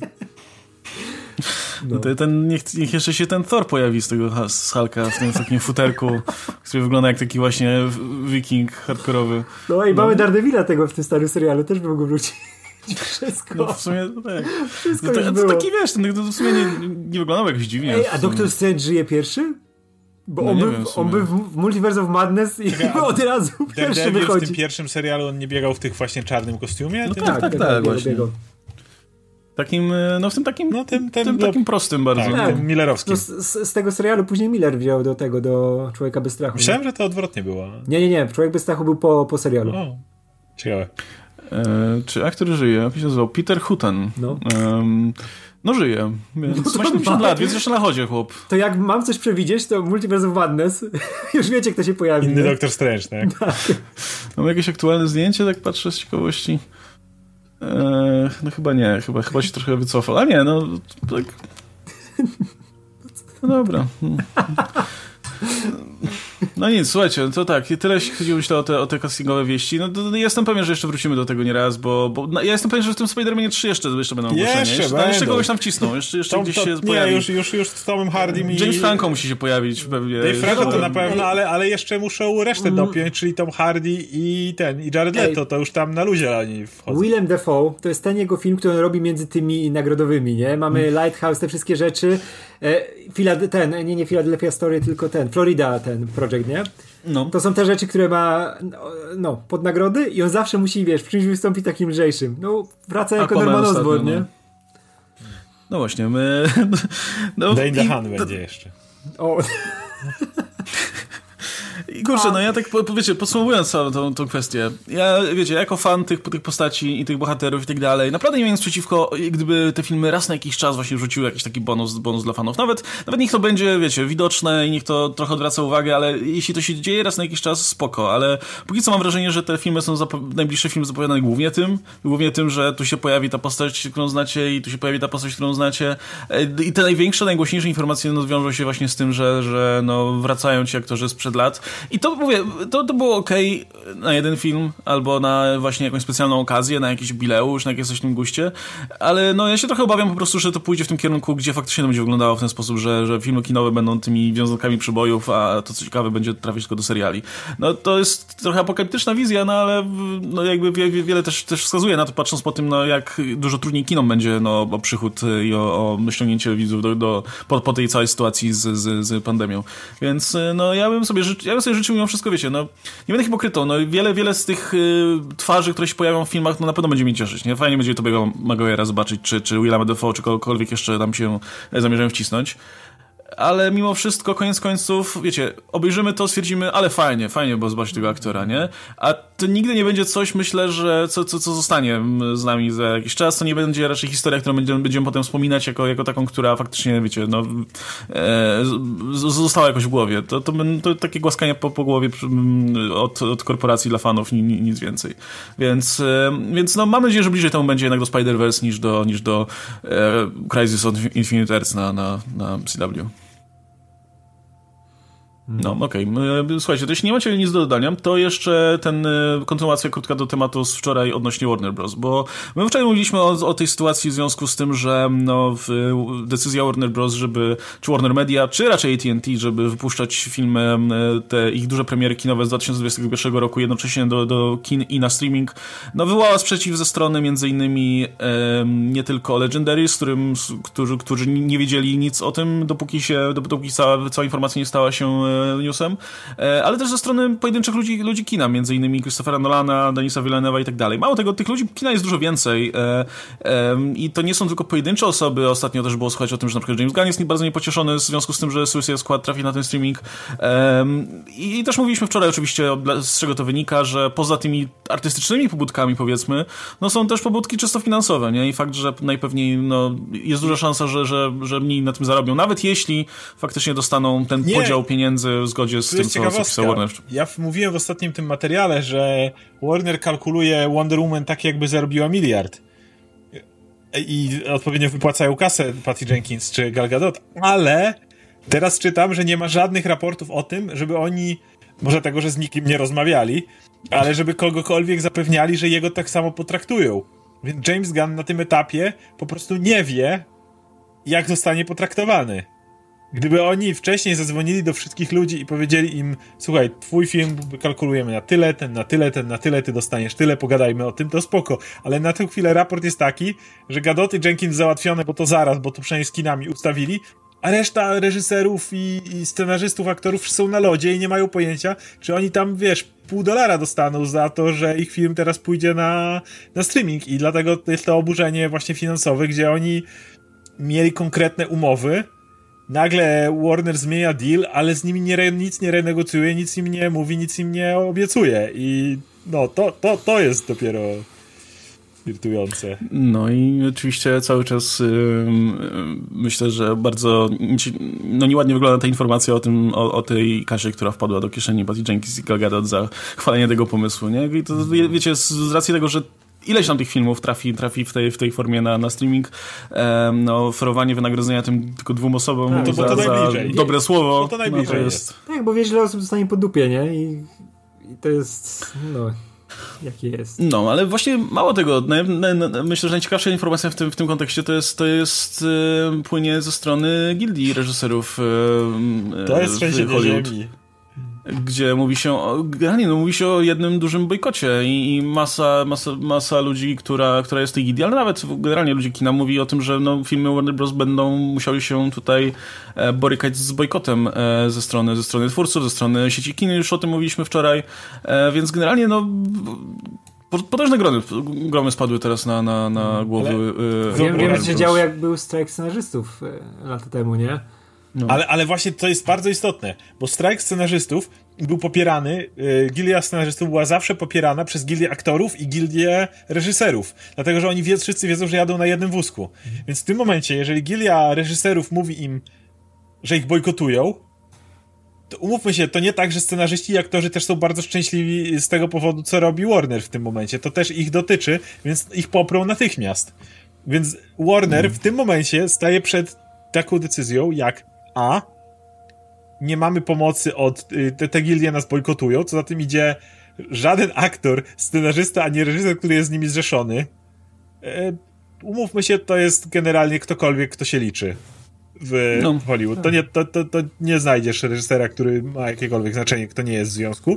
No. To ten, niech, niech jeszcze się ten Thor pojawi z tego z Hulka w tym takim futerku, który wygląda jak taki właśnie wiking hardkorowy. No i no. mamy Daredevila tego w tym starym serialu, też by mógł wrócić. Wszystko. No w sumie no tak. Wszystko no, już to, było. to taki wiesz, ten to w sumie nie, nie wyglądał jakoś dziwnie. Ej, a Doktor Strange żyje pierwszy? Bo No on, nie był, wiem w on sumie. był w Multiverse of Madness i Czekaj, od razu pierwszy Daredevil w wychodzi. tym pierwszym serialu on nie biegał w tych właśnie czarnym kostiumie? No Tym- tak, tak, tak, właśnie. biegał. Takim, no w tym takim, No tym, tym, tym do- takim prostym bardzo. tak, Tak. tym millerowskim. No, z, z, z tego serialu później Miller wziął do tego, do Człowieka bez strachu. Myślałem, że to odwrotnie było. Nie, nie, nie. Człowiek bez strachu był po, po serialu. O, ciekawe. E, czy aktor żyje? Jak się nazywał? Peter Hutton. No. Um, no żyje. Więc No to ma siedemdziesiąt ma- lat, więc jeszcze na chodzie, chłop. To jak mam coś przewidzieć, to Multiverse of Madness. Już wiecie, kto się pojawi. Inny nie? Doktor Strange, tak? Mam jakieś aktualne zdjęcie, tak patrzę z ciekawości. E, no chyba nie, chyba, chyba się trochę wycofał. A nie, no tak. No dobra. No nic, słuchajcie, to tak, tyle jeśli chodzi myślę o te, o te castingowe wieści. No to, to jestem pewien, że jeszcze wrócimy do tego nieraz, bo, bo no, ja jestem pewien, że w tym Spider-Manie trzy jeszcze, jeszcze będą ogłoszenia. Jeszcze jeszcze, będą. jeszcze kogoś tam wcisną, jeszcze, jeszcze To, gdzieś to, się nie, pojawi. już, już, już z Tomem Hardym i... James Franco musi się pojawić pewnie. Dave Franco to na Ej. pewno, ale, ale jeszcze muszą resztę dopiąć, czyli Tom Hardy i ten, i Jared Ej. Leto, to już tam na luzie oni wchodzą. Willem Dafoe to jest ten jego film, który on robi między tymi nagrodowymi, nie? Mamy Lighthouse, te wszystkie rzeczy. E, Filad- ten, nie, nie Philadelphia Story, tylko ten, Florida ten projekt, nie? No. To są te rzeczy, które ma no, no pod nagrody i on zawsze musi, wiesz, w czymś wystąpić takim lżejszym. No, wraca jako Aquaman Norman ostatnio, Osborn, no. nie? No właśnie, my... No, Dane i- DeHaan będzie jeszcze. O, I kurczę, no ja tak, po- po- wiecie, podsumowując całą tą, tą kwestię, ja, wiecie, jako fan tych, tych postaci i tych bohaterów i tak dalej, naprawdę nie mam nic przeciwko, gdyby te filmy raz na jakiś czas właśnie rzuciły jakiś taki bonus, bonus dla fanów. Nawet, nawet niech to będzie, wiecie, widoczne i niech to trochę odwraca uwagę, ale jeśli to się dzieje raz na jakiś czas, spoko, ale póki co mam wrażenie, że te filmy są, zapo- najbliższe filmy zapowiadane głównie tym, głównie tym, że tu się pojawi ta postać, którą znacie i tu się pojawi ta postać, którą znacie E, i te największe, najgłośniejsze informacje no, wiążą się właśnie z tym, że, że no, wracają ci aktorzy sprzed lat. I to mówię, to, to było okej na jeden film, albo na właśnie jakąś specjalną okazję, na jakiś jubileusz, na jakieś coś w tym guście, ale no ja się trochę obawiam po prostu, że to pójdzie w tym kierunku, gdzie faktycznie to będzie wyglądało w ten sposób, że, że filmy kinowe będą tymi wiązankami przybojów, a to co ciekawe będzie trafić tylko do seriali. No to jest trochę apokaliptyczna wizja, no ale no, jakby wie, wie, wiele też, też wskazuje na to, patrząc po tym, no jak dużo trudniej kinom będzie no, o przychód i o, o ściągnięcie widzów do, do, po, po tej całej sytuacji z, z, z pandemią. Więc no ja bym sobie życzył, ja bym sobie życzył mimo wszystko, wiecie, no nie będę hipokrytą, no wiele, wiele z tych y, twarzy, które się pojawią w filmach, no na pewno będzie mnie cieszyć, nie? Fajnie będzie Tobiego Maguire'a zobaczyć, czy, czy Willema Dafoe, czy kogokolwiek jeszcze tam się zamierzają wcisnąć. Ale mimo wszystko, koniec końców, wiecie, obejrzymy to, stwierdzimy, ale fajnie, fajnie było zobaczyć tego aktora, nie? A to nigdy nie będzie coś, myślę, że co, co, co zostanie z nami za jakiś czas, to nie będzie raczej historia, którą będziemy, będziemy potem wspominać jako, jako taką, która faktycznie, wiecie, no e, z, została jakoś w głowie. To, to, to takie głaskanie po, po głowie od, od korporacji dla fanów, ni, nic więcej. Więc, e, więc no mam nadzieję, że bliżej temu będzie jednak do Spider-Verse niż do, niż do e, Crisis on Infinite Earths na, na, na C W. No, okej. Okay. Słuchajcie, to jeśli nie macie nic do dodania, to jeszcze ten kontynuacja krótka do tematu z wczoraj odnośnie Warner Bros., bo my wczoraj mówiliśmy o, o tej sytuacji w związku z tym, że no, w, decyzja Warner Bros., żeby, czy Warner Media, czy raczej A T and T, żeby wypuszczać filmy, te ich duże premiery kinowe z dwa tysiące dwudziestego pierwszego roku jednocześnie do, do kin i na streaming, no wywołała sprzeciw ze strony między innymi e, nie tylko Legendary, z którym, którzy, którzy nie wiedzieli nic o tym, dopóki się, dopóki cała, cała informacja nie stała się newsem, ale też ze strony pojedynczych ludzi, ludzi kina, między innymi Christophera Nolana, Denisa Villeneuve'a i tak dalej. Mało tego, tych ludzi kina jest dużo więcej e, e, i to nie są tylko pojedyncze osoby. Ostatnio też było słuchać o tym, że na przykład James Gunn jest bardzo niepocieszony w związku z tym, że Suicide Squad trafi na ten streaming. E, i, I też mówiliśmy wczoraj oczywiście, z czego to wynika, że poza tymi artystycznymi pobudkami, powiedzmy, no są też pobudki czysto finansowe, nie? I fakt, że najpewniej no, jest duża szansa, że, że, że mniej na tym zarobią. Nawet jeśli faktycznie dostaną ten nie. podział pieniędzy w zgodzie z to tym, co zapisał Warner. Ja mówiłem w ostatnim tym materiale, że Warner kalkuluje Wonder Woman tak, jakby zarobiła miliard. I odpowiednio wypłacają kasę Patty Jenkins czy Gal Gadot, ale teraz czytam, że nie ma żadnych raportów o tym, żeby oni, może tego, że z nikim nie rozmawiali, ale żeby kogokolwiek zapewniali, że jego tak samo potraktują. Więc James Gunn na tym etapie po prostu nie wie, jak zostanie potraktowany. Gdyby oni wcześniej zadzwonili do wszystkich ludzi i powiedzieli im, słuchaj, twój film kalkulujemy na tyle, ten na tyle, ten na tyle, ty dostaniesz tyle, pogadajmy o tym, to spoko. Ale na tę chwilę raport jest taki, że Gadot i Jenkins załatwione, bo to zaraz, bo to przynajmniej z kinami ustawili, a reszta reżyserów i, i scenarzystów, aktorów są na lodzie i nie mają pojęcia, czy oni tam, wiesz, pół dolara dostaną za to, że ich film teraz pójdzie na, na streaming i dlatego jest to oburzenie właśnie finansowe, gdzie oni mieli konkretne umowy. Nagle Warner zmienia deal, ale z nimi nie, nic nie renegocjuje, nic im nie mówi, nic im nie obiecuje i no to, to, to jest dopiero irytujące. No i oczywiście cały czas yy, myślę, że bardzo no nieładnie wygląda ta informacja o tym, o, o tej kasie, która wpadła do kieszeni Patty Jenkins i Gal Gadot za chwalenie tego pomysłu, nie? I to wiecie, z racji tego, że ileś tam tych filmów trafi, trafi w, tej, w tej formie na, na streaming. Um, no, oferowanie wynagrodzenia tym tylko dwóm osobom tak, to za, to za dobre słowo. Bo to najbliżej no, to jest. jest. Tak, bo wiesz, ile osób zostanie po dupie, nie? I, i to jest, no, jakie jest. No, ale właśnie mało tego. Na, na, na, myślę, że najciekawsza informacja w tym, w tym kontekście to jest, to jest e, płynie ze strony gildii reżyserów e, To jest trzęsienie ziemi. Gdzie mówi się o, generalnie no, mówi się o jednym dużym bojkocie i, i masa, masa, masa ludzi, która, która jest w tej gildii, ale nawet generalnie ludzi kina mówi o tym, że no, filmy Warner Bros. Będą musiały się tutaj e, borykać z bojkotem e, ze strony, ze strony twórców, ze strony sieci kin, już o tym mówiliśmy wczoraj, e, więc generalnie no potężne grony, gromy spadły teraz na, na, na głowy. Ale, e, wiem, wiem, co się działo, jak był strajk scenarzystów e, lata temu, nie? No. Ale, ale właśnie to jest bardzo istotne, bo strajk scenarzystów był popierany, yy, gildia scenarzystów była zawsze popierana przez gildię aktorów i gildię reżyserów, dlatego, że oni wie, wszyscy wiedzą, że jadą na jednym wózku. Mhm. Więc w tym momencie, jeżeli gildia reżyserów mówi im, że ich bojkotują, to umówmy się, to nie tak, że scenarzyści i aktorzy też są bardzo szczęśliwi z tego powodu, co robi Warner w tym momencie. To też ich dotyczy, więc ich poprą natychmiast. Więc Warner mhm. w tym momencie staje przed taką decyzją, jak A, nie mamy pomocy od... Te, te gildie nas bojkotują, co za tym idzie żaden aktor, scenarzysta, ani reżyser, który jest z nimi zrzeszony. E, umówmy się, to jest generalnie ktokolwiek, kto się liczy w no. Hollywood. To nie, to, to, to nie znajdziesz reżysera, który ma jakiekolwiek znaczenie, kto nie jest w związku.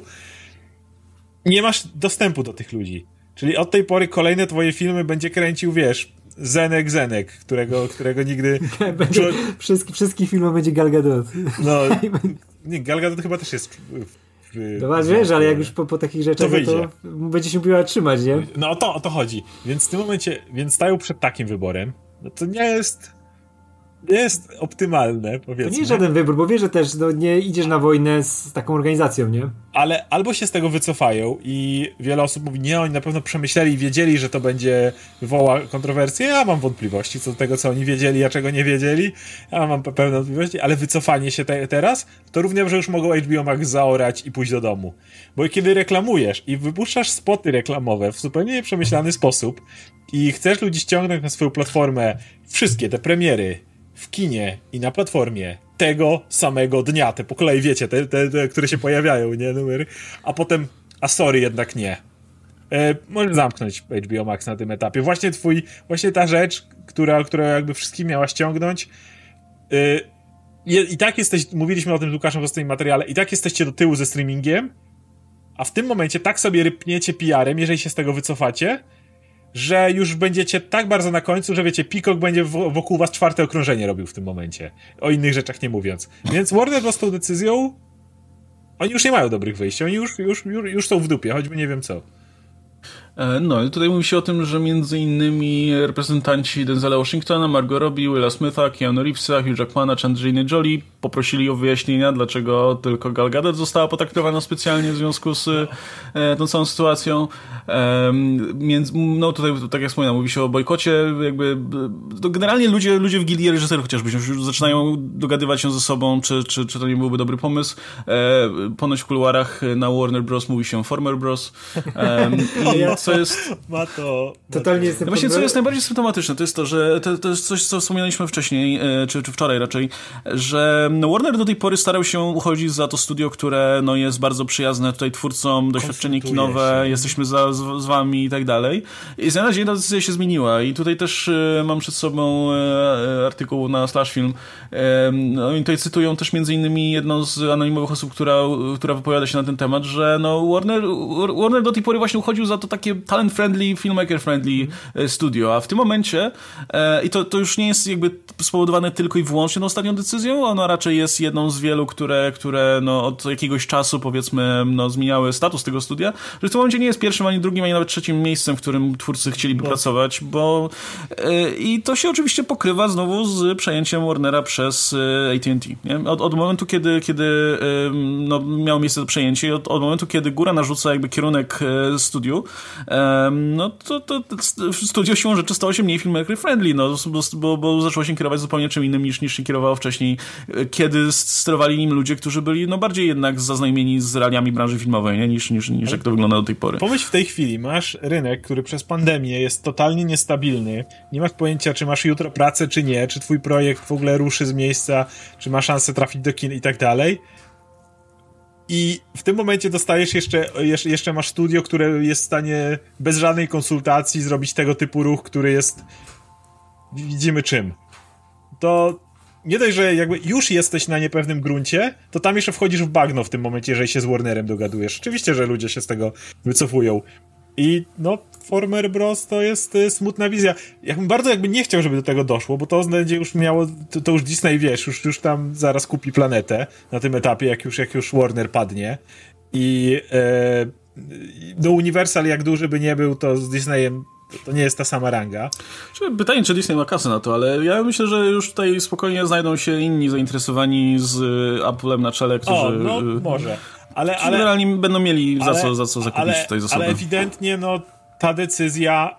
Nie masz dostępu do tych ludzi. Czyli od tej pory kolejne twoje filmy będzie kręcił, wiesz... Zenek Zenek, którego, którego nigdy... Będzie, wszystkie, wszystkich filmów będzie Gal Gadot. No, nie, Gal Gadot chyba też jest... W, w, no was wiesz, ale jak już po, po takich rzeczach, to, to będzie się musiała trzymać, nie? No o to, o to chodzi. Więc w tym momencie, więc stają przed takim wyborem. No to nie jest... Nie jest optymalne, powiedzmy. To nie jest żaden wybór, bo wiesz, że też no, nie idziesz na wojnę z taką organizacją, nie? Ale albo się z tego wycofają i wiele osób mówi, nie, oni na pewno przemyśleli i wiedzieli, że to będzie wywoła kontrowersję. Ja mam wątpliwości co do tego, co oni wiedzieli, a czego nie wiedzieli. Ja mam pewne wątpliwości, ale wycofanie się te, teraz, to równie, że już mogą H B O Max zaorać i pójść do domu. Bo kiedy reklamujesz i wypuszczasz spoty reklamowe w zupełnie nieprzemyślany sposób i chcesz ludzi ściągnąć na swoją platformę, wszystkie te premiery w kinie i na platformie tego samego dnia, te po kolei, wiecie, te, te, te które się pojawiają, nie, numery, a potem, a sorry, jednak nie. E, możesz zamknąć H B O Max na tym etapie. Właśnie twój, właśnie ta rzecz, która, która jakby wszystkim miała ściągnąć, e, i, i tak jesteś, mówiliśmy o tym z Łukaszem w ostatnim materiale, i tak jesteście do tyłu ze streamingiem, a w tym momencie tak sobie rypniecie P R-em, jeżeli się z tego wycofacie, że już będziecie tak bardzo na końcu, że wiecie, Peacock będzie wokół was czwarte okrążenie robił w tym momencie. O innych rzeczach nie mówiąc. Więc Warner Bros. Tą decyzją oni już nie mają dobrych wyjść. Oni już, już, już, już są w dupie, choćby nie wiem co. No i tutaj mówi się o tym, że między innymi reprezentanci Denzela Washingtona, Margot Robbie, Willa Smitha, Keanu Reevesa, Hugh Jackmana czy Angelina Jolie poprosili o wyjaśnienia, dlaczego tylko Gal Gadot została potraktowana specjalnie w związku z e, tą całą sytuacją. E, między, no tutaj, tak jak wspomniałem, mówi się o bojkocie, jakby to generalnie ludzie, ludzie w gildii reżyserów chociażby już zaczynają dogadywać się ze sobą, czy, czy, czy to nie byłby dobry pomysł. E, ponoć w kuluarach na Warner Bros. Mówi się Former Bros. E, i co jest... Ma to... Totalnie jestem... No właśnie, co jest najbardziej symptomatyczne, to jest to, że to, to jest coś, co wspominaliśmy wcześniej, czy, czy wczoraj raczej, że Warner do tej pory starał się uchodzić za to studio, które no, jest bardzo przyjazne tutaj twórcom, doświadczenie kinowe, się. Jesteśmy za, z, z wami i tak dalej. I z na dzień ta decyzja się zmieniła i tutaj też e, mam przed sobą e, artykuł na Slash Film. E, no i tutaj cytują też między innymi jedną z anonimowych osób, która, która wypowiada się na ten temat, że no Warner, Warner do tej pory właśnie uchodził za to takie talent-friendly, filmmaker-friendly mm. studio, a w tym momencie e, i to, to już nie jest jakby spowodowane tylko i wyłącznie tą ostatnią decyzją, ona raczej jest jedną z wielu, które, które no, od jakiegoś czasu powiedzmy no, zmieniały status tego studia, że w tym momencie nie jest pierwszym, ani drugim, ani nawet trzecim miejscem, w którym twórcy chcieliby bo... pracować, bo e, i to się oczywiście pokrywa znowu z przejęciem Warnera przez e, A T and T. Nie? Od, od momentu, kiedy, kiedy e, no, miało miejsce to przejęcie, od, od momentu, kiedy góra narzuca jakby kierunek e, studiu, e, no to, to, to studio siłą rzeczy stało się mniej filmmaker friendly, no, bo, bo, bo zaczęło się kierować zupełnie czym innym niż, niż się kierowało wcześniej, kiedy sterowali nim ludzie, którzy byli no bardziej jednak zaznajomieni z realiami branży filmowej, nie? Niż, niż, niż jak to wygląda do tej pory. Pomyśl w tej chwili, masz rynek, który przez pandemię jest totalnie niestabilny, nie masz pojęcia, czy masz jutro pracę, czy nie, czy twój projekt w ogóle ruszy z miejsca, czy ma szansę trafić do kin i tak dalej. I w tym momencie dostajesz jeszcze, jeszcze masz studio, które jest w stanie bez żadnej konsultacji zrobić tego typu ruch, który jest widzimy czym. To nie dość, że jakby już jesteś na niepewnym gruncie, to tam jeszcze wchodzisz w bagno w tym momencie, jeżeli się z Warnerem dogadujesz. Oczywiście, że ludzie się z tego wycofują. I no, Former Bros. To jest y, smutna wizja. Ja bym bardzo jakby nie chciał, żeby do tego doszło, bo to będzie już miało, to, to już Disney, wiesz, już, już tam zaraz kupi planetę na tym etapie, jak już, jak już Warner padnie. I e, no Universal, jak duży by nie był, to z Disneyem to nie jest ta sama ranga. Pytanie, czy Disney ma kasę na to, ale ja myślę, że już tutaj spokojnie znajdą się inni zainteresowani z Applem na czele, którzy... O, no może. Ale, ale, generalnie będą mieli za, ale, co, za co zakupić ale, tutaj zasoby. Ale ewidentnie no, ta decyzja,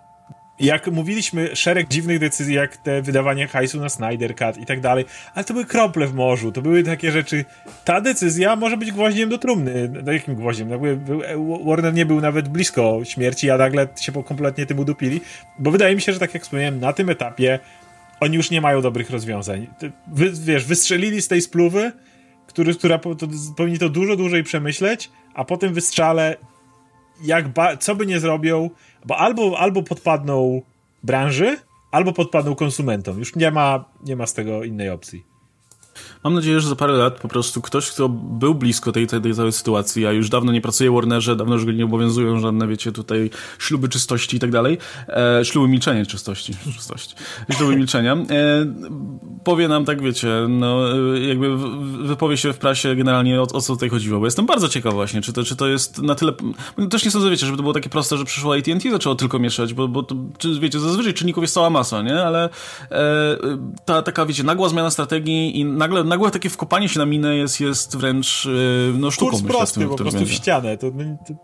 jak mówiliśmy, szereg dziwnych decyzji, jak te wydawanie hajsu na Snyder Cut i tak dalej, ale to były krople w morzu, to były takie rzeczy. Ta decyzja może być gwoździem do trumny. No jakim gwoździem? Jakby Warner nie był nawet blisko śmierci, a nagle się kompletnie tym udupili, bo wydaje mi się, że tak jak wspomniałem, na tym etapie oni już nie mają dobrych rozwiązań. Wy, wiesz, wystrzelili z tej spluwy, który, która to, powinni to dużo dłużej przemyśleć, a po tym wystrzale jak ba- co by nie zrobią, bo albo, albo podpadną branży, albo podpadną konsumentom. Już nie ma, nie ma z tego innej opcji. Mam nadzieję, że za parę lat po prostu ktoś, kto był blisko tej, tej, tej całej sytuacji, a już dawno nie pracuje w Warnerze, dawno już go nie obowiązują żadne, wiecie, tutaj śluby czystości i tak dalej, e, śluby milczenia czystości, czystości, śluby milczenia, e, powie nam tak, wiecie, no jakby wypowie się w prasie generalnie o, o co tutaj chodziło, bo jestem bardzo ciekaw właśnie, czy to, czy to jest na tyle, też nie sądzę, wiecie, żeby to było takie proste, że przyszło A T and T, zaczęło tylko mieszać, bo, bo to, czy, wiecie, zazwyczaj czynników jest cała masa, nie, ale e, ta taka, wiecie, nagła zmiana strategii i nagle, nagłe takie wkopanie się na minę jest, jest wręcz no, sztuką. Kurs myślę, prosty, tym, po prostu będzie. w ścianę. To, to,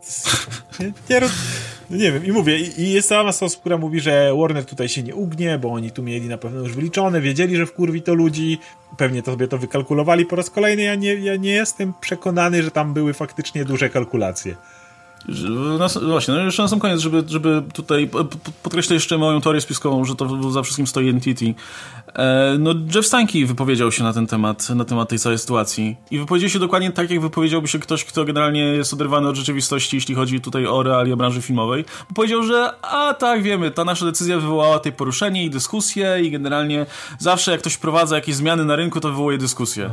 to, nie, nie, no nie wiem. I mówię, i, i jest cała masa osób, która mówi, że Warner tutaj się nie ugnie, bo oni tu mieli na pewno już wyliczone, wiedzieli, że wkurwi to ludzi, pewnie to sobie to wykalkulowali po raz kolejny. Ja nie, ja nie jestem przekonany, że tam były faktycznie duże kalkulacje. Na, właśnie, no jeszcze na sam koniec, żeby, żeby tutaj podkreślić jeszcze moją teorię spiskową, że to za wszystkim stoi N T T. E, no Jeff Steinke wypowiedział się na ten temat, na temat tej całej sytuacji. I wypowiedział się dokładnie tak, jak wypowiedziałby się ktoś, kto generalnie jest oderwany od rzeczywistości, jeśli chodzi tutaj o realia branży filmowej. Powiedział, że a tak, wiemy, ta nasza decyzja wywołała tej poruszenie i dyskusję i generalnie zawsze jak ktoś wprowadza jakieś zmiany na rynku, to wywołuje dyskusję.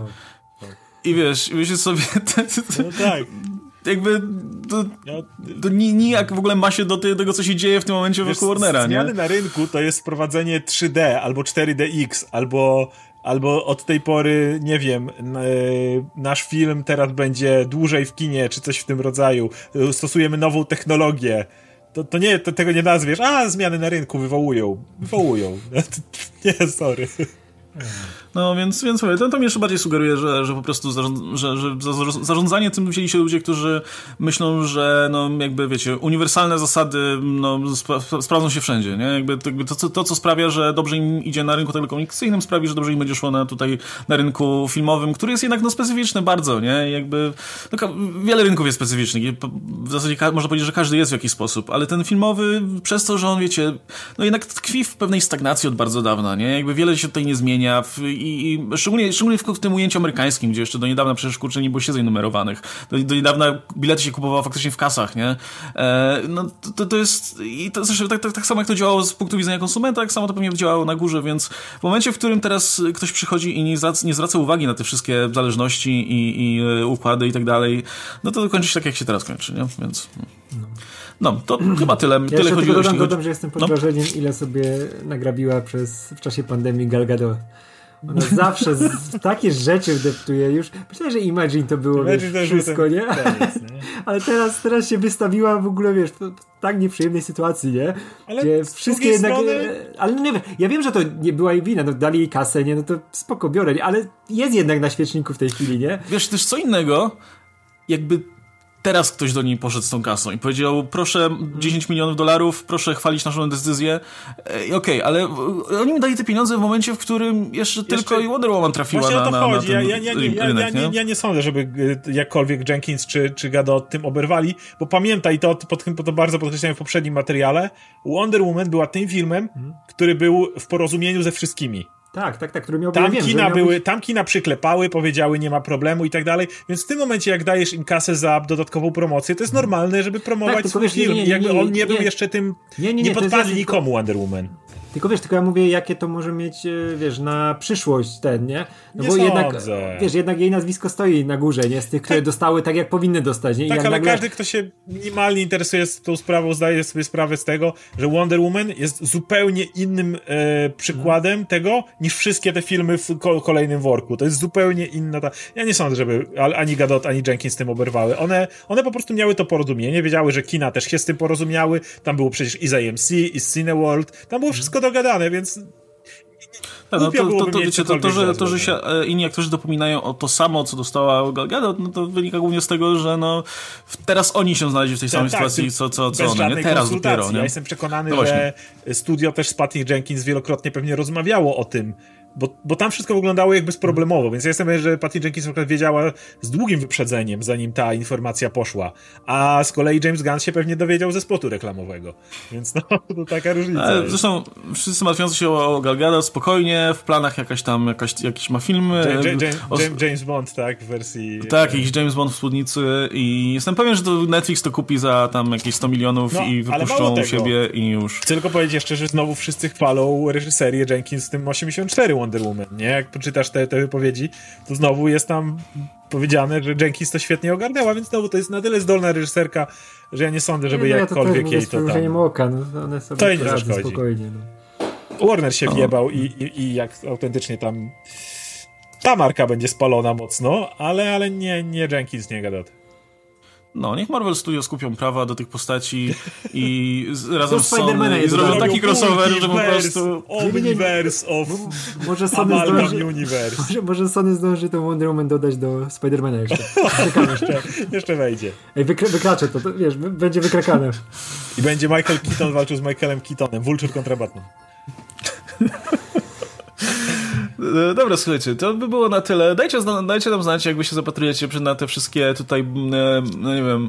I wiesz, myślisz sobie... No tak. Jakby to, to nijak w ogóle ma się do tego, co się dzieje w tym momencie wokół Warnera, nie? Zmiany na rynku to jest wprowadzenie trzy D albo cztery D X, albo, albo od tej pory, nie wiem, nasz film teraz będzie dłużej w kinie, czy coś w tym rodzaju. Stosujemy nową technologię. To, to nie, to tego nie nazwiesz. A, zmiany na rynku wywołują. Wywołują. Nie, sorry. No więc, więc mówię, to, to mi jeszcze bardziej sugeruje, że, że po prostu zarząd, że, że za, zarządzanie tym wzięli się ludzie, którzy myślą, że no jakby wiecie, uniwersalne zasady no, spra sprawdzą się wszędzie, nie? Jakby, to, jakby to, to, co sprawia, że dobrze im idzie na rynku telekomunikacyjnym, sprawi, że dobrze im będzie szło na, tutaj na rynku filmowym, który jest jednak no, specyficzny bardzo, nie? Jakby no, wiele rynków jest specyficznych i w zasadzie można powiedzieć, że każdy jest w jakiś sposób, ale ten filmowy przez to, że on wiecie, no jednak tkwi w pewnej stagnacji od bardzo dawna, nie? Jakby wiele się tutaj nie zmienia w, i I, i szczególnie, szczególnie w, w tym ujęciu amerykańskim, gdzie jeszcze do niedawna przecież kurczę nie było siedzeń numerowanych. Do, do niedawna bilety się kupowało faktycznie w kasach, nie? E, no to, to jest... I to zresztą tak, tak, tak samo jak to działało z punktu widzenia konsumenta, tak samo to pewnie działało na górze, więc w momencie, w którym teraz ktoś przychodzi i nie zwraca, nie zwraca uwagi na te wszystkie zależności i, i układy i tak dalej, no to kończy się tak, jak się teraz kończy, nie? Więc... No. No, to chyba tyle. Ja tyle chodziło, dodam, chodzi... dodam, że jestem pod no. wrażeniem, ile sobie nagrabiła przez, w czasie pandemii Gal Gadot. Ona zawsze z, takie rzeczy wdeptuje już. Myślę, że Imagine to było Imagine wiesz, wszystko, nie? Koniec, nie? Ale teraz, teraz się wystawiła w ogóle, wiesz, w tak nieprzyjemnej sytuacji, nie? Ale gdzie wszystkie jednak... strony... Ale no nie wiem, ja wiem, że to nie była jej wina, no dali jej kasę, nie? No to spoko, biorę, nie? Ale jest jednak na świeczniku w tej chwili, nie? Wiesz, też co innego, jakby teraz ktoś do niej poszedł z tą kasą i powiedział, proszę dziesięć milionów dolarów, proszę chwalić naszą decyzję. Okej, okay, ale oni mi dali te pieniądze w momencie, w którym jeszcze, jeszcze... tylko i Wonder Woman trafiła na, na, na ten ja, ja, ja, nie, ja, rynek, ja, nie? Ja, ja nie sądzę, żeby jakkolwiek Jenkins czy, czy Gadot tym oberwali, bo pamiętaj, to, to, to bardzo podkreślałem w poprzednim materiale, Wonder Woman była tym filmem, hmm. który był w porozumieniu ze wszystkimi. Tak, tak, tak, który miał tam wiem, kina miał były, być... tam kina przyklepały, powiedziały nie ma problemu i tak dalej, więc w tym momencie jak dajesz im kasę za dodatkową promocję, to jest normalne, żeby promować tak, swój wiesz, film. Nie, nie, nie, jakby on nie, nie był jeszcze tym, nie, nie, nie, nie podpadli nikomu tylko... Wonder Woman. Tylko wiesz, tylko ja mówię, jakie to może mieć, wiesz, na przyszłość ten, nie? No nie bo sądzę. jednak, wiesz, jednak jej nazwisko stoi na górze, nie? Z tych, które tak. dostały tak, jak powinny dostać, nie? I tak, ale nagle... każdy, kto się minimalnie interesuje z tą sprawą, zdaje sobie sprawę z tego, że Wonder Woman jest zupełnie innym e, przykładem hmm. tego, niż wszystkie te filmy w ko- kolejnym worku. To jest zupełnie inna ta... Ja nie sądzę, żeby ani Gadot, ani Jenkins tym oberwały. One, one po prostu miały to porozumienie, wiedziały, że kina też się z tym porozumiały, tam było przecież i z A M C, i z Cineworld, tam było wszystko dogadane, więc... No, to, to, to, wiecie, to, to, że, to, że się e, inni aktorzy dopominają o to samo, co dostała Gal Gadot, no to wynika głównie z tego, że no teraz oni się znaleźli w tej samej tak, sytuacji, co, co, co one, nie? Teraz dopiero, nie? Ja jestem przekonany, no że studio też z Patty Jenkins wielokrotnie pewnie rozmawiało o tym, Bo, bo tam wszystko wyglądało jakby bezproblemowo, więc ja jestem pewien, że Patty Jenkins na przykład wiedziała z długim wyprzedzeniem, zanim ta informacja poszła, a z kolei James Gunn się pewnie dowiedział ze spotu reklamowego, więc no, to taka różnica. Ale zresztą wszyscy martwiący się o Gal Gadot spokojnie, w planach jakaś tam, jakaś, jakiś ma film. James, James, o... James Bond, tak, w wersji... Tak, jakiś James Bond w spódnicy i jestem pewien, że to Netflix to kupi za tam jakieś sto milionów no, i wypuszczą siebie i już. Chcę tylko powiedzieć jeszcze, że znowu wszyscy chwalą reżyserię Jenkins w tym osiemdziesiąt cztery Wonder Woman, nie? Jak poczytasz te, te wypowiedzi, to znowu jest tam powiedziane, że Jenkins to świetnie ogarnęła, więc znowu to jest na tyle zdolna reżyserka, że ja nie sądzę, żeby nie, no, jakkolwiek ja to jej to tam... oka, no, one sobie to jej nie zaszkodzi. Spokojnie, no. Warner się wjebał i, i, i jak autentycznie tam ta marka będzie spalona mocno, ale, ale nie, nie Jenkins, nie Gadot. No, niech Marvel Studios kupią prawa do tych postaci i z, razem z Sony i zrobią taki crossover, że po prostu... Omniverse of może Sony zdąży, Universe. Może, może Sony zdąży tą Wonder Woman dodać do Spidermana jeszcze. jeszcze. Jeszcze wejdzie. Ej, wykra- wykraczę to, to, wiesz, będzie wykrakane. I będzie Michael Keaton walczył z Michaelem Keatonem. Vulture kontra Batman. Dobra, słuchajcie, to by było na tyle. Dajcie, dajcie nam znać, jak wy się zapatrujecie na te wszystkie tutaj, no nie wiem,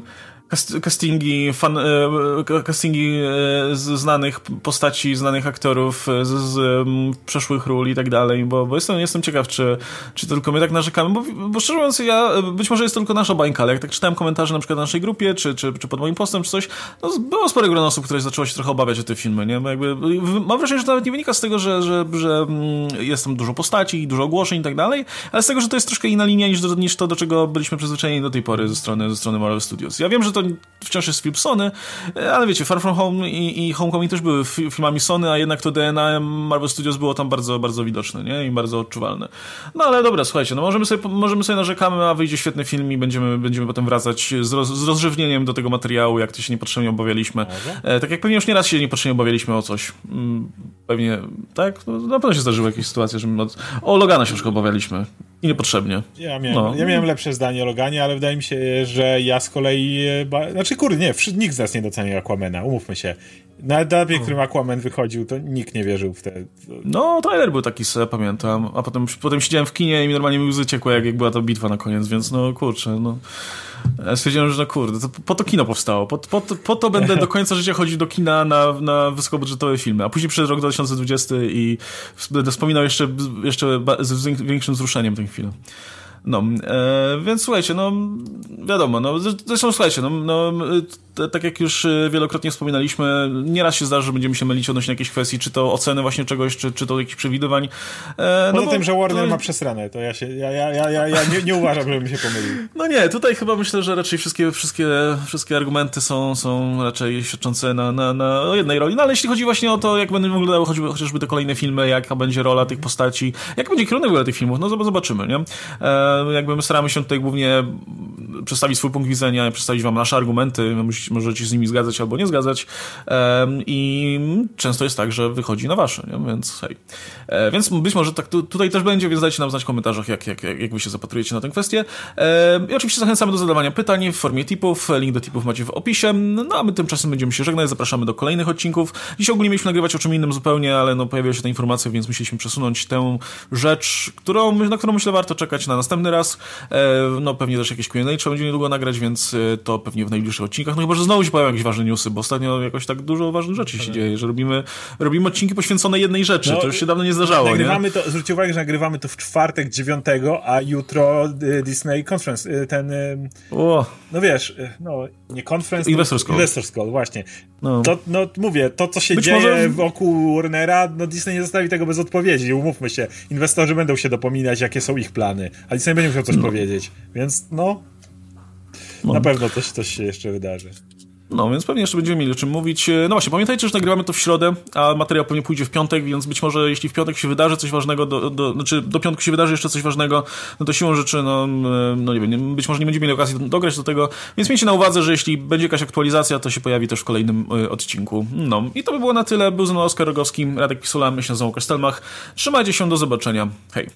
castingi, fan, castingi z znanych postaci, znanych aktorów z, z przeszłych ról i tak dalej, bo, bo jestem, jestem ciekaw, czy, czy tylko my tak narzekamy, bo, bo szczerze mówiąc, ja, być może jest to tylko nasza bańka, ale jak tak czytałem komentarze na przykład na naszej grupie, czy, czy, czy pod moim postem, czy coś, no było spore grono osób, które zaczęło się trochę obawiać o te filmy, nie? Bo jakby, mam wrażenie, że to nawet nie wynika z tego, że, że, że jest tam dużo postaci, dużo ogłoszeń i tak dalej, ale z tego, że to jest troszkę inna linia niż, do, niż to, do czego byliśmy przyzwyczajeni do tej pory ze strony, ze strony Marvel Studios. Ja wiem, że to wciąż jest film Sony, ale wiecie, Far From Home i, i Homecoming też były filmami Sony, a jednak to D N A Marvel Studios było tam bardzo, bardzo widoczne, nie? I bardzo odczuwalne. No ale dobra, słuchajcie, no możemy sobie, możemy sobie narzekamy, a wyjdzie świetny film i będziemy, będziemy potem wracać z, roz, z rozrzewnieniem do tego materiału, jak to się niepotrzebnie obawialiśmy. E, tak jak pewnie już nieraz się niepotrzebnie obawialiśmy o coś. Mm, pewnie, tak? No, na pewno się zdarzyły jakieś sytuacje, że od, o Logana się już obawialiśmy. I niepotrzebnie. Ja miałem, no. ja miałem lepsze zdanie o Loganie, ale wydaje mi się, że ja z kolei... Ba... Znaczy, kurde, nie, nikt z nas nie docenił Aquamana, umówmy się. Na etapie, w którym Aquaman wychodził, to nikt nie wierzył w te... No, trailer był taki, sobie pamiętam, a potem, potem siedziałem w kinie i mi normalnie mi łzy ciekły, jak, jak była ta bitwa na koniec, więc no, kurczę, no... Ja stwierdziłem, że no kurde, to po to kino powstało, po, po, po to będę do końca życia chodzić do kina na, na wysokobudżetowe filmy, a później przyszedł rok dwa tysiące dwudziesty i będę wspominał jeszcze, jeszcze z większym wzruszeniem ten film. No, e, więc słuchajcie, no wiadomo, no zresztą słuchajcie, no, no t, tak jak już wielokrotnie wspominaliśmy, nieraz się zdarzy, że będziemy się mylić odnośnie jakiejś kwestii, czy to oceny właśnie czegoś, czy, czy to jakichś przewidywań. E, Poza no tym, że Warner to... ma przesrane, to ja się, ja, ja, ja, ja, ja nie, nie uważam, żebym się pomylił. No nie, tutaj chyba myślę, że raczej wszystkie, wszystkie, wszystkie argumenty są, są raczej świadczące na, na, na jednej roli, no ale jeśli chodzi właśnie o to, jak będą wyglądały choćby, chociażby te kolejne filmy, jaka będzie rola tych postaci, jak będzie kierunek w ogóle tych filmów, no zobaczymy, nie? E, jakby my staramy się tutaj głównie przedstawić swój punkt widzenia, przedstawić wam nasze argumenty, możecie się z nimi zgadzać albo nie zgadzać um, i często jest tak, że wychodzi na wasze, nie? Więc hej. E, więc być może tak tu, tutaj też będzie, więc dajcie nam znać w komentarzach, jak, jak, jak wy się zapatrujecie na tę kwestię. E, I oczywiście zachęcamy do zadawania pytań w formie tipów, link do tipów macie w opisie, no a my tymczasem będziemy się żegnać, zapraszamy do kolejnych odcinków. Dzisiaj ogólnie mieliśmy nagrywać o czym innym zupełnie, ale no pojawiła się ta informacja, więc musieliśmy przesunąć tę rzecz, którą, na którą myślę warto czekać na następny raz. No pewnie też jakieś Q and A trzeba będzie niedługo nagrać, więc to pewnie w najbliższych odcinkach. No chyba, że znowu się pojawią jakieś ważne newsy, bo ostatnio jakoś tak dużo ważnych rzeczy się dzieje, że robimy, robimy odcinki poświęcone jednej rzeczy. No, to już się dawno nie zdarzało. Nagrywamy nie? to, zwróćcie uwagę, że nagrywamy to w czwartek dziewiątego, a jutro Disney Conference, ten o. no wiesz, no nie conference, Investors Call. Investors Call, właśnie. No. To, no mówię, to co się Być dzieje może... wokół Warnera, no Disney nie zostawi tego bez odpowiedzi, umówmy się. Inwestorzy będą się dopominać, jakie są ich plany, a Disney będzie musiał coś no. powiedzieć, więc no, no na pewno coś, coś się jeszcze wydarzy. No, więc pewnie jeszcze będziemy mieli o czym mówić. No właśnie, pamiętajcie, że nagrywamy to w środę, a materiał pewnie pójdzie w piątek, więc być może jeśli w piątek się wydarzy coś ważnego, do, do, znaczy do piątku się wydarzy jeszcze coś ważnego, no to siłą rzeczy, no, no nie wiem, być może nie będziemy mieli okazji dograć do tego, więc miejcie na uwadze, że jeśli będzie jakaś aktualizacja, to się pojawi też w kolejnym y, odcinku. No i to by było na tyle. Był ze mną Oskar Rogowski, Radek Pisula, myślę, że Łukasz Stelmach. Trzymajcie się, do zobaczenia. Hej.